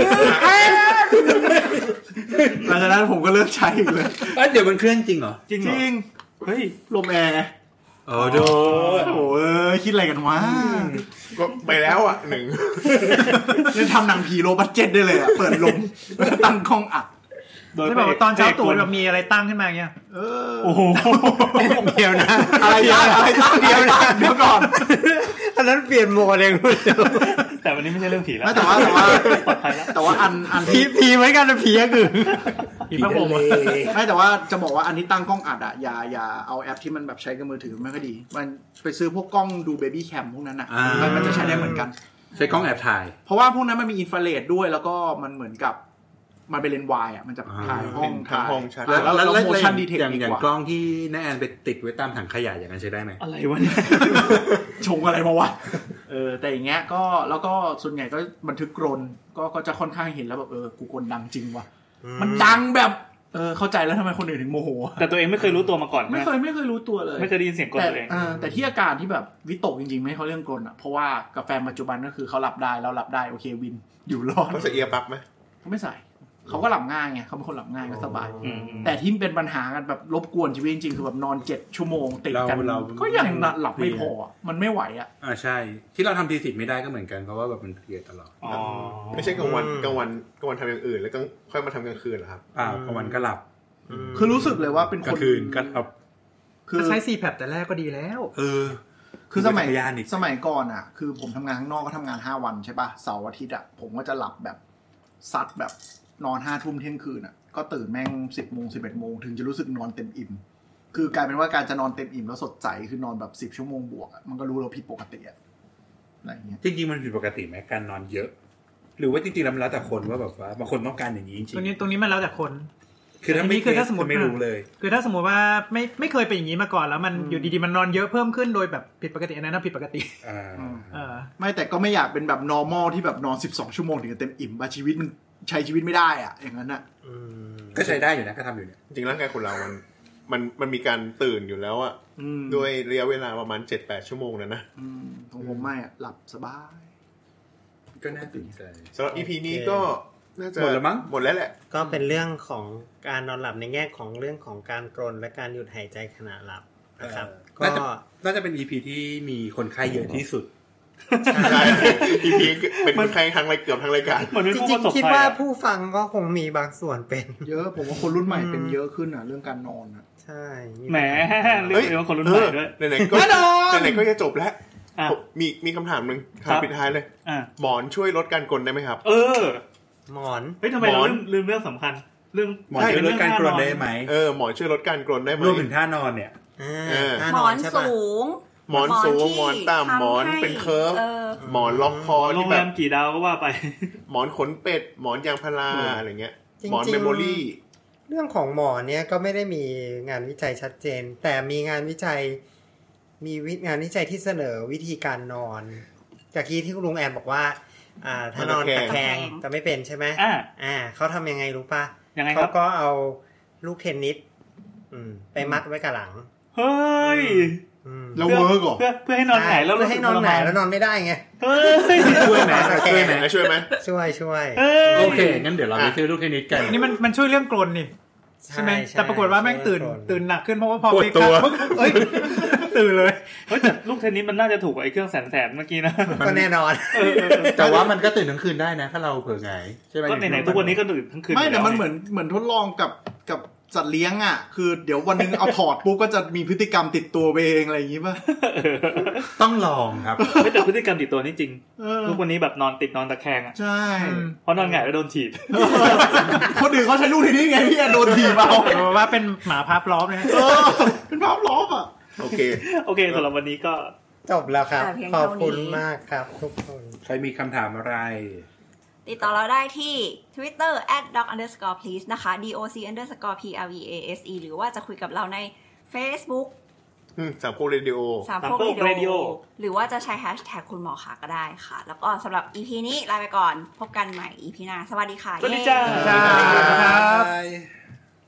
หลังจากนั้นผมก็เลิกใช้อีกเลยเอ้ยเดี๋ยวมันเคลื่อนจริงเหรอจริงจริงเฮ้ยลมแอร์โอ้โดโอ้ยคิดอะไรกันวะก็ไปแล้วอ่ะหนึ่งนี่ทำหนังผีโลบัดเจ็ตได้เลยอ่ะเปิดลมตั้งกล้องอัดไม่แบบตอนเช้าตู่แบบมีอะไรตั้งขึ้นมาเงี้ยเออโอ้โหเดี๋ยวนะอะไรตั้งอะไรตั้งเดี๋ยวนะเดี๋ยวก่อนอันนั้นเปลี่ยนโหมดเองแต่วันนี้ไม่ใช่เรื่องผีแล้วแต่ว่าแต่ว่าแต่ว่าอันอันผีผีเหมือนกันนะผีก็คือผีพระพรหมไม่แต่ว่าจะบอกว่าอันนี้ตั้งกล้องอัดอ่ะอย่าอย่าเอาแอปที่มันแบบใช้กับมือถือไม่ค่อยดีมันไปซื้อพวกกล้องดูเบบี้แคมพวกนั้นอ่ะมันจะใช้ได้เหมือนกันใช้กล้องแอบถ่ายเพราะว่าพวกนั้นมันมีอินฟราเรดด้วยแล้วก็มันเหมือนกับมันเป็นเลนส์วายอ่ะมันจะถ่ายห้องถ่ายแล้วแล้วโมชั่นดีเทคอย่างอย่างกล้องที่น้าแอนไปติดไว้ตามถังขยะอย่างนั้นใช้ได้ไหมอะไรวะเนี่ยชงอะไรมาวะเออแต่อย่างเงี้ยก็แล้วก็ส่วนใหญ่ก็บันทึกกรนก็ก็จะค่อนข้างเห็นแล้วแบบเออกูกรนดังจริงว่ะมันดังแบบเออเข้าใจแล้วทำไมคนอื่นถึงโมโหแต่ตัวเองไม่เคยรู้ตัวมาก่อนไม่เคยไม่เคยรู้ตัวเลยไม่เคยได้ยินเสียงกรนตัวเองแต่ที่อาการที่แบบวิตกจริงๆไม่เขาเรื่องกรนอ่ะเพราะว่ากับแฟนปัจจุบันก็คือเขาหลับได้แล้วหลับได้โอเควินอยู่รอดเขาใส่เอียร์ปั๊บไหมเขาไม่ใส่เขาก็หลับง่ายไงเขาเป็นคนหลับง่ายก็สบายแต่ที่เป็นปัญหากันแบบรบกวนชีวิตจริงๆคือแบบนอนเจ็ดชั่วโมงติดกันก็ยังหลับไม่พอมันไม่ไหวอ่ะอ่าใช่ที่เราทำทีสิทธิ์ไม่ได้ก็เหมือนกันเพราะว่าแบบมันเพลียตลอดไม่ใช่กลางวันกลางวันกลางวันทำอย่างอื่นแล้วก็ค่อยมาทำกลางคืนเหรอครับอ่ากลางวันก็หลับคือรู้สึกเลยว่าเป็นคนกลางคืนก็หลับคือใช้ ซี แพป แต่แรกก็ดีแล้วเออคือสมัยสมัยก่อนอ่ะคือผมทำงานข้างนอกก็ทำงานห้าวันใช่ป่ะเสาร์อาทิตย์อ่ะผมก็จะหลับแบบซัดแบบนอนห้าทุ่มเที่ยงคืนอ่ะก็ตื่นแม่งสิบโมงสิบเอ็ดโมงถึงจะรู้สึกนอนเต็มอิ่มคือกลายเป็นว่าการจะนอนเต็มอิ่มแล้วสดใสคือนอนแบบสิบชั่วโมงบวกอ่ะมันก็รู้เราผิดปกติอ่ะอะไรอย่างเงี้ยจริงๆมันผิดปกติไหมการนอนเยอะหรือว่าจริงๆแล้วมันแล้วแต่คนว่าแบบว่าบางคนต้องการอย่างนี้จริงตรงนี้ตรงนี้มันแล้วแต่คนคือถ้าไม่คือถ้าสมมติไม่รู้เลยคือถ้าสมมติว่าไม่ไม่เคยเป็นอย่างนี้มาก่อนแล้วมันอยู่ดีๆมันนอนเยอะเพิ่มขึ้นโดยแบบผิดปกติอันนั้นผิดปกติอ่าไม่แต่ก็ไม่อยากเป็นแบบ normal ที่แบบนอนสิบสองชั่วโมงถึงจะเต็มอิ่มว่าชีวิตมันใช้ชีวิตไม่ได้อ่ะอย่างนั้นอ่ะก็ใช้ได้อยู่นะก็ทำอยู่เนี่ยจริงร่างกายคนเรามันมันมันมีการตื่นอยู่แล้วอ่ะด้วยระยะเวลาประมาณ เจ็ดแปด ชั่วโมงนะนะของผมไม่อ่ะหลับสบายก็น่าตื่นใจสำหรับ อี พี นี้ก็น่าจะหมดแล้วมั้งหมดแล้วแหละก็เป็นเรื่องของการนอนหลับในแง่ของเรื่องของการกรนและการหยุดหายใจขณะหลับนะครับก็น่าจะเป็น อี พี ที่มีคนไข้เยอะที่สุดใช่ อี พี เป็นคนไข้ทั้งรายเกือบทั้งรายการจริงๆคิดว่าผู้ฟังก็คงมีบางส่วนเป็นเยอะผมว่าคนรุ่นใหม่เป็นเยอะขึ้นอ่ะเรื่องการนอนอ่ะใช่แหมเรื่องคนรุ่นใหม่ด้วยไหนๆก็ไหนๆก็จะจบแล้วมีมีคำถามนึงถามปิดท้ายเลยหมอนช่วยลดการกรนได้ไหมครับเออหมอนเฮ้ยทำไมเราลืมเรื่องสำคัญเรื่องหมอนช่วยลดการกรนได้ไหมเออหมอนช่วยลดการกรนได้ไหมรวมถึงท่านอนเนี่ยหมอนสูงหมอนสูงหมอนต่ำหมอนเป็นเคิร์ฟหมอนล็อกคอโรงแรมกี่ดาวก็ว่าไปหมอนขนเป็ดหมอนยางพาราอะไรเงี้ยหมอนเมมโมรี่เรื่องของหมอนเนี่ยก็ไม่ได้มีงานวิจัยชัดเจนแต่มีงานวิจัยมีงานวิจัยที่เสนอวิธีการนอนจากที่ที่คุณลุงแอนบอกว่าอ่าถ้านอนตะแคงจะไม่เป็นใช่ไหมอ่าอ่าเขาทำยังไงรู้ป่ะยังไงครับเขาก็เอาลูกเทนนิสอืมไปมัดไว้กับหลังเฮ้ยแล้วเวิร์กเหรอเพื่อเพื่อให้นอนหงายแล้วเพื่อให้นอนหงายแล้วนอนไม่ได้ไงเฮ้ยช่วยไหมช่วยไหมช่วยไหมช่วยช่วยโอเคงั้นเดี๋ยวเราไปซื้อลูกเทนนิสกันนี่มันมันช่วยเรื่องกรนนี่ใช่ไหมแต่ปรากฏว่าแม่งตื่นตื่นหนักขึ้นเพราะว่าพอไปตัวเอ้ยตื่นเลยเฮ้ยแต่ลูกเทนนิสมันน่าจะถูกกว่าไอ้เครื่องแสนแสนเมื่อกี้นะก็แน่นอนแต่ว่ามันก็ตื่นทั้งคืนได้นะถ้าเราเผลอไงใช่ไหมก็ไหนๆทุกวันนี้ก็ตื่นทั้งคืนไม่แต่มันเหมือนเหมือนทดลองกับกับสัตว์เลี้ยงอ่ะคือเดี๋ยววันนึงเอาถอดปุ๊บก็จะมีพฤติกรรมติดตัวไปเองอะไรอย่างงี้ป่ะต้องลองครับไม่แต่พฤติกรรมติดตัวนี่จริงทุกวันนี้แบบนอนติดนอนตะแคงอ่ะใช่เพราะนอนหงายแล้วโดนถีบคนอื่นเขาใช้ลูกทีนี้ไงพี่โดนถีบเอาว่าเป็นหมาพับล้อมเลยเป็นพับล้อมอ่ะโอเคโอเคสำหรับวันนี้ก็จบแล้วครับขอบคุณมากครับทุกคนใครมีคำถามอะไรติดต่อเราได้ที่ Twitterแอท ด็อก อันเดอร์สกอร์ พีซ นะคะ ดี โอ ซี อันเดอร์สกอร์ พี แอล อี เอ เอส อี หรือว่าจะคุยกับเราใน Facebook สามโคกเรดิโอสามโคกเรดิโอหรือว่าจะใช้แฮชแท็กคุณหมอขาก็ได้ค่ะแล้วก็สำหรับ อี พี นี้ลาไปก่อนพบกันใหม่ อี พี หน้าสวัสดีค่ะสวัสดีจ้า